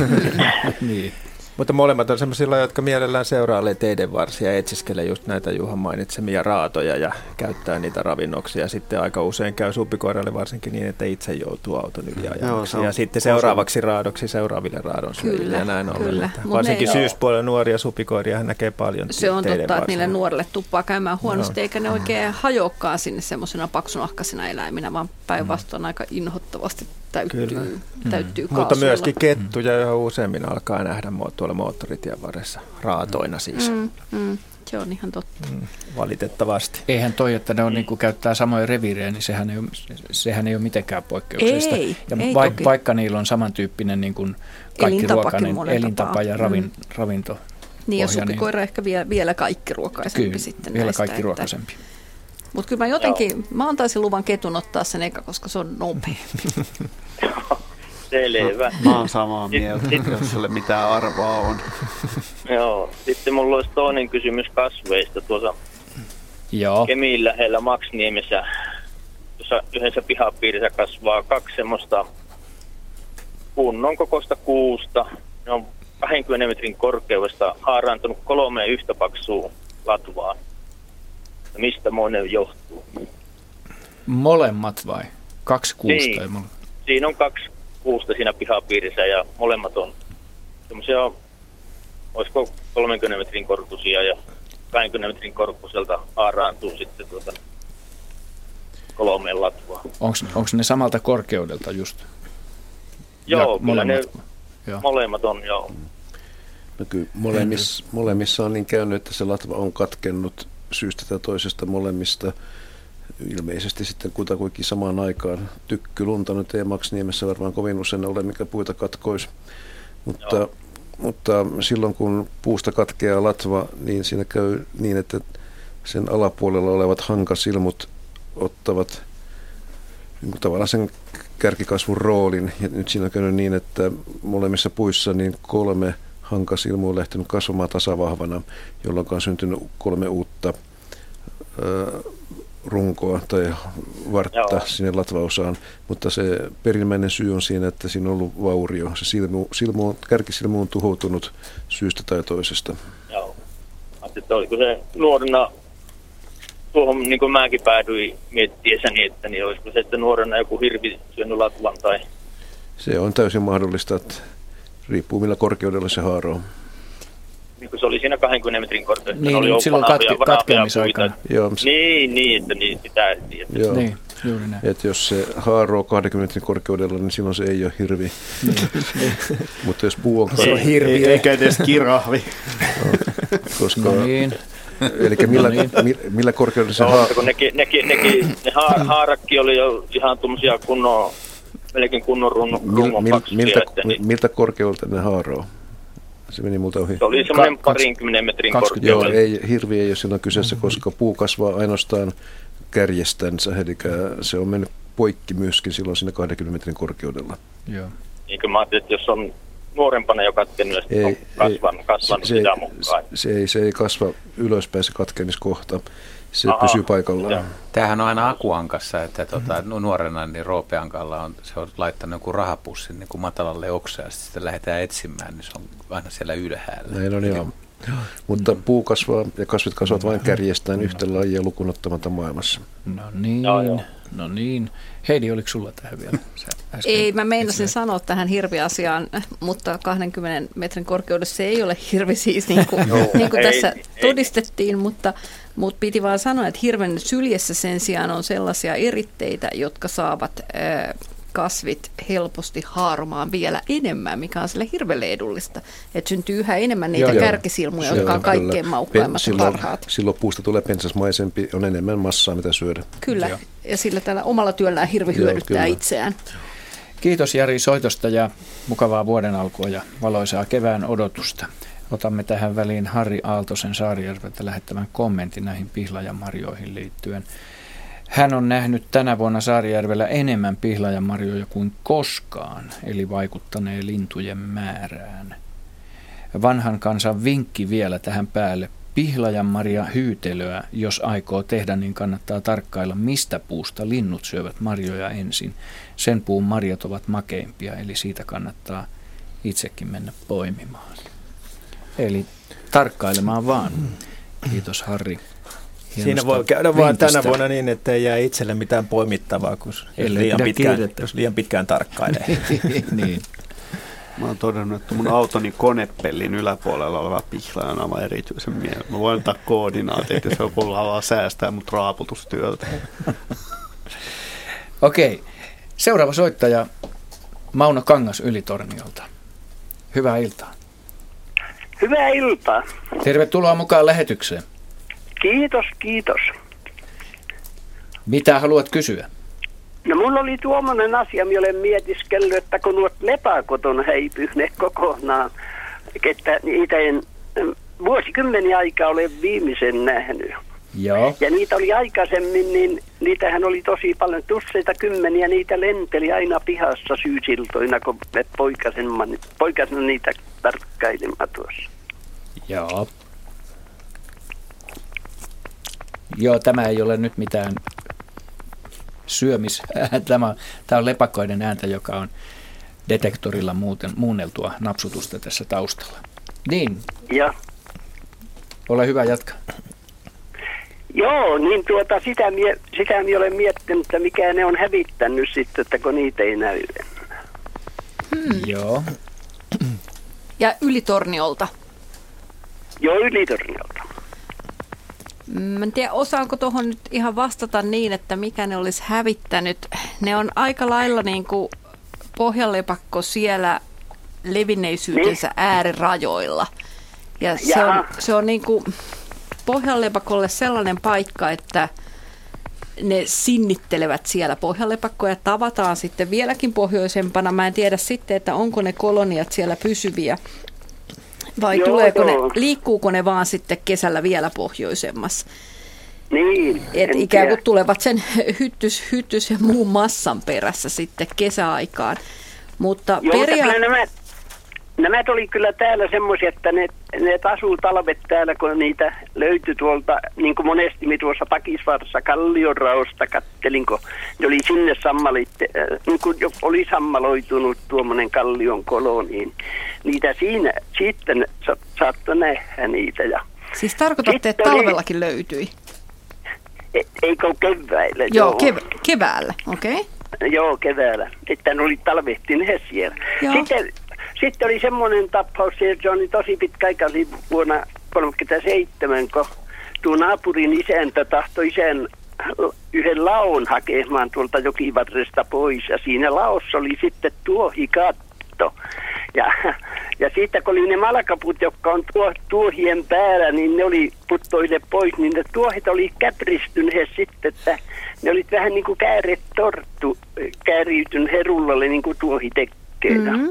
niin. Mutta molemmat on sellaisilla, jotka mielellään seurailee teiden varsia ja etsiskelee just näitä Juhan mainitsemia raatoja ja käyttää niitä ravinnoksi. Ja sitten aika usein käy supikoiralle varsinkin niin, että itse joutuu auton yli ajamaksi. Ja sitten seuraavaksi raadoksi seuraaville raadon syöjille ja näin ollen. Varsinkin syyspuolella nuoria supikoiria hän näkee paljon. Se on totta, varsina. Että niille nuorille tuppaa käymään huonosti, no. eikä ne oikein hajoakaan sinne semmoisena paksunahkaisina eläiminä, vaan päinvastoin aika inhottavasti täyttyy, täyttyy mm. Mutta myöskin kettuja yhä useammin alkaa nähdä tuolla moottoritien varressa, raatoina siis. Mm, mm, se on ihan totta. Mm, valitettavasti. Eihän toi, että ne on, niin kuin käyttää samoja reviirejä, niin sehän ei ole, sehän ei ole mitenkään poikkeuksellista. Ei, ja ei va- toki. Vaikka niillä on samantyyppinen niin kuin kaikki ruokainen elintapa ja ravin, mm. ravinto. Niin ja supikoira niin, ehkä vielä, vielä kaikki ruokaisempi kyllä, sitten vielä näistä. kaikki ruokaisempi. Mutta kyllä mä jotenkin, Joo. mä antaisin luvan ketun ottaa sen eka, koska se on nopeampi. Selvä. Mä oon samaa mieltä, jos sille mitään arvoa on. Joo, sitten mulla olisi toinen kysymys kasveista tuossa Joo. Kemiin lähellä Maksniemessä, jossa yhdessä pihapiirissä kasvaa kaksi semmoista kunnon kokoista kuusta. Ne on kaksikymmentä metrin korkeudesta haaraantunut kolmeen yhtä paksua latvaa. Mistä monen johtuu? Molemmat vai? Kaksi kuusta? Niin. Siinä on kaksi kuusta siinä pihapiirissä ja molemmat on semmoisia, olisiko kolmenkymmenen metrin korkuisia ja kaksikymmentä metrin korkuiselta haaraantuu sitten tuota kolmeen latvaa. Onko ne samalta korkeudelta just? Joo, kyllä molemmat, ne joo. molemmat on, joo. No kyllä molemmissa, molemmissa on niin käynyt, että se latva on katkennut syystä tai toisesta molemmista. Ilmeisesti sitten kutakuinkin samaan aikaan. Tykkylunta nyt ei Maksniemessä varmaan kovin usein ole, mikä puita katkoisi. Mutta mutta silloin kun puusta katkeaa latva, niin siinä käy niin, että sen alapuolella olevat hankasilmut ottavat niin tavallaan sen kärkikasvun roolin. Ja nyt siinä on käynyt niin, että molemmissa puissa niin kolme hankasilmua on lähtenyt kasvamaan tasavahvana, jolloin on syntynyt kolme uutta ö, runkoa tai vartta Joo. sinne latvaosaan, mutta se perimmäinen syy on siinä, että siinä on ollut vaurio. Se silmu, silmu, kärkisilmu on tuhoutunut syystä tai toisesta. Joo. Että oliko se nuorena, tuohon niin kuin mäkin päädyin miettiessäni, että niin olisiko se, että nuorena joku hirvi syönyt latvan tai... Se on täysin mahdollista, että riippuu millä korkeudella se haaroo. Niin kuin se oli siinä kaksikymmentä metrin korkeudessa. Niin, niin silloin katke, katkeamisaikana. Niin, niin, että niin, sitä tietää. Joo. Niin, juuri näin. Että jos se haaroo kaksikymmentä metrin korkeudella, niin silloin se ei ole hirvi. Mutta jos puu on... Se on hirvi, eikä edes kirahvi. Koska... No niin. Eli millä, no niin. millä korkeudella se haaroo? Kun nekin, nekin, nekin, ne ha- haarakki oli jo ihan tuommoisia kunnon, melkein kunnon rungon Mil, mil, miltä, että, niin. miltä korkeudelta ne haaroo? Se meni multa ohi. Se oli semmoinen parinkymmenen metrin korkeudella. Joo, ei, hirvi ei ole silloin kyseessä, koska puu kasvaa ainoastaan kärjestänsä, eli se on mennyt poikki myöskin silloin siinä kaksikymmentä metrin korkeudella. Joo. Niin kuin mä ajattelin, että jos on nuorempana jo katkenut, ja ei, on kasvanut, ei, kasvanut se, sitä mukaan. Se, se, ei, se ei kasva ylöspäin se katkemiskohta. Se Aha, pysyy paikallaan. Joo. Tämähän on aina akuankassa, että tuota, nuorena niin Roopeankalla on, se on laittanut joku rahapussin niin kuin matalalle oksaan, ja sitten lähdetään etsimään, niin se on aina siellä ylhäällä. Näin on joo. Mutta puu kasvaa ja kasvit kasvavat vain kärjestään yhtä lajia lukuun ottamatta maailmassa. No niin, no niin. Heidi, oliko sulla tähän vielä? Ei, mä meinasin sanoa tähän hirviasiaan, mutta kaksikymmentä metrin korkeudessa se ei ole hirvi siis, niin kuin, no, niin kuin ei, tässä ei. todistettiin, mutta, mutta piti vaan sanoa, että hirven syljessä sen sijaan on sellaisia eritteitä, jotka saavat äh, kasvit helposti haaromaan vielä enemmän, mikä on sille hirvelle edullista. Että syntyy yhä enemmän niitä joo, kärkisilmuja, joo, jotka on kaikkein maukkaimmat ja parhaat. Silloin puusta tulee pensasmaisempi, on enemmän massaa, mitä syödä. Kyllä, joo. Ja sillä tällä omalla työllään hirvi hyödyttää joo, itseään. Kiitos Jari soitosta ja mukavaa vuoden alkua ja valoisaa kevään odotusta. Otamme tähän väliin Harri Aaltosen Saarijärveltä lähettävän kommentin näihin pihlajanmarjoihin liittyen. Hän on nähnyt tänä vuonna Saarijärvellä enemmän pihlajanmarjoja kuin koskaan, eli vaikuttanee lintujen määrään. Vanhan kansan vinkki vielä tähän päälle. Pihlajanmarja hyytelöä, jos aikoo tehdä, niin kannattaa tarkkailla, mistä puusta linnut syövät marjoja ensin. Sen puun marjat ovat makeimpia, eli siitä kannattaa itsekin mennä poimimaan. Eli tarkkailemaan vaan. Kiitos Harri. Siinä voi käydä vain tänä vuonna niin, että ei jää itselle mitään poimittavaa, kun jos liian, pitkään, jos liian pitkään tarkkailee. Niin. Mä oon todennut, että mun autoni konepellin yläpuolella oleva pihlaja on aivan erityisen mielellä. Mä voin ottaa koordinaatit, jos joku haluaa säästää mut raaputustyöltä. Okei. Seuraava soittaja Mauno Kangas Ylitorniolta. Hyvää iltaa. Hyvää iltaa. Tervetuloa mukaan lähetykseen. Kiitos, kiitos. Mitä haluat kysyä? No mulla oli tuommoinen asia, minä olen mietiskellyt, että kun nuot lepakot on häipyneet kokonaan, että niitä en vuosikymmeniä aikaa olen viimeisen nähnyt. Joo. Ja niitä oli aikaisemmin, niin niitähän oli tosi paljon, tusseita kymmeniä, niitä lenteli aina pihassa syysiltoina, kun me poikasen, poikasen niitä tarkkailimme tuossa. Joo. Joo, tämä ei ole nyt mitään syömis. Tämä, tämä on lepakoiden ääntä, joka on detektorilla muuten, muunneltua napsutusta tässä taustalla. Niin. Ja. Ole hyvä, jatka. Joo, niin tuota, sitä mie, sitä mie olen miettinyt, että mikä ne on hävittänyt sitten, että kun niitä ei näy enää. Hmm. Joo. Ja Ylitorniolta. Joo, Ylitorniolta. Mä en tiedä, osaanko tuohon nyt ihan vastata niin, että mikä ne olisi hävittänyt. Ne on aika lailla niin kuin pohjalepakko siellä levinneisyytensä niin. äärirajoilla. Ja se on, se on niin kuin pohjalepakolle sellainen paikka, että ne sinnittelevät siellä. Pohjalepakkoja tavataan sitten vieläkin pohjoisempana. Mä en tiedä sitten, että onko ne koloniat siellä pysyviä. Vai Joo, tuleeko joo. ne, liikkuuko ne vaan sitten kesällä vielä pohjoisemmassa? Niin. Et en ikään tiedä. kuin tulevat sen hyttys, hyttys ja muun massan perässä sitten kesäaikaan. Mutta Joo, mutta peria- kyllä nämä, nämä oli kyllä täällä semmoisia, että ne, ne asuu talvet täällä, kun niitä löytyi tuolta, niin kuin monesti me tuossa Pakisvaarassa Kallionraosta kattelin, kun ne oli sinne sammalit, äh, niin kuin jo oli sammaloitunut tuommoinen Kallion kolo, niin niitä siinä sitten sa, saattoi nähdä niitä. Ja Siis tarkoitatte, että oli- talvellakin löytyi? E, eikö keväällä? Joo, kev- keväällä, okei. Okay. Joo, keväällä. Että ne oli talvehtineet siellä. Joo. Sitten, sitten oli semmoinen tapaus, se oli tosi pitkä aika, oli vuonna kolmekymmentäseitsemän, kun tuo naapurin isäntä tahtoi isän yhden laon hakemaan tuolta jokivarresta pois. Ja siinä laossa oli sitten tuohikatto. Ja, ja sitten kun oli ne malkaput, jotka on tuo, tuohien päällä, niin ne oli puttoille pois, niin ne tuohet oli käpristyneet sitten, että ne oli vähän niin kuin kääret torttu, kääriytynyt herullalle niin kuin tuohi tekee. Mm-hmm.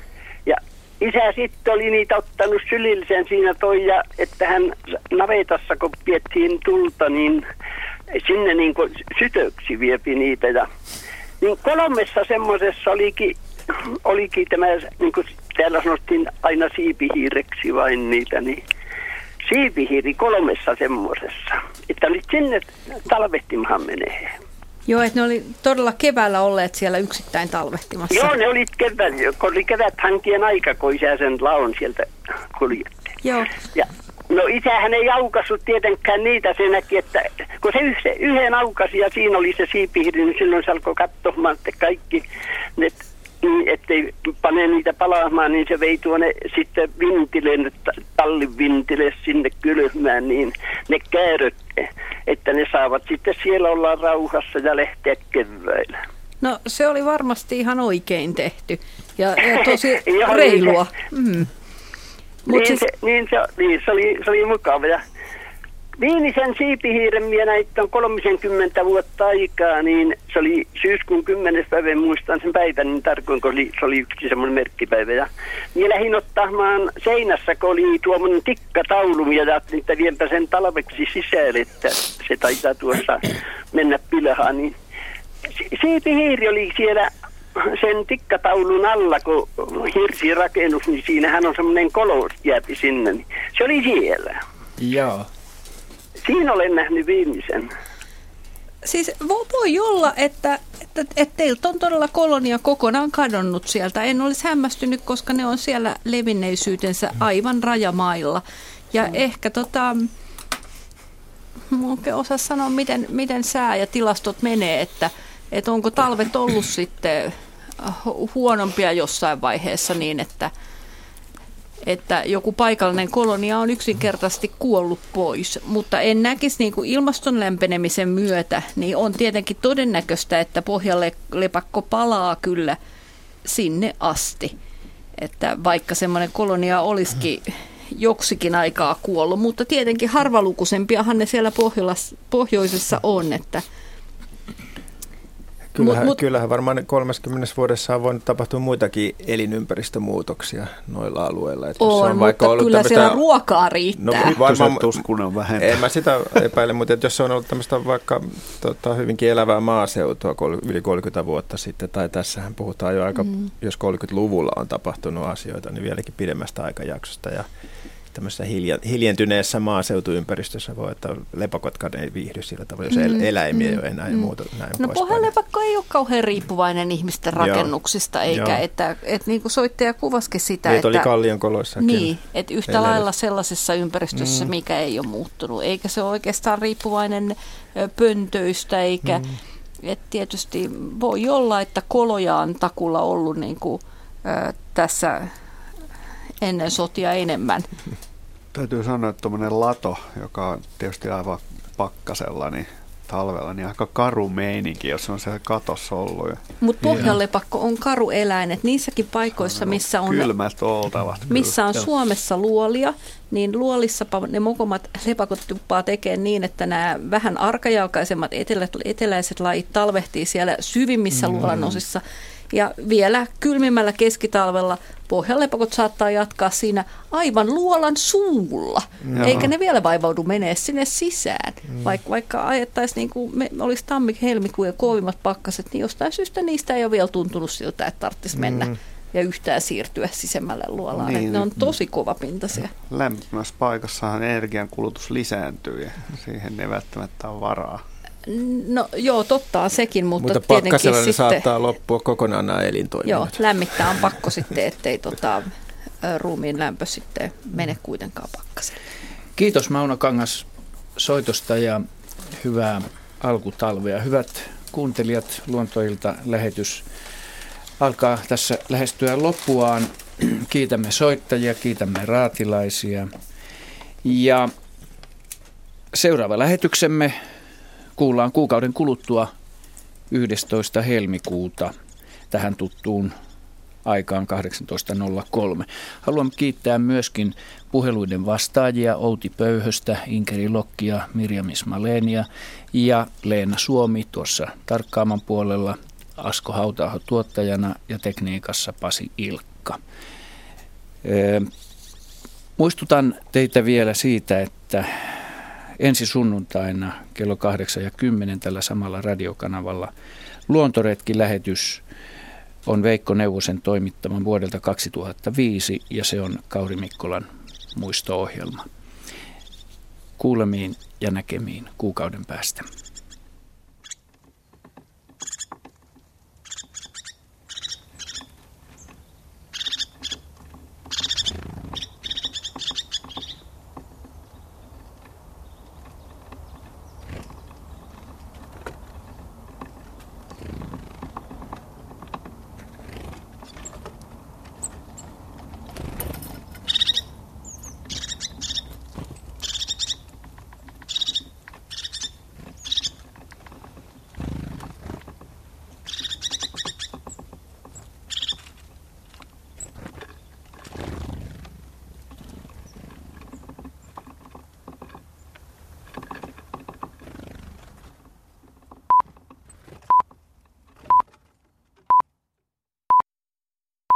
Ja isä sitten oli niitä ottanut sylillisen siinä toi, ja että hän navetassa, kun piettiin tulta, niin sinne niin kuin sytöksi viepi niitä. Ja, niin kolmessa semmoisessa olikin, olikin tämä, niin kuin täällä sanottiin aina siipihiireksi vain niitä, niin siipihiiri kolmessa semmoisessa, että nyt sinne talvehtimahan menee. Joo, että ne oli todella keväällä olleet siellä yksittäin talvehtimassa. Joo, ne oli kevään, kun oli keväthankien aika, kun isä sen laon sieltä kuljetti. Joo. Ja, no isähän ei aukassut tietenkään niitä, se näki, että kun se yhden, yhden aukasi ja siinä oli se siipihiiri, niin silloin se alkoi katsomaan, että kaikki, ne, ettei pane niitä palaamaan, niin se vei tuonne sitten vintille, tallin vintille sinne kylmään, niin ne kääröt, että ne saavat sitten siellä olla rauhassa ja lähteä keväällä. No se oli varmasti ihan oikein tehty ja, ja tosi Joo, reilua. Niin se, mm. Mut niin, siis, se, niin, se, niin se, oli, se oli mukava. Ja viimeisen siipihiiren minä näitä on kolmekymmentä vuotta aikaa, niin se oli syyskuun kymmenes päivä, muistan sen päivän niin tarkoin, kun oli, se oli yksi semmoinen merkkipäivä. Ja minä lähdin ottamaan seinässä, kun oli tuommoinen tikkataulu, ja ajattelin, että vienpä sen talveksi sisälle, että se taitaa tuossa mennä pilahaan. Niin siipihiiri oli siellä sen tikkataulun alla, kun hirsirakennus, niin siinähän on semmoinen kolo jääpi sinne, niin se oli siellä. Joo. Siinä olen nähnyt viimeisen. siis voi olla, että, että, että teiltä on todella kolonia kokonaan kadonnut sieltä. En olisi hämmästynyt, koska ne on siellä levinneisyytensä aivan rajamailla. Ja mm. ehkä tota, mun osaa sanoa, miten, miten sää ja tilastot menee, että, että onko talvet ollut sitten huonompia jossain vaiheessa niin, että että joku paikallinen kolonia on yksinkertaisesti kuollut pois, mutta en näkisi niin kuin ilmaston lämpenemisen myötä, niin on tietenkin todennäköistä, että pohjalepakko palaa kyllä sinne asti, että vaikka semmoinen kolonia olisikin joksikin aikaa kuollut, mutta tietenkin harvalukuisempiahan ne siellä pohjoisessa on, että Kyllähän, mut, mut, kyllähän varmaan kolmekymmentä vuodessa on voinut tapahtua muitakin elinympäristömuutoksia noilla alueilla. Että on, se on vaikka mutta ollut kyllä tämmöistä, siellä ruokaa riittää. No, varmaan, tuskunen on vähemmän. En mä sitä epäile, mutta että jos se on ollut tämmöistä vaikka tota, hyvinkin elävää maaseutua yli kolmekymmentä vuotta sitten, tai tässähän puhutaan jo aika, mm. jos kolmekymmentäluvulla on tapahtunut asioita, niin vieläkin pidemmästä aikajaksosta. Ja tämmöisessä hiljentyneessä maaseutuympäristössä voi, että lepakotkaan ei viihdy sillä tavalla, jos mm, eläimiä mm, ei ole enää mm. ja muuta näin no poispäin. pohjalepakko ei ole kauhean riippuvainen ihmisten rakennuksista, Joo. eikä, Joo. että, että niin kuin soittaja kuvasikin sitä, Meitä että oli Kallion koloissa. Niin, että yhtä elänyt. Lailla sellaisessa ympäristössä, mm. mikä ei ole muuttunut, eikä se ole oikeastaan riippuvainen pöntöistä, eikä, mm. että tietysti voi olla, että koloja on takulla ollut niin kuin, äh, tässä ennen sotia enemmän. Täytyy sanoa, että tuommoinen lato, joka on tietysti aivan pakkasella, niin talvella, niin aika karu meininki, jos on siellä katossa ollut. Mutta pohjalepakko on karu eläin, että niissäkin paikoissa, missä on, kylmät oltavat, missä on Suomessa luolia, niin luolissa ne mokomat lepakot tuppaa tekemään niin, että nämä vähän arkajalkaisemmat etelä, eteläiset lajit talvehtii siellä syvimmissä mm. luolanosissa. Ja vielä kylmimmällä keskitalvella pohjanlepakot saattaa jatkaa siinä aivan luolan suulla, Joo. eikä ne vielä vaivaudu menee sinne sisään. Mm. Vaikka, vaikka ajettaisiin, niin kuin me olisi tammi, helmikuu ja kovimmat pakkaset, niin jostain syystä niistä ei ole vielä tuntunut siltä, että tarvitsisi mennä mm. ja yhtään siirtyä sisemmälle luolaan. Niin, ne on tosi kovapintaisia. Lämpimässä paikassahan energiankulutus lisääntyy ja siihen ei välttämättä ole varaa. No joo, totta on sekin, mutta, mutta tietenkin pakkasella sitten, saattaa loppua kokonaan nämä elintoiminnot. Joo, lämmittää on pakko sitten, ettei tota, ruumiin lämpö sitten mene kuitenkaan pakkaselle. Kiitos Mauno Kangas soitosta ja hyvää alkutalvea. Hyvät kuuntelijat, Luontoilta lähetys alkaa tässä lähestyä loppuaan. Kiitämme soittajia, kiitämme raatilaisia ja seuraava lähetyksemme kuullaan kuukauden kuluttua yhdestoista helmikuuta tähän tuttuun aikaan kahdeksantoista nolla kolme. Haluan kiittää myöskin puheluiden vastaajia Outi Pöyhöstä, Inkeri Lokkia, Mirjam Ismalenia ja Leena Suomi tuossa tarkkaaman puolella, Asko Hauta-aho tuottajana ja tekniikassa Pasi Ilkka. Ee, muistutan teitä vielä siitä, että ensi sunnuntaina kello kahdeksan ja kymmenen tällä samalla radiokanavalla Luontoretki-lähetys on Veikko Neuvosen toimittaman vuodelta kaksituhattaviisi ja se on Kauri Mikkolan muisto-ohjelma. Kuulemiin ja näkemiin kuukauden päästä.